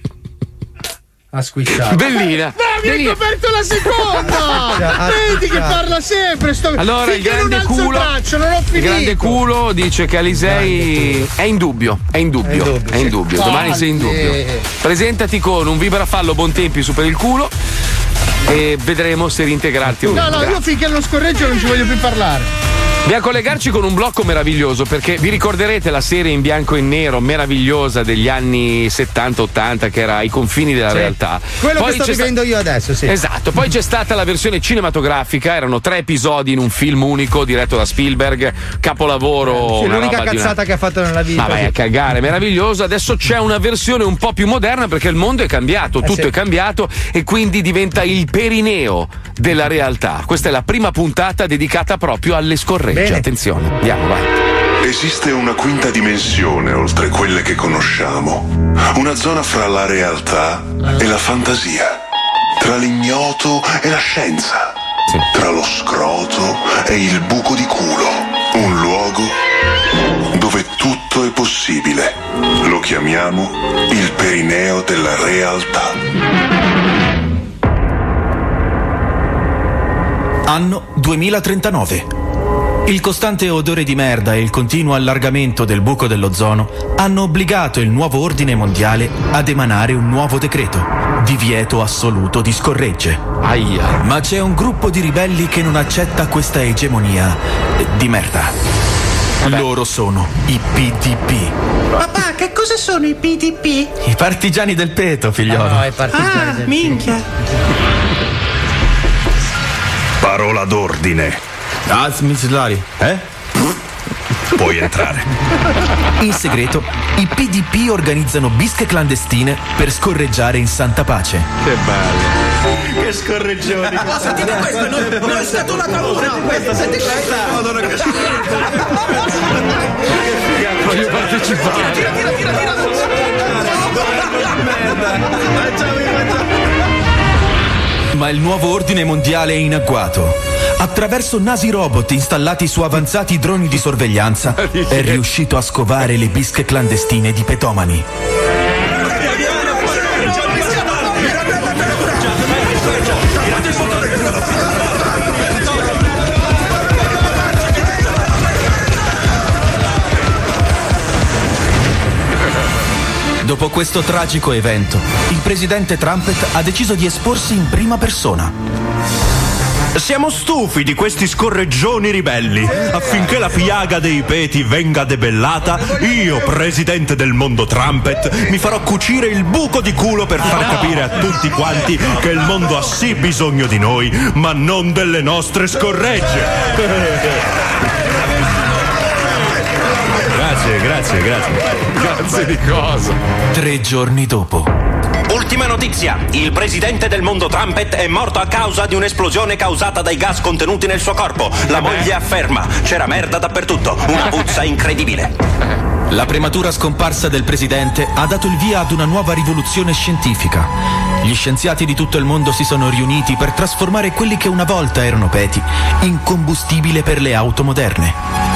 Ha squisciato. Bellina. Ma mi hai Bellina. coperto la seconda! Vedi che parla sempre! Sto... Allora il Finché non grande alzo il culo. braccio, non ho Il finito! grande culo dice che Alisei è in dubbio. È in dubbio. È in dubbio, È in sì. dubbio. Domani sei in dubbio. Palle. Presentati con un vibrafallo Bontempi su per il culo e vedremo se reintegrarti o No, meno. no, io finché non scorreggio non ci voglio più parlare. Dobbiamo collegarci con un blocco meraviglioso perché vi ricorderete la serie in bianco e nero meravigliosa degli anni settanta ottanta che era ai confini della Sì. realtà. Quello Poi che sto c'è sta- vivendo io adesso, sì. Esatto, poi c'è stata la versione cinematografica, erano tre episodi in un film unico diretto da Spielberg, capolavoro. Sì, una l'unica roba di una- cazzata che ha fatto nella vita. Ma vai a sì. cagare, meraviglioso. Adesso c'è una versione un po' più moderna perché il mondo è cambiato, tutto sì. è cambiato e quindi diventa il perineo della realtà. Questa è la prima puntata dedicata proprio alle scorregge. Bene. Attenzione, andiamo, vai. Esiste una quinta dimensione oltre quelle che conosciamo, una zona fra la realtà e la fantasia, tra l'ignoto e la scienza, tra lo scroto e il buco di culo, un luogo dove tutto è possibile. Lo chiamiamo il perineo della realtà. Anno duemilatrentanove. Il costante odore di merda e il continuo allargamento del buco dell'ozono hanno obbligato il nuovo ordine mondiale ad emanare un nuovo decreto, divieto assoluto di scorregge. Aia. Ma c'è un gruppo di ribelli che non accetta questa egemonia eh, di merda. Loro sono i P D P. Papà, che cosa sono i P D P? I partigiani del peto, figliolo. No, è partigiani Ah, del- minchia. Parola d'ordine. Ah, mislari. Eh? Puoi entrare. In segreto, i P D P organizzano bische clandestine per scorreggiare in santa pace. Che bello. Che scorreggioni. Oh, sentite questo, non, non è stato una paura. Questo, senti questa. Madonna che Voglio partecipare. Tira, tira, tira, tira. Ma il nuovo ordine mondiale è in agguato. Attraverso nasi robot installati su avanzati droni di sorveglianza è riuscito a scovare le bische clandestine di petomani. Dopo questo tragico evento, il presidente Trumpet ha deciso di esporsi in prima persona. Siamo stufi di questi scorreggioni ribelli. Affinché la piaga dei peti venga debellata, io, presidente del mondo Trumpet, mi farò cucire il buco di culo per far capire a tutti quanti che il mondo ha sì bisogno di noi, ma non delle nostre scorregge. Grazie, grazie, grazie. Grazie di cosa? Tre giorni dopo. Ultima notizia, il presidente del mondo Trumpet è morto a causa di un'esplosione causata dai gas contenuti nel suo corpo. La moglie afferma, c'era merda dappertutto, una puzza incredibile. La prematura scomparsa del presidente ha dato il via ad una nuova rivoluzione scientifica. Gli scienziati di tutto il mondo si sono riuniti per trasformare quelli che una volta erano peti in combustibile per le auto moderne.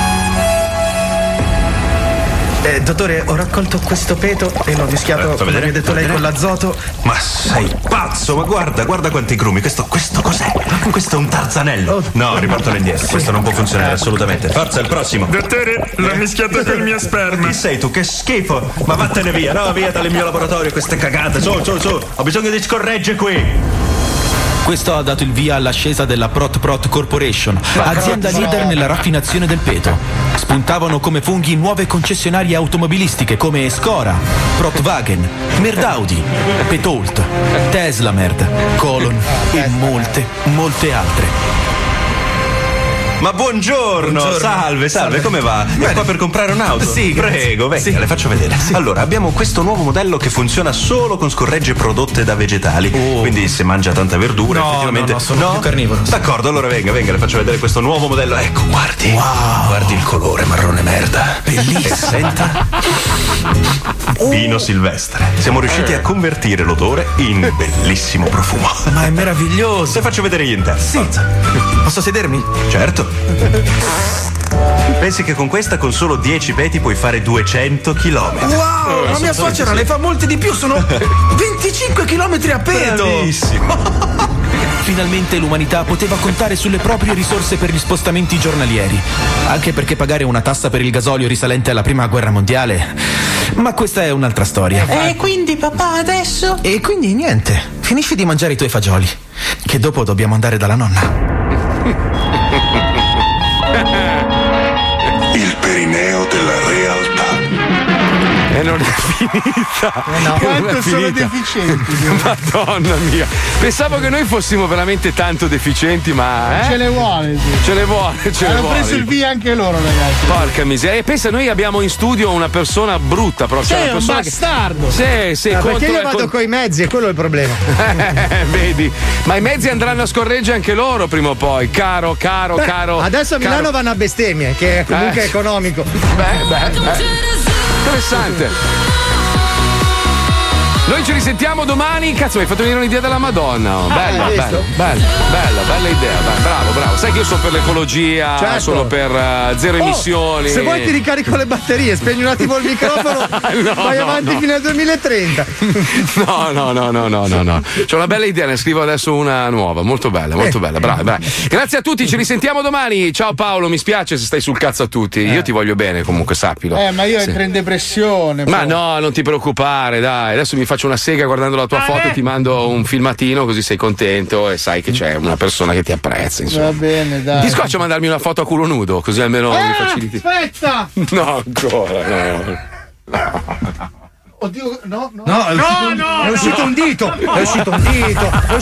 Eh, dottore, ho raccolto questo peto e l'ho mischiato, Eh, fa come vedere, mi ha detto fa lei, vedere. con l'azoto. Ma sei pazzo, ma guarda, guarda quanti grumi. Questo, questo cos'è? Questo è un tarzanello. No, riportalo indietro, questo non può funzionare assolutamente. Forza, il prossimo. Dottore, l'ho mischiato col mio sperma. Chi sei tu? Che schifo! Ma vattene via, no, via dal mio laboratorio, queste cagate. Su, su, su, ho bisogno di scorregge qui. Questo ha dato il via all'ascesa della Prot Prot Corporation, azienda leader nella raffinazione del peto. Spuntavano come funghi nuove concessionarie automobilistiche come Scora, Protwagen, Merdaudi, Petolt, Tesla Merd, Colon e molte, molte altre. Ma buongiorno, Buongiorno. salve, salve, Salve. come va? È qua per comprare un'auto? Sì, grazie. Prego, venga, Sì. le faccio vedere. Allora, abbiamo questo nuovo modello che funziona solo con scorregge prodotte da vegetali. Quindi se mangia tanta verdura, No, effettivamente. no, no, sono più carnivoro. D'accordo, allora venga, venga, le faccio vedere questo nuovo modello. Ecco, guardi. Wow. Guardi il colore marrone merda. Bellissimo. E senta. Vino silvestre. Siamo riusciti a convertire l'odore in bellissimo profumo. Ma è meraviglioso. Le faccio vedere gli interni. Sì. Posso sedermi? Certo. Pensi che con questa, con solo dieci peti, puoi fare duecento chilometri? Wow, la mia suocera ne fa molti di più, sono venticinque chilometri a peto. Bravissimo. Finalmente l'umanità poteva contare sulle proprie risorse per gli spostamenti giornalieri. Anche perché pagare una tassa per il gasolio risalente alla prima guerra mondiale. Ma questa è un'altra storia. E quindi papà adesso? E quindi niente, finisci di mangiare i tuoi fagioli, che dopo dobbiamo andare dalla nonna. Il perineo della realtà. E non è finita. Eh no. Non è Quanto sono finita. deficienti. Madonna mia. Pensavo che noi fossimo veramente tanto deficienti, ma. Eh? Ce ne vuole, sì. Ce ne vuole, ce ne Hanno vuole. preso il via anche loro, ragazzi. Porca miseria. E pensa, noi abbiamo in studio una persona brutta, proprio. Sei una un persona bastardo. Che... Sì, sì, Ah, contro perché io vado con- coi mezzi, è quello il problema. Eh, vedi, ma i mezzi andranno a scorregge anche loro prima o poi, caro, caro, Beh, caro. adesso a Milano caro. vanno a bestemmie, che è comunque Eh. economico. Beh, beh, beh. Interessante. Noi ci risentiamo domani. Cazzo, mi hai fatto venire un'idea della Madonna. Oh, bella, hai bella, visto? bella, bella, bella idea. Beh, bravo, bravo. Sai che io sono per l'ecologia, Certo. sono per uh, zero Oh, emissioni. se vuoi ti ricarico le batterie, spegni un attimo il microfono, No, vai no, avanti no. fino al duemilatrenta. No, no, no, no, no, no, no. C'ho una bella idea, ne scrivo adesso una nuova. Molto bella, molto bella. Brava, brava. Grazie a tutti, ci risentiamo domani. Ciao Paolo, mi spiace se stai sul cazzo a tutti. Io ti voglio bene, comunque, sappilo. Eh, ma io Sì. entro in depressione. Ma poi. no, non ti preoccupare, dai. Adesso mi faccio una sega guardando la tua foto e ti mando un filmatino, così sei contento e sai che c'è una persona che ti apprezza. Insomma. Va bene, dai. Ti scoccia mandarmi una foto a culo nudo, così almeno mi Ah, faciliti. aspetta! No, ancora, no. Oddio, no, no. No, è uscito, un- è uscito un dito, è uscito un dito.